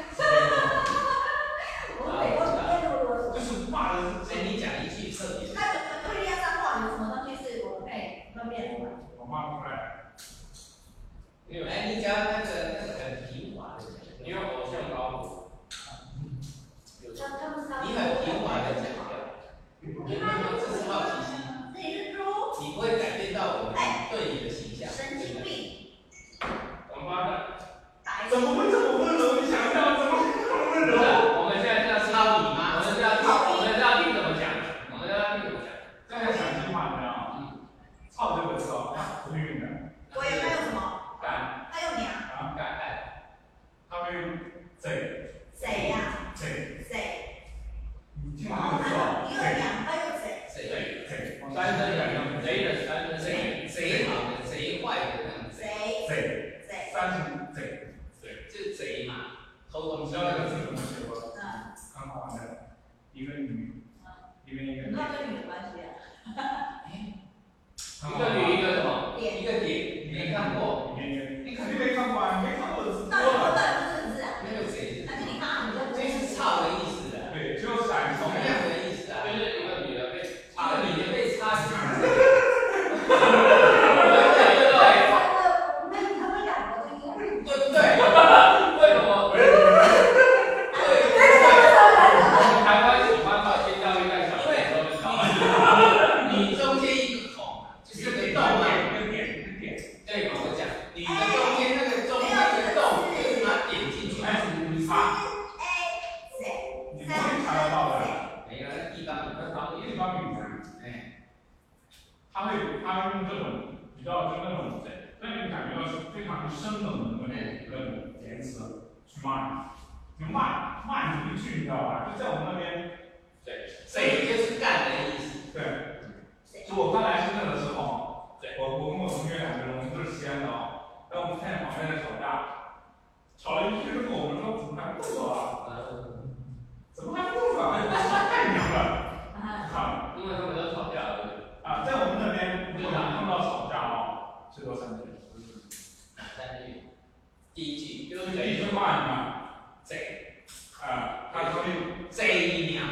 我们北方不会那么多。 就是骂人。 哎，你讲一句特别。 那对立脏话有什么东西是我们可以分辨出来？ 我骂不出来。 哎，你讲那个那个很平滑的，因为偶像包袱。你很平滑的讲掉，这是好奇心。 你是猪。 你不会改变到我们对你的形象。 神经病。 王八蛋。 怎么会这么温柔？你想象他会他用这种比较就那种让你感觉到是非常生冷的那种那种言辞去骂你，就骂骂你一句，你知道吧？就在我们那边， 对，谁就是干的意思。 对，就我刚来深圳的时候，对，我我跟我同学两个人，我们都是西安的啊，然后我们看见旁边在吵架，吵了一句之后，我们说怎么还不走啊？怎么还不走啊？太娘了！啊， 因为他们都吵架了。 啊，在我们那边如果碰到吵架啊，最多三句。 三句。第一句就是第一句骂你嘛， 贼， 啊，他他会贼你娘。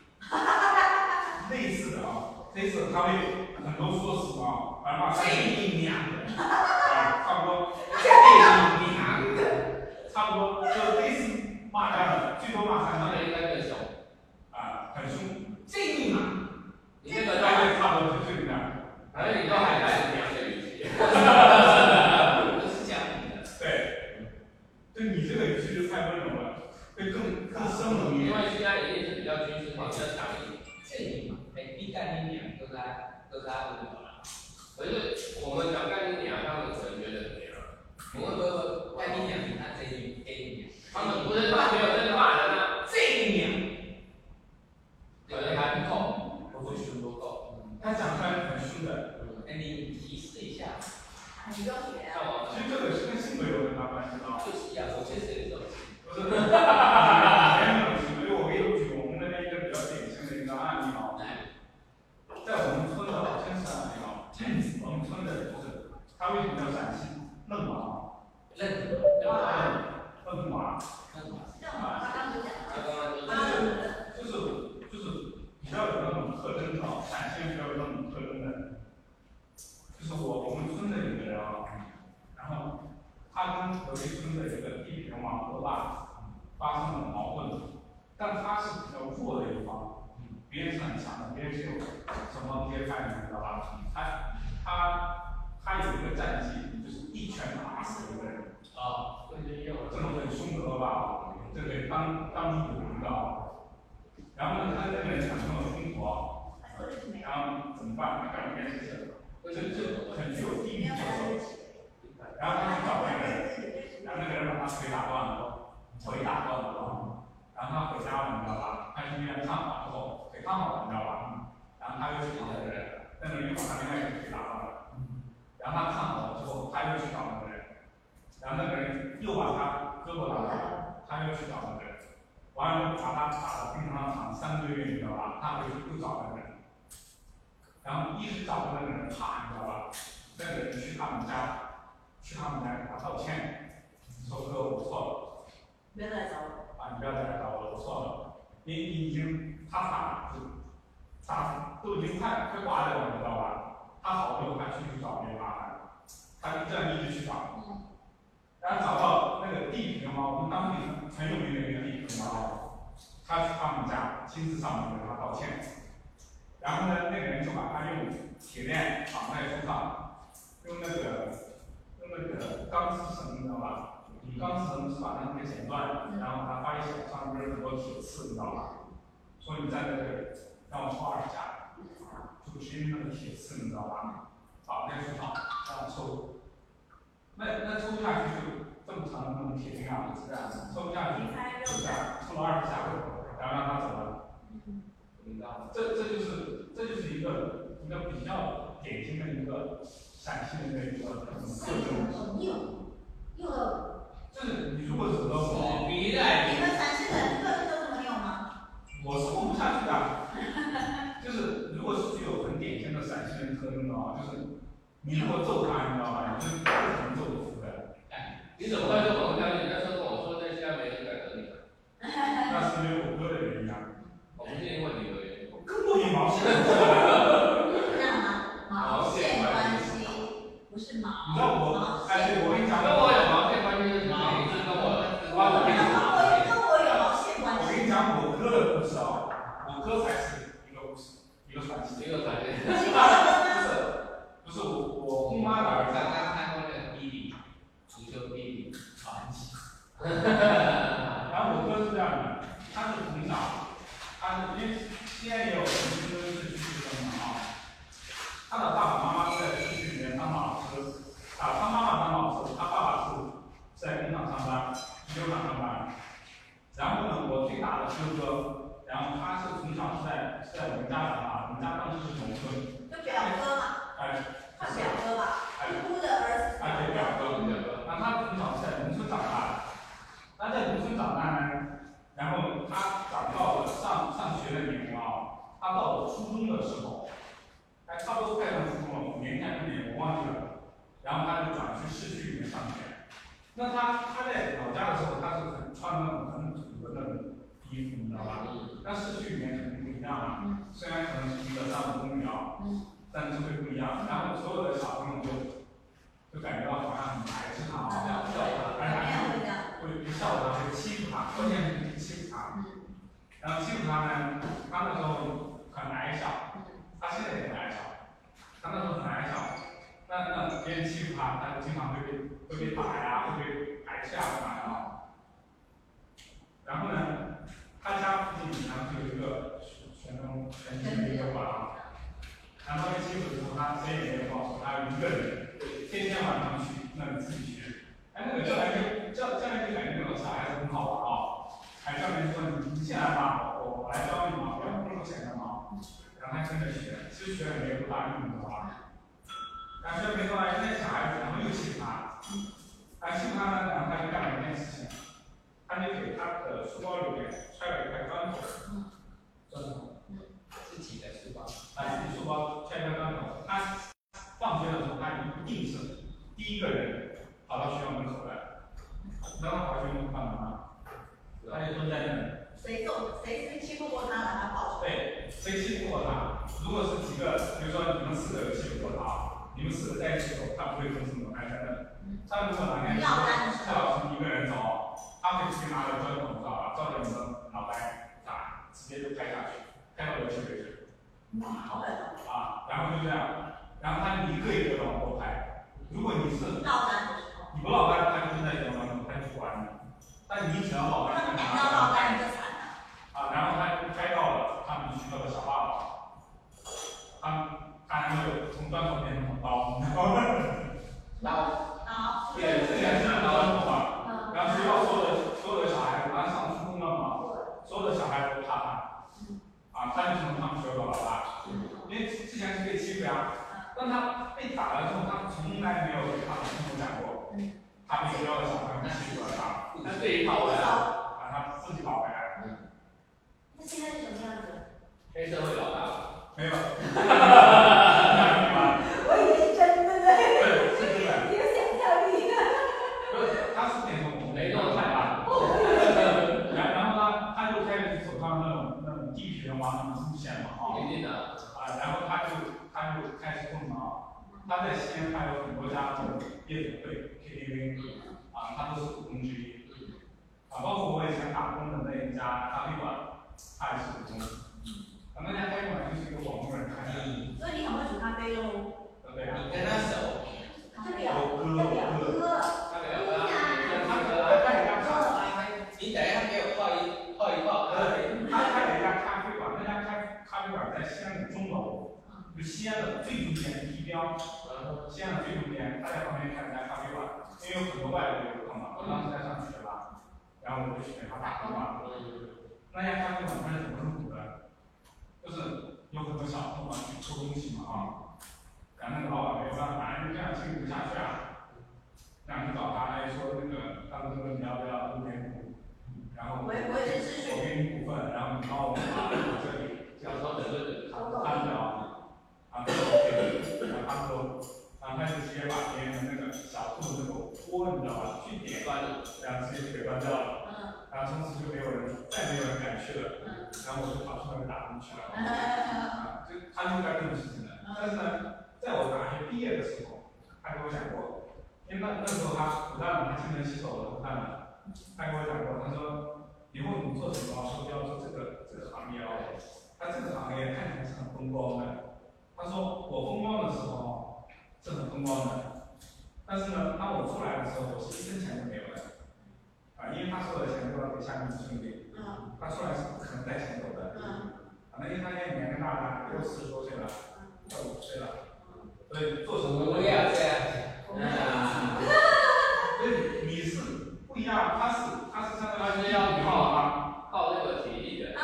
类似的啊，类似他会很多说辞啊，而骂贼你娘。 啊，差不多。 贼你娘。 差不多就类似骂这样的，最多骂三句。 他们应该更凶。 啊，很凶。 贼你妈！你那个大概差不多就这个样。 而且你都还带着娘的语气。都是这样的。 对，就你这个语气就太温柔了，会更更生冷一点。 因为现在一定是比较军事化、比较强硬。这你嘛，哎，你干你娘，都是他，都是他不好了。可是我们讲干你娘，他们可能觉得怎么样？我们说干你娘，你看这一这一娘，他们不是他没有真的骂人啊，这一娘，有人还不够，不够凶不够。 他讲出来很凶的。 哎，你提示一下。 你不用学啊。 其实这个是跟性格有很大关系的啊。 就是呀，我确实也是。 不是，没有那种性格，因为我给你举我们那边一个比较典型的一个案例啊，在我们村的真实案例啊，我们村的就是他为什么叫陕西嫩娃？ 嫩嫩娃，嫩娃。 嫩娃。 他刚刚就讲了。 他刚刚就就是就是就是比较有那种特征的，陕西人比较有那种特征的。就是我我们村的有个人啊，然后他跟隔壁村的一个地平王恶霸发生了矛盾，但他是比较弱的一方，别人是很强的，别人是有什么接派的，你知道吧？他他他有一个战绩，就是一拳打死一个人。 啊， 这种很凶的恶霸，这个当当地有名的啊。然后呢，他跟那个人产生了冲突啊，然后怎么办？他干了一件事情。这这很具有地域特色，然后他去找那个人，然后那个人把他腿打断了，腿打断了，然后他回家了，你知道吧？他去医院看好之后，腿看好了，你知道吧？然后他又去找那个人，那个人又把他另外一个腿打断了，然后他看好了之后，他又去找那个人，然后那个人又把他胳膊打断了，他又去找那个人，完了把他打到病床上躺三个月，你知道吧？他回去又找那个人。然后一直找到那个人，怕你知道吧？那个人去他们家，去他们家给他道歉，说哥我错了， 不要再来找我啊你不要再来找我了，我错了。你你已经他打就打都已经快快挂掉了，你知道吧？他好之后他继续找别人麻烦，他这样一直去找，然后找到那个地平王，我们当地很有名的一个地平王，他去他们家亲自上门给他道歉。然后呢，那个人就把他用铁链绑在树上，用那个用那个钢丝绳，你知道吧？钢丝绳是把它给剪断，然后把它发一小上面有很多铁刺，你知道吧？说你站在这里，让我抽二十下，就直接那个铁刺，你知道吧？绑在树上，让我抽。那那抽下去就这么长的那种铁钉啊，是这样的，抽不下去就这样，抽了二十下，然后让他走了。这这就是这就是一个一个比较典型的一个陕西人的一个特征。 硬，硬的。 就是你如果惹到我， 比来你们陕西人个性都这么硬吗？ 我是混不下去的。就是如果是具有很典型的陕西人特征的话，就是你如果揍他，你知道吧？你是不可能揍得服的。 哎，你怎么会说我不相信？那时候跟我说在家没人敢惹你。 那是因为我哥的原因啊。 我不是因为你的原因。 跟我有毛线？ 这样吗？毛线关系不是毛。 你知道我？哎，对，我跟你讲， 跟我有毛线关系就是毛，是跟我的。 跟我跟我有毛线关系。 我跟你讲我哥的故事啊，我哥才是一个故事，一个传奇。 一个传奇。 不是，不是我我姑妈的儿子。 刚刚开过那个弟弟，足球弟弟传奇。 然后我哥是这样的，他是从小，他是因为西安也有很多是去世的嘛啊，他的爸爸哥，然后他是从小是在是在我们家长大，我们家当时是农村。 就表哥嘛。 哎。 算表哥吧。姑姑的儿子。 哎，对，表哥，表哥。那他从小是在农村长大的，他在农村长大呢，然后他长到了上上学的年龄啊，他到了初中的时候，哎，差不多快上初中了，五年还是六年，我忘记了。然后他就转去市区里面上学。那他他在老家的时候，他是很穿那种很土的那种衣服，你知道吧？那市区里面肯定不一样啊。虽然可能是一个上五公里啊，但是会不一样。然后所有的小朋友就就感觉到好像很排斥他啊，笑他，而且会笑他，会欺负他，关键是欺负他。然后欺负他呢，他那时候很矮小，他现在也很矮小，他那时候很矮小。那那别人欺负他，他就经常会被会被打呀，会被排斥啊，干嘛呀？然后呢，他家附近然后就有一个全中全区的一个馆啊。然后他被欺负的时候，他谁也没有告诉他，一个人天天晚上去那里自己学。哎，那个教练就教教练就感觉那种小孩子很好玩啊。哎，教练说你你进来吧，我我来教你嘛，不要不收钱的嘛。然后他跟着学，其实学了也不大用，你知道吧？然后学没多少，那小孩子，然后又欺负他，然后欺负他呢，然后他就干了一件事情，他就给他的书包里面揣了一块砖头，砖头， 自己的书包， 啊，自己书包揣一块砖头，他放学的时候，他一定是第一个人跑到学校门口来，然后跑去门口干嘛？他就蹲在那里。 谁揍谁谁欺负过他，让他跑出来。 对，谁欺负过他？如果是几个，比如说你们四个有欺负过他。你们四个在一起走，他不会从此门开在那里。他如果哪天蔡老师一个人走，他会直接拿着砖头，知道吧？照着你的脑袋打，直接就拍下去，拍到楼梯为止。 哇，好狠啊！然后就这样，然后他一个一个的往后拍。如果你是落单的时候， 你不落单，他就在学校门口，他就不管你。但你只要落单， 他赶到落单就惨了。 啊，然后他拍到了他们学校的小霸王，他。他还会从砖头变成刀，然后刀， 对，之前是拿砖头嘛，然后学校所有的所有的小孩子，他上初中了嘛，所有的小孩子都怕他，啊，他就成了他们学校的老大，因为之前是被欺负呀，但他被打了之后，他从来没有给他的父母讲过，他被学校的小朋友欺负了他， 他自己跑回来， 啊，他自己跑回来， 那现在是什么样子？ 黑社会老大。 没有。 我以为是真的呢。 对，是真的。 你有想象力。 不是，他是那种没弄太大。 然然后呢，他就开始走上那种那种地痞流氓那种路线嘛啊。 一定的。 啊，然后他就他就开始混啊。他在西安还有很多家这种夜总会 K T V， 啊，他都是股东之一。啊，包括我以前打工的那一家咖啡馆，他也是股东。啊，那家咖啡馆就是一个网络人开的。 所以你很会煮咖啡喽。 对啊。 你跟他熟。 他表他表哥。 他表哥。他他他人家咖啡，你等一下给我泡一泡一泡。 他开了一家咖啡馆，那家咖咖啡馆在西安的钟楼，就西安的最中间地标。西安的最中间，他在旁边开了一家咖啡馆，因为有很多外国游客嘛，我当时在上学嘛，然后我就去给他打工嘛。那家咖啡馆它是怎么入股的？就是有很多小朋友嘛去偷东西嘛啊，然后那个老板没有办法，因为这样经营不下去啊，然后就找他来说那个大哥哥你要不要入点股，然后我维维持秩序， 我给你股份，然后你帮我把这里小时候等等等， 摊掉，啊，这 OK， 然后他说，然后他就直接把别人的那个小兔那个窝你知道吧，去点断了，然后直接就给关掉了，然后从此就没有人再没有人敢去了。然后我就跑去那边打工去了，啊，就他就干这种事情的。但是呢，在我大学毕业的时候，他跟我讲过，因为那那时候他不但嘛，他精神洗手的不但嘛，他跟我讲过，他说以后你做什么，说不要做这个这个行业哦，他这个行业看起来是很风光的。他说我风光的时候是很风光的，但是呢，当我出来的时候，我是一分钱都没有的，啊，因为他所有的钱都要给下面的兄弟。他出来是不可能带钱走的，啊，那因为他现在年龄大了，也有四十多岁了，快五十岁了，所以做什么不要这样， 所以你是不一样，他是他是相当于他是要靠靠那个体力的，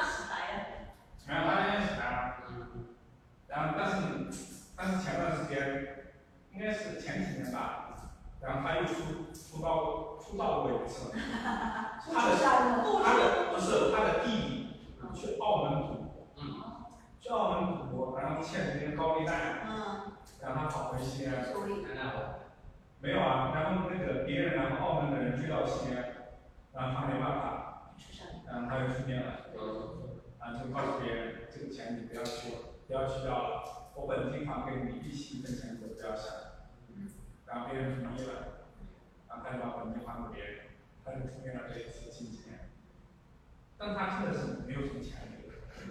方欠的那些高利贷， 嗯， 让他跑回西安。 处理。 没有啊，然后那个别人，然后澳门的人追到西安，然后他没办法，然后他就出面了，啊，就告诉别人这个钱你不要去，不要去要了，我本金还给你，利息一分钱你都不要想。然后别人同意了，然后他就把本金还给别人，他就出面了这一次近几年。但他真的是没有什么钱的。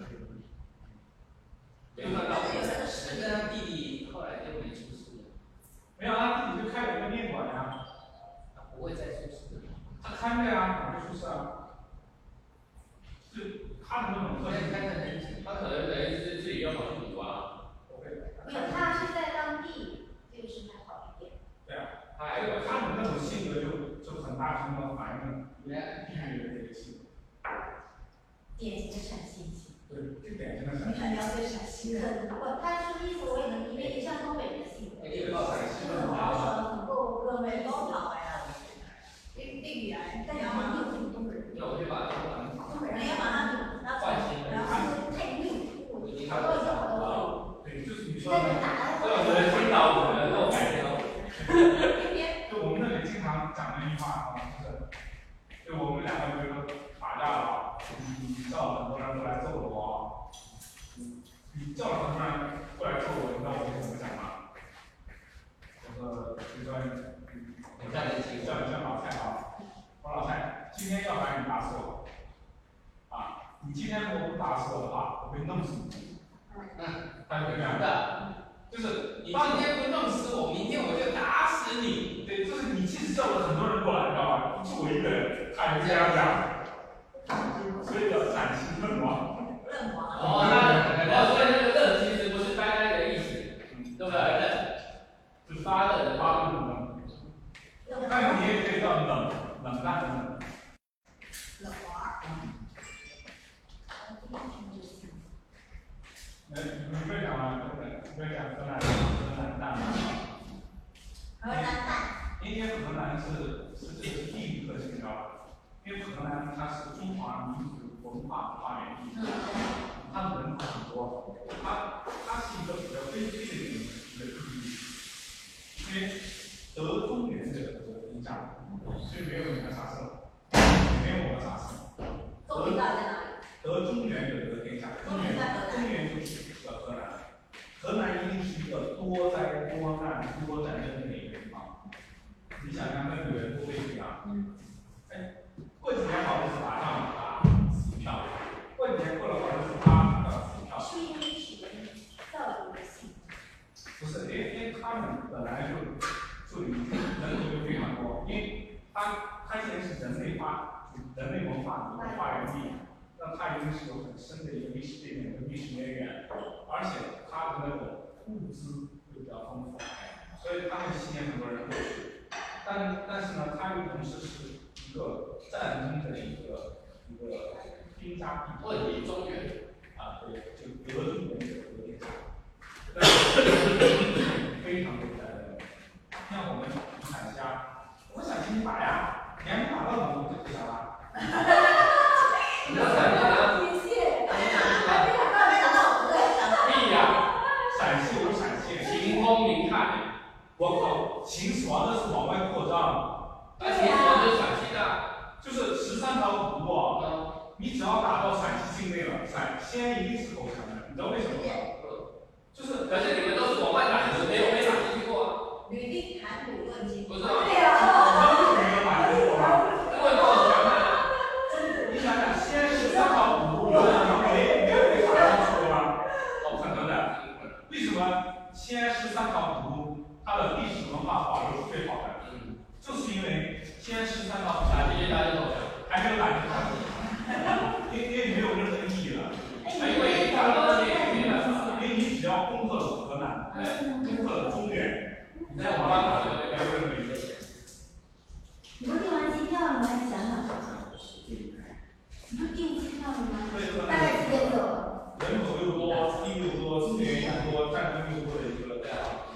没有看到，是跟他弟弟后来就没出事了。 没有，他自己就开了一个面馆呀。 他不会再出事的。 他开的呀，哪会出事啊？就他的那种特性。 开的很紧，他可能等于是自己要跑去赌啊。 没有，他是在当地这个事还好一点。 对啊， 他还有他的那种性格就就很大程度上反映了地域的这个性格。 典型的陕西型。 对，最典型的陕西。 你很了解陕西人，我他说的意思我也能理解，也像东北人的性格。 这个陕西很豪爽，很够哥们，高潮呀。这这语言，但是要马上听东北人。 那我就把东北人要马上然后然后太硬，我都已经好多对，就是你说的。 这我觉得听到我们都改掉。 就我们那里经常讲那句话啊，就是，就我们两个比如说打架了，你你叫了很多人过来揍我，你你叫了很多人过来揍我，你知道我会怎么讲吗？我说，比如说你叫你叫你叫老蔡啊，我说老蔡，今天要不然你打死我，啊，你今天如果不打死我的话，我会弄死你。 嗯， 他就会这样的，就是你今天不弄死我，明天我就打死你。 对，就是你即使叫了很多人过来，你知道吧？就我一个人，他还是这样讲，所以叫陕西嫩王。 嫩王。 哦，那所以那个嫩其实不是呆呆的意思，对不对？嫩，是发嫩的发嫩的。 但你也可以叫冷冷淡的冷。 冷娃。 哎，你不是讲吗？你不是讲河南河南蛋吗？ 河南蛋。 因为河南是是这个是地域特性，你知道吧？因为河南它是中华民族文化的发源地，它的人口很多，它它是一个比较悲催的一个一个地域，因为德中原的这个影响，所以没有你们啥事，没有我们啥事。 中原在哪里？ 德中原有这个影响，中原中原就是这个河南，河南一定是一个多灾多难、多战争的一个地方。你想想，那女人多悲催啊！嗯。哎，过几年好日子打仗打死票，过几年过了好日子打打死票。 是因为历史的造就的性质。 不是，因为因为他们本来就就人口就非常多，因为他他既然是人类发人类文化的发源地。那它一定是有很深的一个历史背景和历史渊源，而且它的那种物资会比较丰富，所以它会吸引很多人过去。但但是呢，它又同时是一个战争的一个一个兵家必争。 问题中原啊，对，就德中原的革命家，但是非常伟大的。像我们陕西啊，我们陕西你打呀，你还没打到我们就不想了。 谢谢，还没打到，没打到，我在想。 屁呀！ 陕西有陕西， 秦风明海， 我靠，秦始皇那是往外扩张， 那秦始皇就是陕西的， 就是十三条古路，嗯，你只要打到陕西境内了，陕西安一定是投降的，你知道为什么吗？就是， 可是你们都是往外打，你们没有没打进去过啊。 履历谈吐论尽。 不是啊。 对呀。 他为什么没有打进去过啊？ 因为投降了。 你想想，西安十三条古路，有没没有被打进去过吗？不可能的。为什么西安十三条古路它的历史文化保留是最好的？嗯，就是因为西安十三条打进去打进去还没有打进去，因因为没有任何意义了。 因为打到那边去了， 因为你只要攻克了河南，攻克了中原，你再往外打就没有任何意义。 你都订完机票了吗？还想想。你不订机票了吗？大概几点走？ 人口又多，地又多，资源又多，战争又多的一个。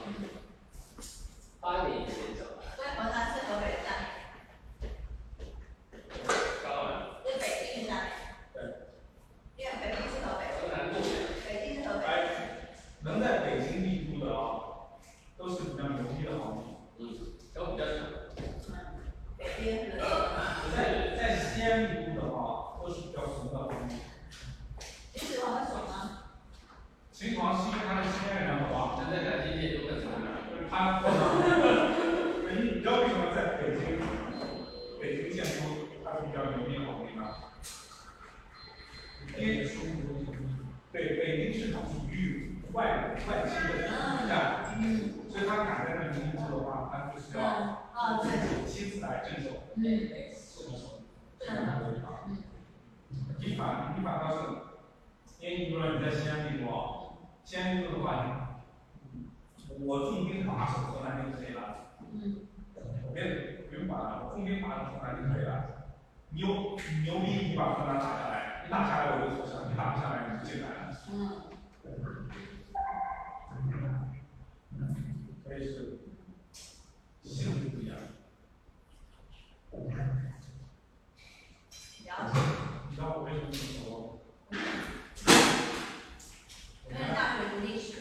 八点以前走。 所以河南是河北的下面。 高了。 是北京的下面。 对。 因为北京是河北。 河南路。 北京是河北。 哎，能定是属于外外戚的干部，所以他赶在那个名制的话，他就是要自己亲自来镇守。嗯，是的。一反一反倒是，因为你比如说你在西安地州啊，西安地州的话，我重兵把守河南就可以了。嗯。我别不用管了，我重兵把守河南就可以了。牛牛逼，你把河南打下来，一打下来我就投降，你打不下来你就进来了。嗯。所以是性质不一样。 了解。 你知道我为什么这么说？ 因为大学读历史。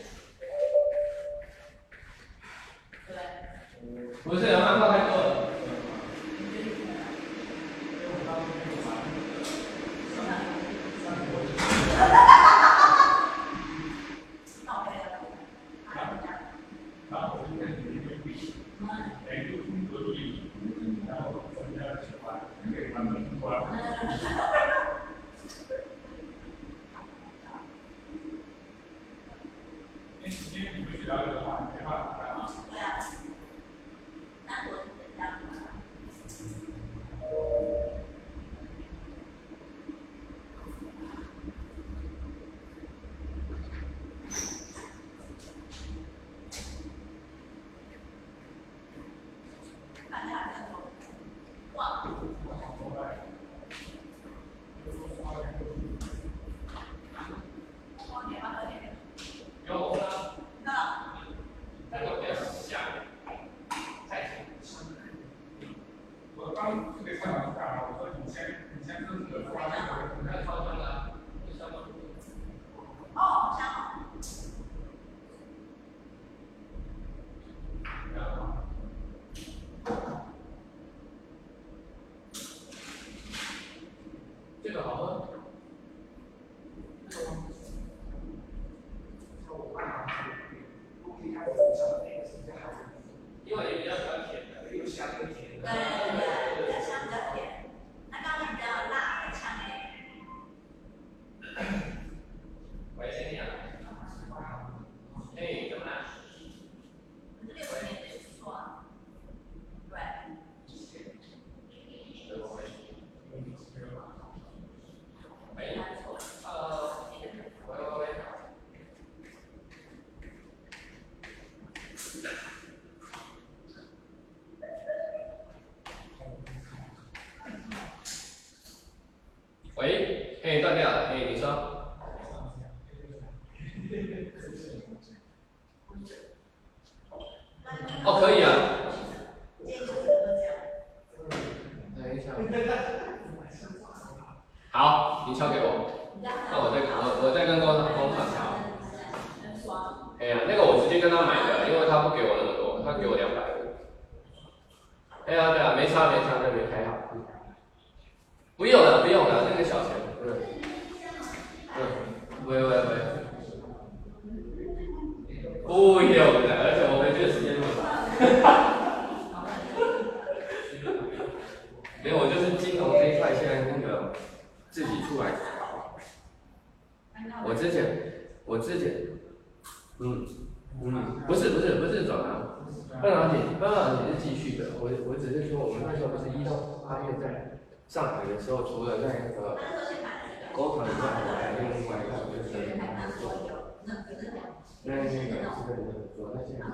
对。 不是，漫画太多了。喂，嘿，断掉了，嘿，你说。哦，可以啊。等一下。好，你敲给我。那我再我我再跟工厂工厂敲。哎呀，那个我直接跟他买的，因为他不给我那么多，他给我两百五。哎呀，对啊，没差没差，那边还好。不用了，不用了，那个小钱，嗯，嗯，喂喂喂，不用的，而且我回去的时间那么长，没有，我就是金融这一块现在那个自己出来搞。我之前，我之前，嗯嗯，不是不是不是转行，半导体半导体是继续的，我我只是说我们那时候不是一到八月在。上海的时候，除了在那个工厂以外，我还另外一个就是那那个是跟人做，那现在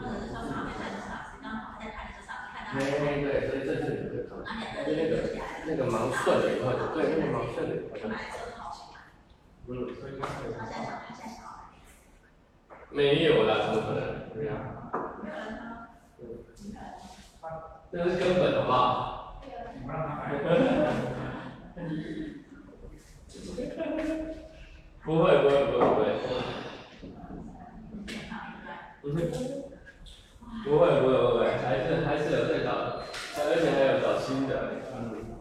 哎对，所以这次你会看，就那个那个忙顺了以后，对，那个忙顺了以后就，嗯，没有啦，怎么可能？对呀，这是根本好不好？不会不会不会不会，不会不会不会不会，还是还是有最早的，而且还有找新的，嗯。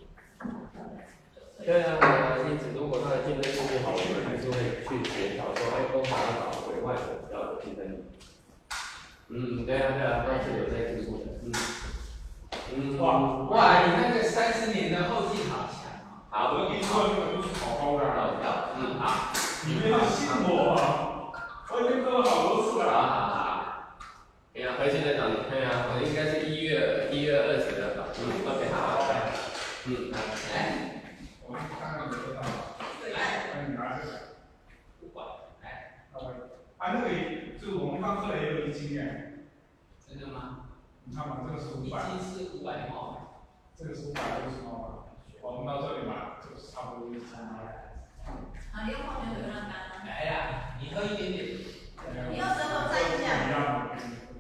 对啊，因此如果它的竞争力不好，我们还是会去协调说，哎，工厂要找回外的比较有竞争力。嗯，对啊对啊，都是有在进步的，嗯。嗯，哇哇，你那个三十年的后劲好强啊！好， 我跟你说，这个都是好高的。 好，嗯，好。 你们要信我，我已经喝了好多次了。 好好好。哎呀，回去再找你。对呀，我应该是一月一月二十的吧。嗯 ，OK， 好，好，来。嗯，好，来。 我看看你得到。 来。 那你拿这个。 不管，来。 啊，那个就是我们刚喝了也有一斤耶。 真的吗？ 你看嘛，这个是五百。 一斤是五百毫。 这个是五百六十毫嘛，我们到这里嘛，就是差不多一千了。 啊，用矿泉水让干。 来呀，你喝一点点。 你用舌头沾一下。 一样的。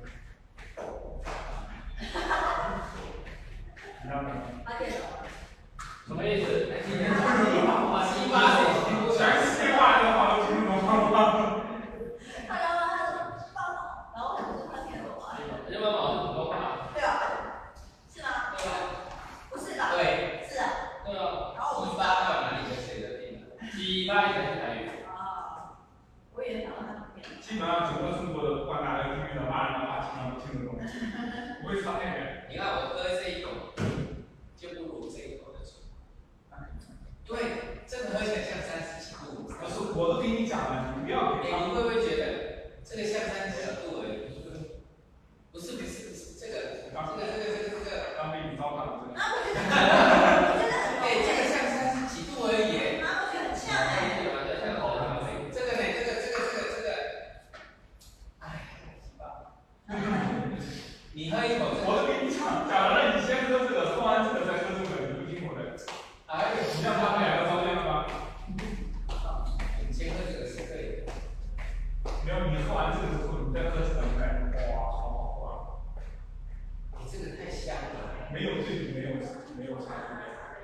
一样的。 发现了。 什么意思？来，今天把西瓜水全部全西瓜的话，我听不懂吗？ 他然后他说帮我，然后我就他听得懂啊。 人家老是普通话。 对啊。是吗？ 对吧？ 不是吧？ 对。 是啊。 对啊。西瓜到哪里的谁的地方？西瓜才是台语。 啊。我以为讲到他那边。 基本上整个中国的不管哪个地域的骂人的话，基本上都听得懂，不会差太远。 你看我喝这一口，就不如这一口的酒。对，这个喝起来像三十几度。 不是，我都跟你讲了，你不要给他。 你会不会觉得这个像三十几度而已？不是不是不是，这个这个这个这个这个。 刚被你糟蹋了，这个。 啊，我觉得，我觉得很。 哎，这个像三十几度而已。 啊，我觉得很像哎。 对吧？像好像这个呢，这个这个这个这个，哎，是吧？你喝一口。 我都跟你讲，讲了你先喝这个，喝完这个再喝这个，你不听我的。 哎， 你让他们两个照样了吗？ 你先喝这个是可以的。 没有，你喝完这个之后，你再喝这个，你看，哇，好好喝啊！ 你这个太香了。 没有对比，没有没有差距。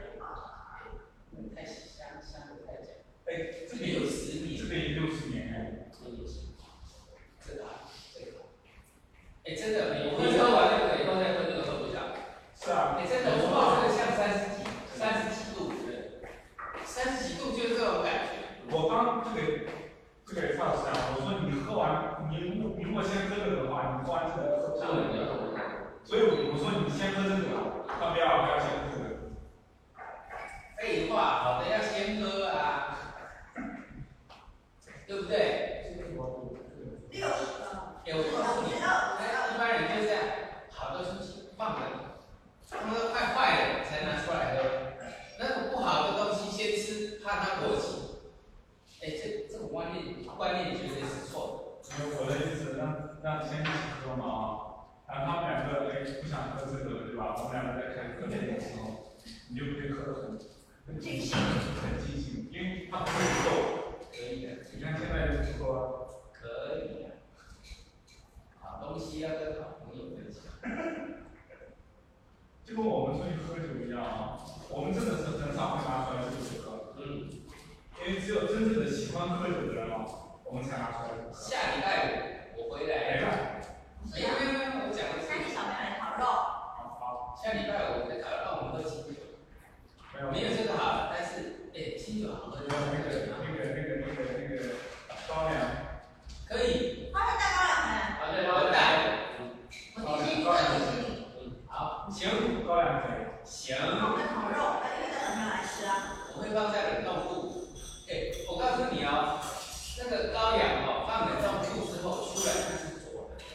太香香的太讲。 哎，这个有十年， 这个也六十年哎。 这也是，这个这个。哎，真的，你你喝完这个以后再喝这个喝不下。 是啊。 哎，真的，我说这个像三十几，三十几度，对，三十几度就是这种感觉。 我刚这个这个也差不多啊，我说你喝完，你如果你如果先喝这个的话，你喝完这个喝不下了。所以我说你先喝这个，他不要不要先喝这个。 废话，好的要先喝啊，对不对？ 六十个。 哎，我告诉你，一般人就这样，好的东西放着，放到快坏了才拿出来喝。那种不好的东西先吃，怕它过期。哎，这这种观念观念绝对是错的。没有，我的意思让让先一起喝嘛啊，然后他们两个哎不想喝这个了对吧？我们两个在开始喝这个的时候，你就可以喝得很很尽兴，很尽兴，因为它不会够。 可以的。 你看现在就是说。 可以的。好东西要跟好朋友分享。 就跟我们出去喝酒一样啊，我们真的是很少会拿出来自己喝。 嗯。 因为只有真正的喜欢喝酒的人啊，我们才拿出来喝。 下礼拜五我回来。 没来。 没有没有没有，我讲的是。三弟小妹来烤肉。 好好。 下礼拜五再烤肉，让我们喝清酒。 没有。 没有这个好了，但是哎，清酒好喝。 没有那个那个那个那个那个高粱。 可以。 他会带高粱来。 好的，我带。 我提醒你，我提醒你。 嗯，好。 行，高粱可以。 行。 我会烤肉，那就等人来吃啊。 我会放在冷冻库。哎，我告诉你哦，那个羔羊哦，放冷冻库之后出来它是浊的，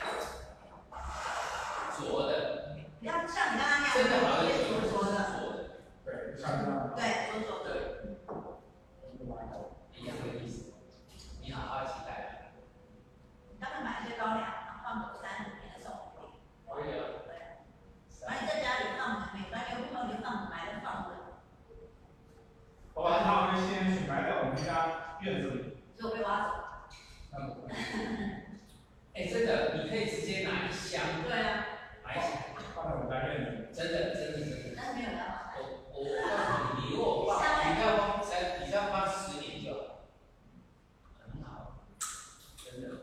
浊的。 不要像你刚刚那样。 真的好的酒是浊的。 对，像这样。 对，浊浊的。 一样的意思。你好好期待。 他们买一些高粱，然后放个三五年的送给你。 可以啊。 对。然后你在家里放的，每专业不同你放买的放的。 我把它们先去埋在我们家院子里。 结果被挖走。 那不会。 哎，真的，你可以直接拿一箱。 对啊。 买起来。 放在我们家院子里。 真的，真的，真的。 但是没有人买。 我我告诉你，你如果放，你不要放三，你只要放十年就好，很好，真的。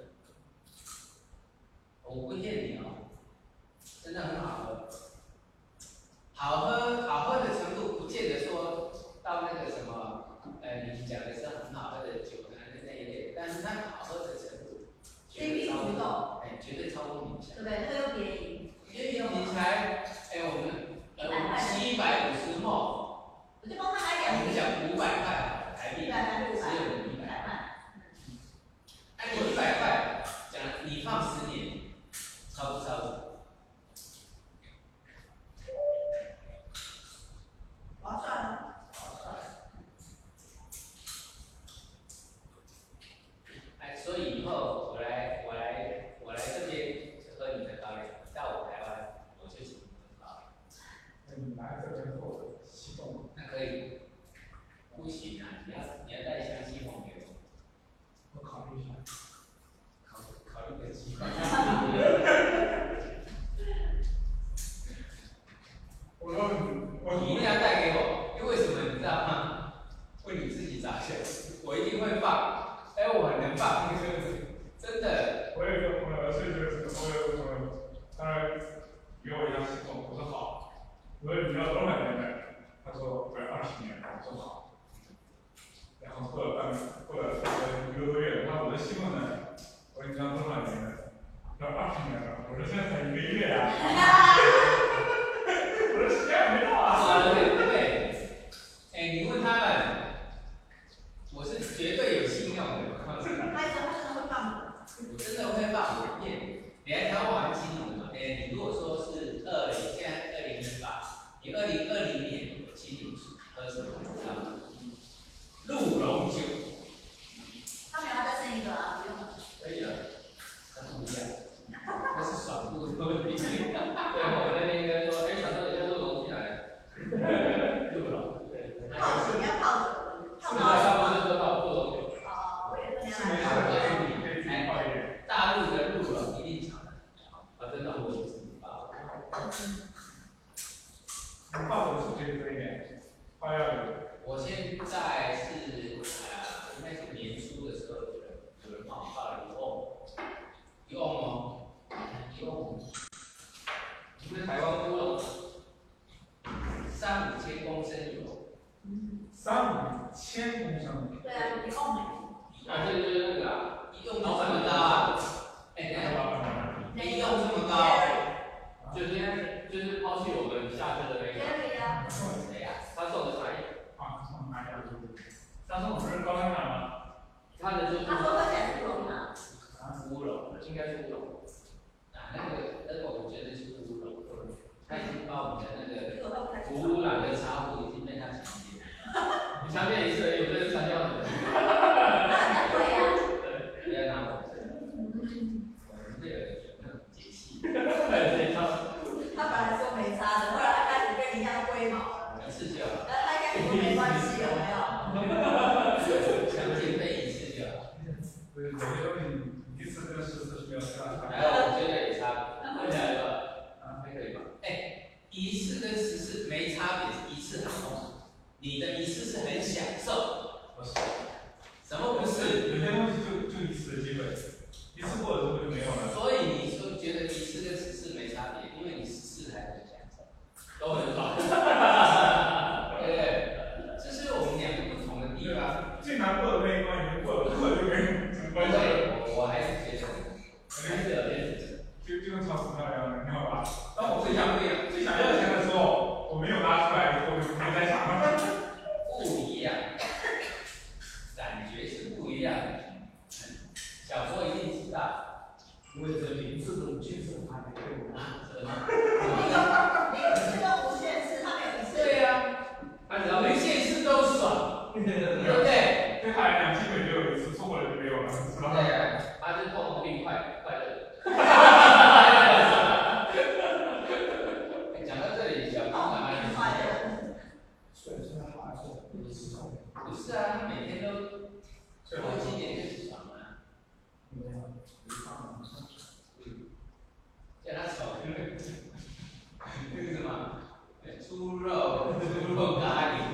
我不骗你哦，真的很好喝。好喝，好喝的程度不见得说到那个什么，呃，你讲的是很好喝的酒的那一类，但是它好喝的程度，绝对超过，哎，绝对超过你想。 对不对？那个又便宜。 便宜，你才，哎，我们呃七百五十毫， 以后我来我来我来这边喝你的高粱，到我台湾我就请你喝高粱。 那你来这边后西贡， 那可以。不行啊，你要你要带香西红给我。 我考虑一下。 考考虑个机会。 我说我你一定要带给我，因为为什么你知道吗？为你自己着想，我一定会放，哎，我很能放，真的。 我有一个朋友，是就是我有一个朋友，当然与我一样心动，我说好。我说你要多少年的？他说我要二十年，我说好。然后过了半过了一个多月，那我的新闻呢？我说你要多少年的？他说二十年了。我说现在才一个月啊。我说时间还没到啊。 对对对。哎，你问他们，我是绝对有信用的。 他真的会放的。 我真的会放我骗。你来台湾玩金融嘛？哎，你如果说是二零，现在二零一八，你二零二零年请你喝什么？知道吗？鹿茸酒。 他们要再生一个啊，不用了。 可以了，那不一样，那是爽度的问题。对，我那边应该说，哎，小时候人家鹿茸进来，鹿茸，对。 泡水要泡酒，泡到。 到。 不是说泡鹿茸酒。 哦，我也是是没事的，你可以自己泡一点。 大陆的鹿茸一定炒的，啊，真的我自己泡。 泡的是可以多一点，泡要有。 我现在是呃，应该是年初的时候，有人有人帮我泡了一瓮，一瓮哦，一瓮，不是台湾乌龙，三五千公升油。 三五千公升。 对啊，一瓮啊，对对对，那个啊，一瓮这么高啊！哎，等一下，一瓮这么高，就是就是抛弃我们下车的那个。 Jerry 啊。 谁呀？他送的茶叶。 啊，送哪样？上次我不是高粱茶吗？ 他的就是。 他说喝起来是乌龙啊。 乌龙，应该是乌龙。啊，那个那个我觉得是乌龙，他已经把我们的那个古老的茶壶已经被他强奸了。你强奸一次而已，我这是强奸你。 对呀。 对，不要拿我的。我们这个有那种节气。 他本来说没差的，后来他开始跟你一样龟毛了。 一次就好。 但他开始说没关系，有没有？ 强奸被一次就好。 对，有些东西一次跟十次是没有太大差别。 还有，我觉得有差别，听起来吧？啊，还可以吧？哎，一次跟十次没差别，一次很痛，你的一次是很享受。 不是。 什么不是？ 有些东西就就一次的机会，一次过了之后就没有了。 所以你说觉得一次跟十次没差别，因为你十次还很享受，都很爽。对不对？这是我们两个不同的地方。 最难过的那一关已经过了，过了就没有什么关系了。 我我还是觉得，还是有点。 就就跟炒股票一样的，你知道吧？当我最想最想要钱的时候，我没有拿出来，以后我就没再想了。 不一样，感觉是不一样的。小时候一定知道，因为这名字的建设还没对我拿着呢。 你有这个无限次，他没有一次。 对呀，他只要没限次都爽，对不对？ 对他来讲，基本就有一次，错过了就没有了，是吧？ 对呀，他是痛并快快乐。讲到这里，小兵干嘛也快乐？ 所以现在好像是不是痛？ 不是啊，他每天都多几点就起床啊。 没有，没放上去。 叫他炒那个那个什么猪肉猪肉咖喱，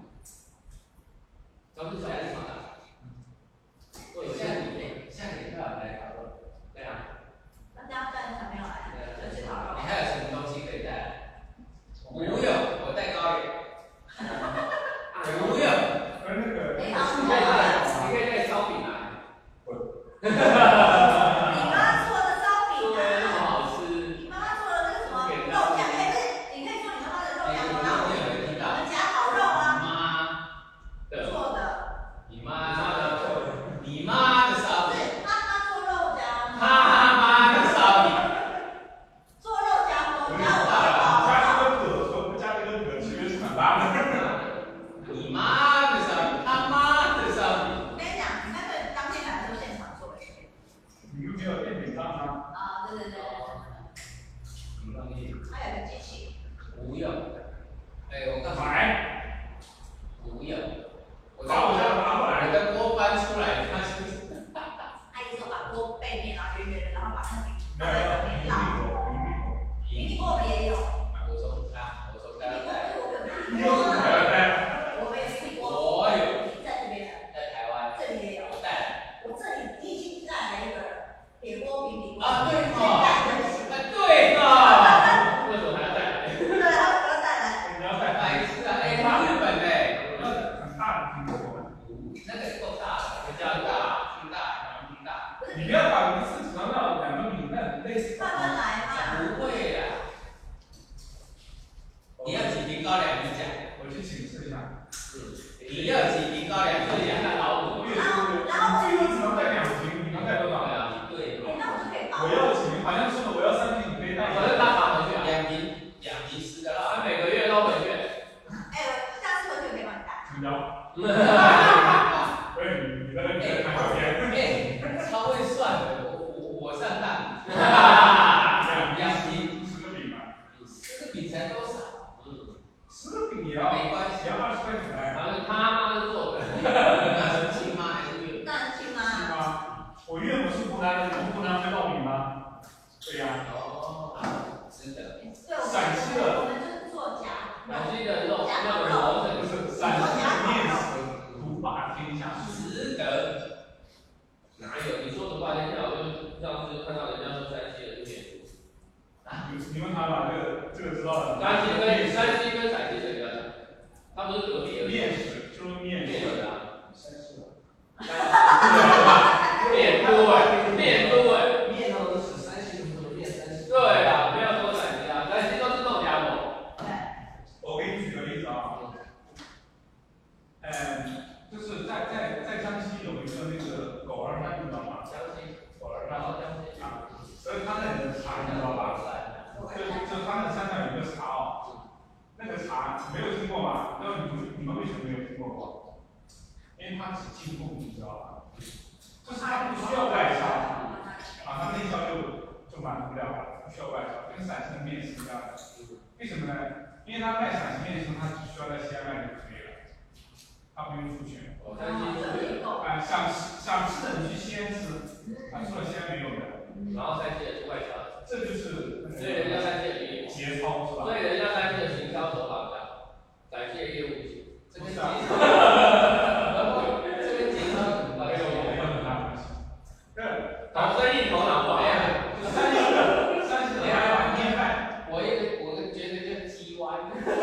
咱们小孩子炒的。我现在你现在你快要来烤肉，对啊。 那这样带小朋友来，就去烤肉。 你还有什么东西可以带来？不用，我带高粱。不用。 而那个， 你可以带，你可以带烧饼来。 你刚刚说道吧？就是它不需要外销，啊，它内销就就满足不了了，不需要外销，跟陕西的面是一样的。为什么呢？因为它卖陕西面的时候，它只需要在西安卖就可以了，它不用出去。 哦，山西出去。 啊，想吃想吃的你去西安吃，啊，除了西安没有的。 然后山西也是外销。 这就是所以人家山西的业务节操是吧？ 所以人家山西的行销手法比较好，感谢业务型。这跟节操，这跟节操有什么关系？ 没有没有很大关系。对， 搞生意头脑不良。 山西山西的还把面卖， 我也我觉得就鸡歪。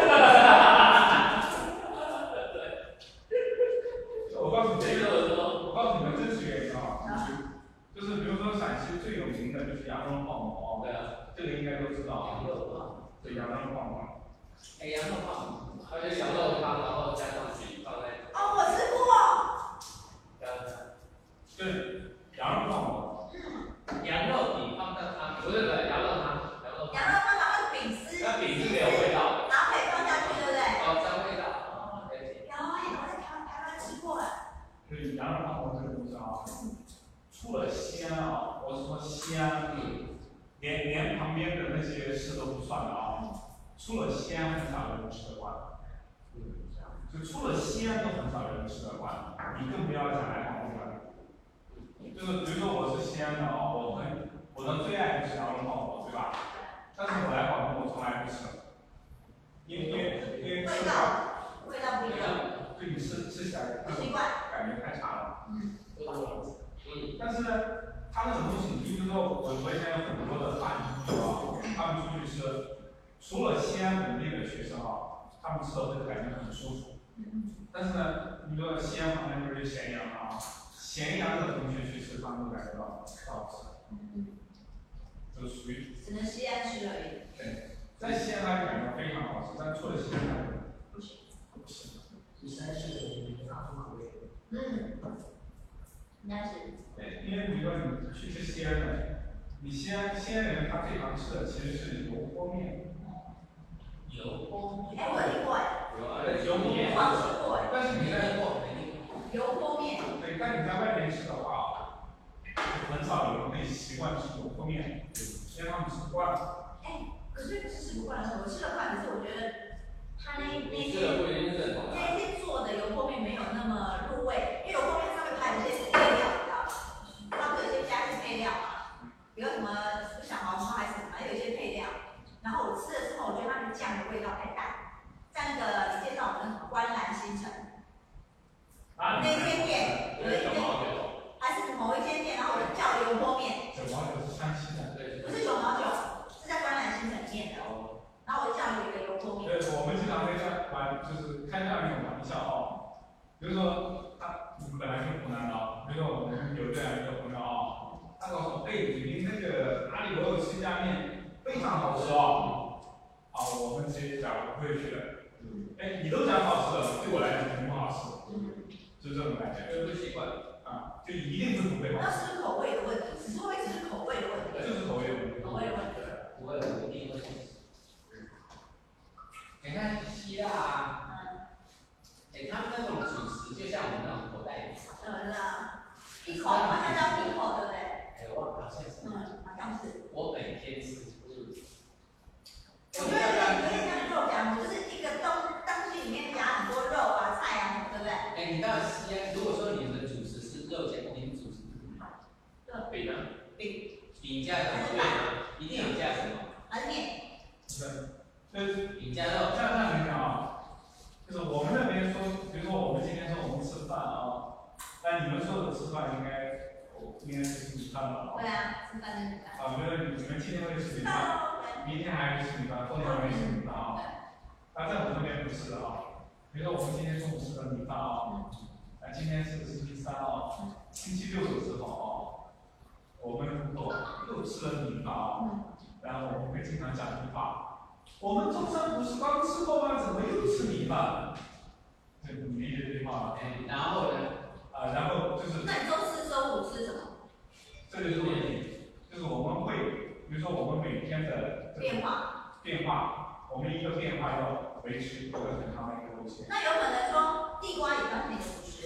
我告诉你这个，我告诉你们真实原因啊，就是比如说陕西最有名的就是羊肉泡馍，对啊，这个应该都知道啊。对，羊肉泡馍。 哎，羊肉泡馍，它就羊肉汤，然后加上水放在。 哦，我吃过。 对，羊肉泡馍。 羊肉饼放在汤，不是不是羊肉汤，羊肉汤。 羊肉汤然后饼丝。 那饼是没有味道。 然后可以放下去，对不对？ 哦，沾味道。哦，了解。 有，我在台台湾吃过了。 对，羊肉泡馍这个东西啊，除了西安啊，我是说西安，连连旁边的那些市都不算的啊，除了西安很少人吃得惯，就除了西安都很少人吃得惯，你更不要讲来广东了。就是比如说我是西安的啊，我很我的最爱就是羊肉泡馍，对吧？但是我来广东我从来不吃，因为因为因为味道味道不一样， 对你吃吃起来不习惯， 感觉太差了。 嗯。 嗯，但是呢，它那种东西，你比如说我我以前有很多的大一朋友啊，他们出去吃，除了西安本地的学生啊，他们吃的会感觉很舒服。但是呢，你说西安旁边不是有咸阳啊？咸阳的同学去吃，他们都感觉到不好吃。嗯。就属于。 只能西安吃而已。 对，在西安它就感觉非常好吃，但除了西安它就不行。不行。 第三是大众口味。 嗯。应该是。 对，因为比如说你去吃西安的，你西安西安人他最常吃的其实是油泼面。 油泼面。 哎，我听过哎。 有啊，那油面。 我吃过哎。 但是你在油泼面。 对，但你在外面吃的话，很少有人会习惯吃油泼面，因为他们吃不惯。 哎，可是不是吃不惯的时候，我吃得惯，可是我觉得他那那天那天做的油泼面没有那么入味，因为油泼面上面还有一些配料，你知道吗？它会有一些加一些配料嘛，比如什么小黄瓜还是什么，还有一些配料。然后我吃了之后，我觉得它的酱的味道太淡。在那个你介绍我们什么观澜新城。那间店有一间，还是某一间店，然后我就叫油泼面。 九毛九是山西的， 不是九毛九，是在观澜新城店的。然后我叫了一个油泼面。 对，我们经常会在玩，就是开这样一种玩笑啊。比如说他，我们本来是湖南的啊，比如说我们有这样一个朋友啊，他告诉我，哎，你们那个哪里我有吃一家面，非常好吃哦。啊，我们直接讲不会去的。哎，你都讲好吃的，对我来讲肯定不好吃。就这种感觉， 就不习惯啊，就一定是不会好吃。 那是口味的问题，只是会只是口味的问题。 就是口味的问题。 口味的问题。 不会，一定会。你看希腊啊，哎，他们那种主食就像我们那种口袋里。 嗯啦，一口好像叫一口，对不对？ 哎，我好像是。 嗯，好像是。 我每天吃，就是。 我觉得有点有点像肉夹馍，就是一个东东西里面夹很多肉啊、菜啊，对不对？ 哎，你到西安，如果说你的主食是肉夹，你的主食是什么？ 对。 饼啊，饼，饼加什么面啊？一定有加什么？ 还是面？ 对，就是饼加肉。 这样这样讲啊，就是我们那边说，比如说我们今天说我们吃饭啊，那你们说的吃饭应该，应该是吃米饭吧？ 对啊，吃饭是米饭。 啊，比如说你们今天会吃米饭。明天还会吃米饭，后天还会吃米饭啊。但在我们那边不是的啊。比如说我们今天中午吃的米饭啊，啊，今天是星期三啊，星期六的时候啊，我们如果又吃了米饭啊，然后我们会经常讲一句话：我们中餐不是刚吃过吗？怎么又吃米饭？这你理解这句话吗？ 哎，然后呢？ 啊，然后就是。 那你周四、周五吃什么？ 这就是问题，就是我们会，比如说我们每天的变化， 变化，我们一个变化要维持一个很长的一个路线。 那有可能说地瓜也当成你的主食，我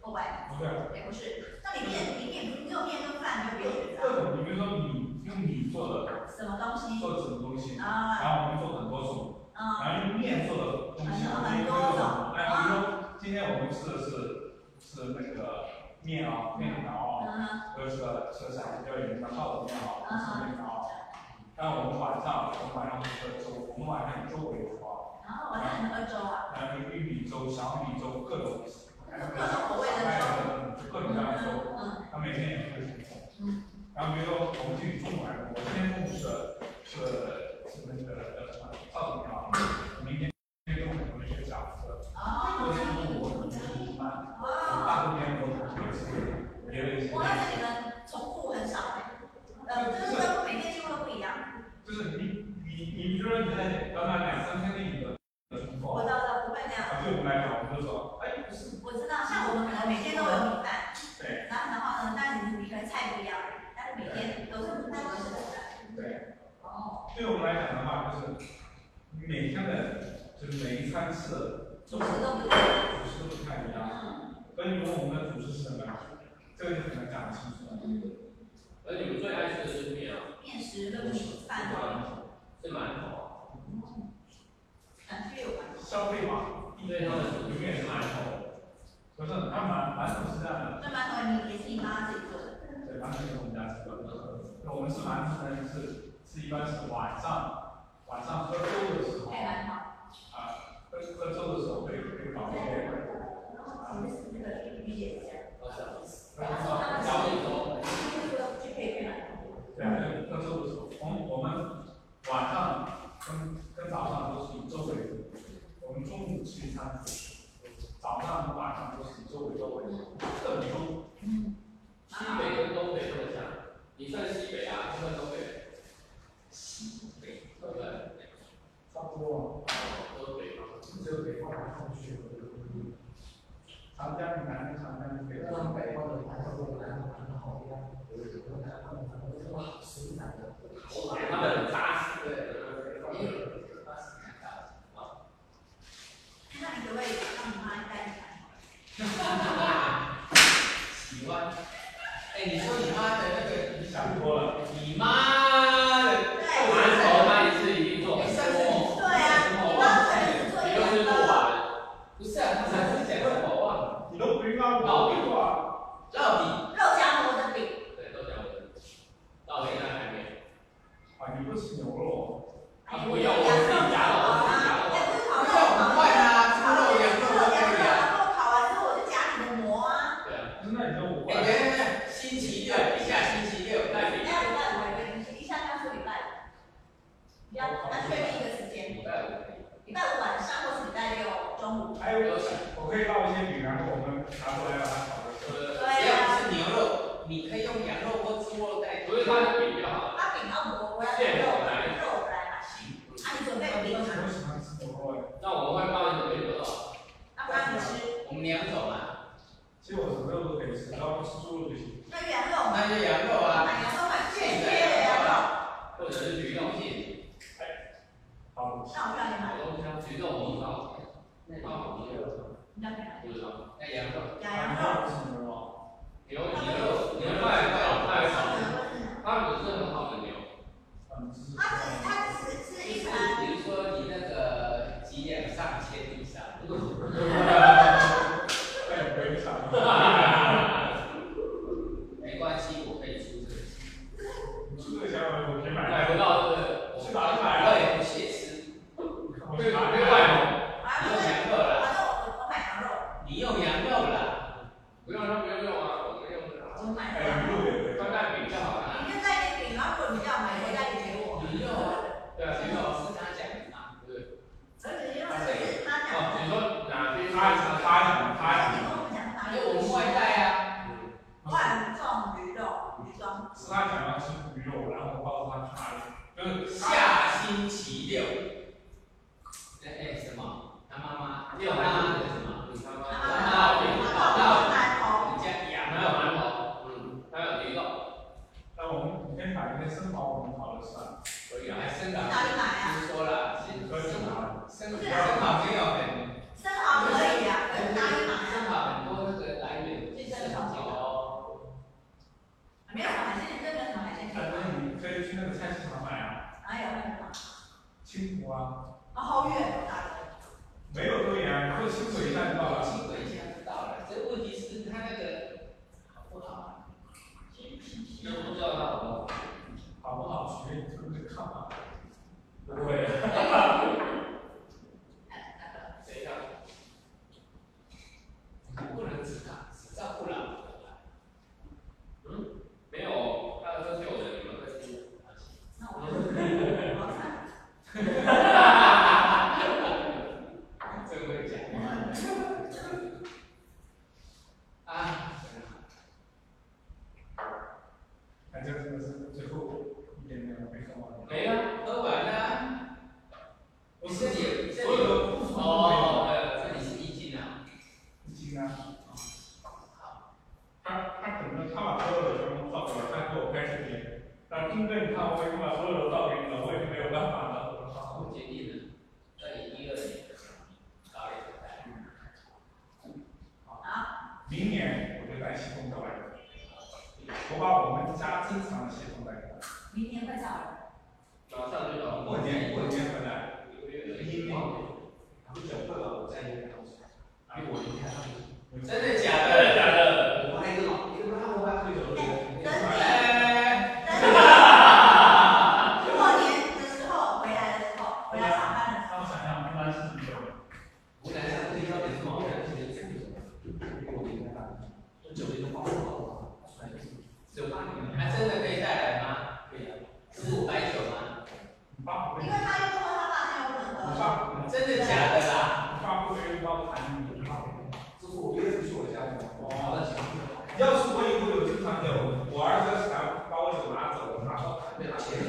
会不会？ 不对， 也不是。那你面你面不是只有面跟饭就可以选这种你比如说米用米做的什么东西？ 做什么东西， 啊， 然后我们做很多种， 嗯， 然后用面做的东西，我们也会做很多。哎，比如说今天我们吃的是是那个面啊，面条啊，或者是是陕西标准的臊子面啊，是面条。然后我们晚上我们晚上喝粥，我们晚上以粥为主啊。 然后晚上喝粥啊？ 然后玉米粥、小米粥，各种。 各种口味的粥， 各种各样的粥，它每天也会不同。然后比如说我们自己中午来说，我今天中午是是是那个叫什么臊子面啊，明天中午我们是饺子，后天中午我们是米饭，大后天我们会吃别的一些。 我感觉你们重复很少哎，呃，就是说每天几乎都不一样。 就是你你你比如说你在短短两三天内的重复， 我知道不会那样。 对我们来讲，我们就说，哎，不是。 我知道，像我们可能每天都有米饭， 对， 然后然后呢，但是你可能菜不一样，但是每天都是都是米饭。 对。 哦。 对我们来讲的话，就是每天的，就是每一餐吃的主食都不太一样。 主食都不太一样。所以如果我们的主食是什么，这个就很难讲得清楚了。 嗯。而你们最爱吃的是面啊？ 面食跟米饭。 是馒头。 感觉有关系。 消费嘛， 对，他们永远是馒头。不是，它馒馒头是这样的。 那馒头你也是你妈妈自己做的？ 对，馒头是我们家自己做的。那我们吃馒头呢，是是一般是晚上晚上喝粥的时候。 配馒头。 啊，喝喝粥的时候会会搞一些。 啊，那个理解一下。 我想。 然后他们小米粥。 就可以配馒头。 对啊，喝粥的时候，我们我们晚上跟跟早上都是以粥为主，我们中午吃一餐。早上和晚上都是以粥为粥为主，特别粥。 嗯。 西北跟东北不能像，你算西北啊，你算东北。 西北， 对不对？ 差不多。 都是北方。 只有北方南方去。 长江以南跟长江以北。 让北方的南方的南方很好一样，有有南方的南方这么好生产的。 他们很扎实，对。 那你可不可以让你妈带你来？ 喜欢。哎，你说你妈的那个， 你想多了。 你妈的馒头那一次一定做很多。 对啊，你妈可能是做一个。你都是做完。不是啊，他才是讲什么忘。 你都不用让我饼做。 烙饼。 肉夹馍的饼。 对，肉夹馍的饼。烙饼那还没。 啊，你不吃牛肉？ 他不要，我自己夹肉，我自己夹肉。 哎，不是烤肉， 很快啊，猪肉、羊肉都可以啊。 然后烤完之后我就夹你的馍啊。 对啊。 那你说我。 哎，等等等，星期六，一下星期六带饼。 下礼拜五也一下要说礼拜五，要要确定一个时间。 礼拜五可以。 礼拜五晚上或是礼拜六中午。 还有，我可以烙一些饼，然后我们拿过来让它烤的时候。 只要不是牛肉，你可以用羊肉或猪肉代替。不是他的饼就好了。他饼要馍，我要肉来肉来嘛。行。啊，你准备饼吗？ 我喜欢吃牛肉哎。 那我们会帮你准备牛肉。 那不然你吃。 我们两种啊。 其实我什么肉都可以吃，只要不吃猪肉就行。 那羊肉。 那就羊肉啊。 买羊肉买现切的羊肉。 或者是橘肉馅。 哎。好。 那我需要你买。 橘肉米糕。那好米肉。 你要买。 不知道。那羊肉。 羊肉。 不是牛肉。 牛牛肉牛太好太好了，它不是很好的牛。 嗯，是。 它只它只是是一盘。 比如说你那个几两上千以上。 对，可以上。 没关系，我可以出这个。 出这个钱我可以买。 买不到是不是？我去哪里买啊？ 我也不屑吃。 我去哪里买？你用羊肉啦。 我买羊肉。 你用羊肉啦。不用，他不用用啊，我们用的。 我买哎，鱼肉也可以。 他带饼就好了。 你就带点饼，然后如果你要买，我带点给我。 鱼肉啊。对啊，鱼肉是他讲的嘛，对不对？ 而且因为是他讲。 哦，你说哪边？ 他讲，他讲，他讲。 你跟我们讲哪里？ 因为我们外带啊。 万众鱼肉，鱼装。 是他讲要吃鱼肉，然后我告诉他去哪里，就是下星期六。哎哎，什么？他妈妈六妈妈的什么？他妈妈。他妈饼， 馒头。 你家养还有馒头，嗯，还有鱼肉。 那我们你可以把一些生蚝我们烤的算。 可以啊，还生蚝。 哪里买啊？ 听说了，生可以去拿。 生生蚝没有很。 生蚝可以啊，可以哪里买啊？ 生蚝很多那个来源。 菜市场买啊。 哪有那个？ 青浦啊。 啊，好远哦，大哥。 没有多远啊，坐轻轨一下就到了。 轻轨一下就到了，这问题是它那个好不好啊？都不知道它好不好。 好不好？取决于你这个看法。不会。 谁要？不能只看，只照不了。嗯，没有，他喝酒的，你们会输。 那我就好惨。 真会讲。啊。 反正真的是最后一点点没喝完。 没了，喝完了。 我自己这所有的步数都没有。 哦，呃，这里是一斤啊。 一斤啊。他他可能他把所有的全部倒给了，他给我拍视频。但真正你看我已经把所有的倒给你了，我也是没有办法了。 我决定了，在一二年的时候，高一代。 好。 明年我就带系统过来。我把我们家珍藏的系统带过来。 明年会找人。 马上就到。 过年过年回来。一年。 不久会了，我再一个东西。比我离开他们。 真的假的？假的。 我还一个老，一个他们还退休了。 哎，等你。过年的时候回来的时候，回来上班的时候。 让我想想，一般是什么时候？ 湖南上最高点是毛南，今年是比我离开大。这酒店都报好了，出来就是。 酒吧你们还真的可以带来吗？ 可以啊。 是白酒吗？ 你爸不会。 因为他又说他爸现在不能喝。 你爸真的假的啦？ 你爸不会遇到谈你爸。 这是我第二次去我家的。 哦。要是我以后有经常有，我儿子想把我酒拿走，拿到台北拿钱。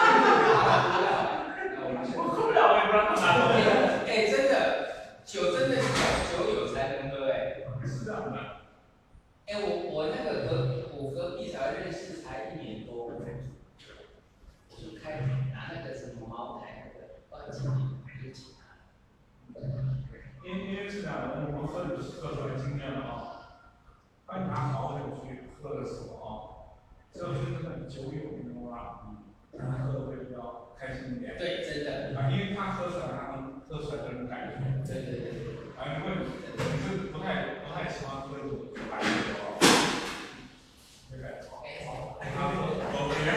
我喝不了，我也不让他拿走。 哎，真的，酒真的是酒友才能喝哎。 是这样的。 哎，我我那个隔我隔壁才认识才一年多，我就开拿那个什么茅台那个二几年就请他。 因因为是这样的，我们喝酒是喝出来经验了啊。当你拿好酒去喝的时候啊，只有真正的酒友，你懂吧？才能喝的会比较开心一点。 对，真的。 啊，因为他喝出来，他能喝出来这种感觉。 对对对。 啊，如果你你是不太不太喜欢喝酒白酒的话，对不对？好，他喝我别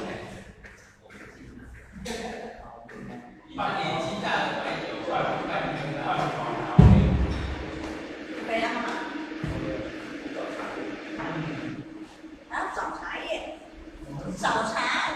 把年纪大的白酒换换成换成可以啊。啊，找茶叶。找茶。